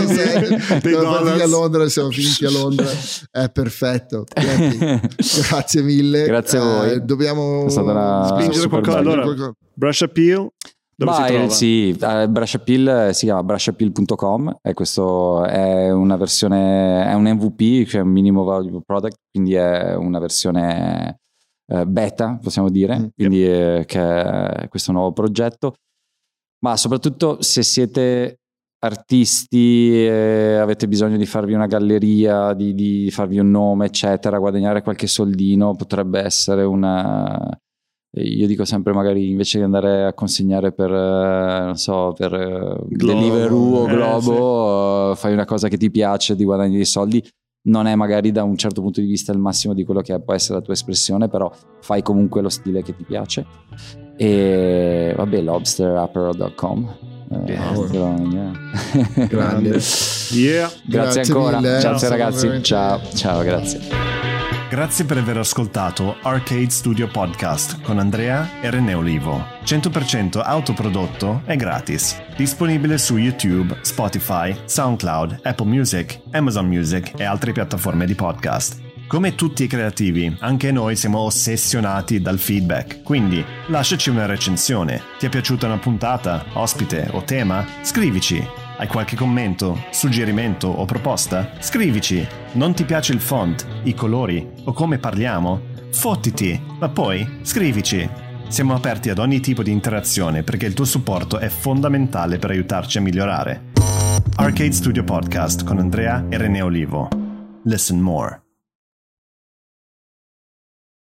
a Londra, siamo finiti a Londra, è perfetto. Grazie mille, grazie a voi. Dobbiamo spingere qualcosa. Allora, Brush Appeal dove si trova? Sì, Brush Appeal si chiama brushappeal.com e questo è una versione, è un MVP, cioè un minimum valuable product, quindi è una versione beta, possiamo dire, quindi che è questo nuovo progetto. Ma soprattutto se siete artisti, avete bisogno di farvi una galleria, di farvi un nome, eccetera, guadagnare qualche soldino, potrebbe essere io dico sempre, magari invece di andare a consegnare per non so, per Deliveroo o Globo, fai una cosa che ti piace, ti guadagni dei soldi. Non è magari da un certo punto di vista il massimo di quello che può essere la tua espressione, però fai comunque lo stile che ti piace. E vabbè, lobsterapparel.com. Grande. Grazie ancora mille. Grazie ragazzi, ciao grazie. Grazie per aver ascoltato Arcade Studio Podcast con Andrea e René Olivo. 100% autoprodotto e gratis. Disponibile su YouTube, Spotify, SoundCloud, Apple Music, Amazon Music e altre piattaforme di podcast. Come tutti i creativi, anche noi siamo ossessionati dal feedback, quindi lasciaci una recensione. Ti è piaciuta una puntata, ospite o tema? Scrivici. Hai qualche commento, suggerimento o proposta? Scrivici. Non ti piace il font, i colori o come parliamo? Fottiti, ma poi scrivici. Siamo aperti ad ogni tipo di interazione perché il tuo supporto è fondamentale per aiutarci a migliorare. Arcade Studio Podcast con Andrea e René Olivo. Listen more.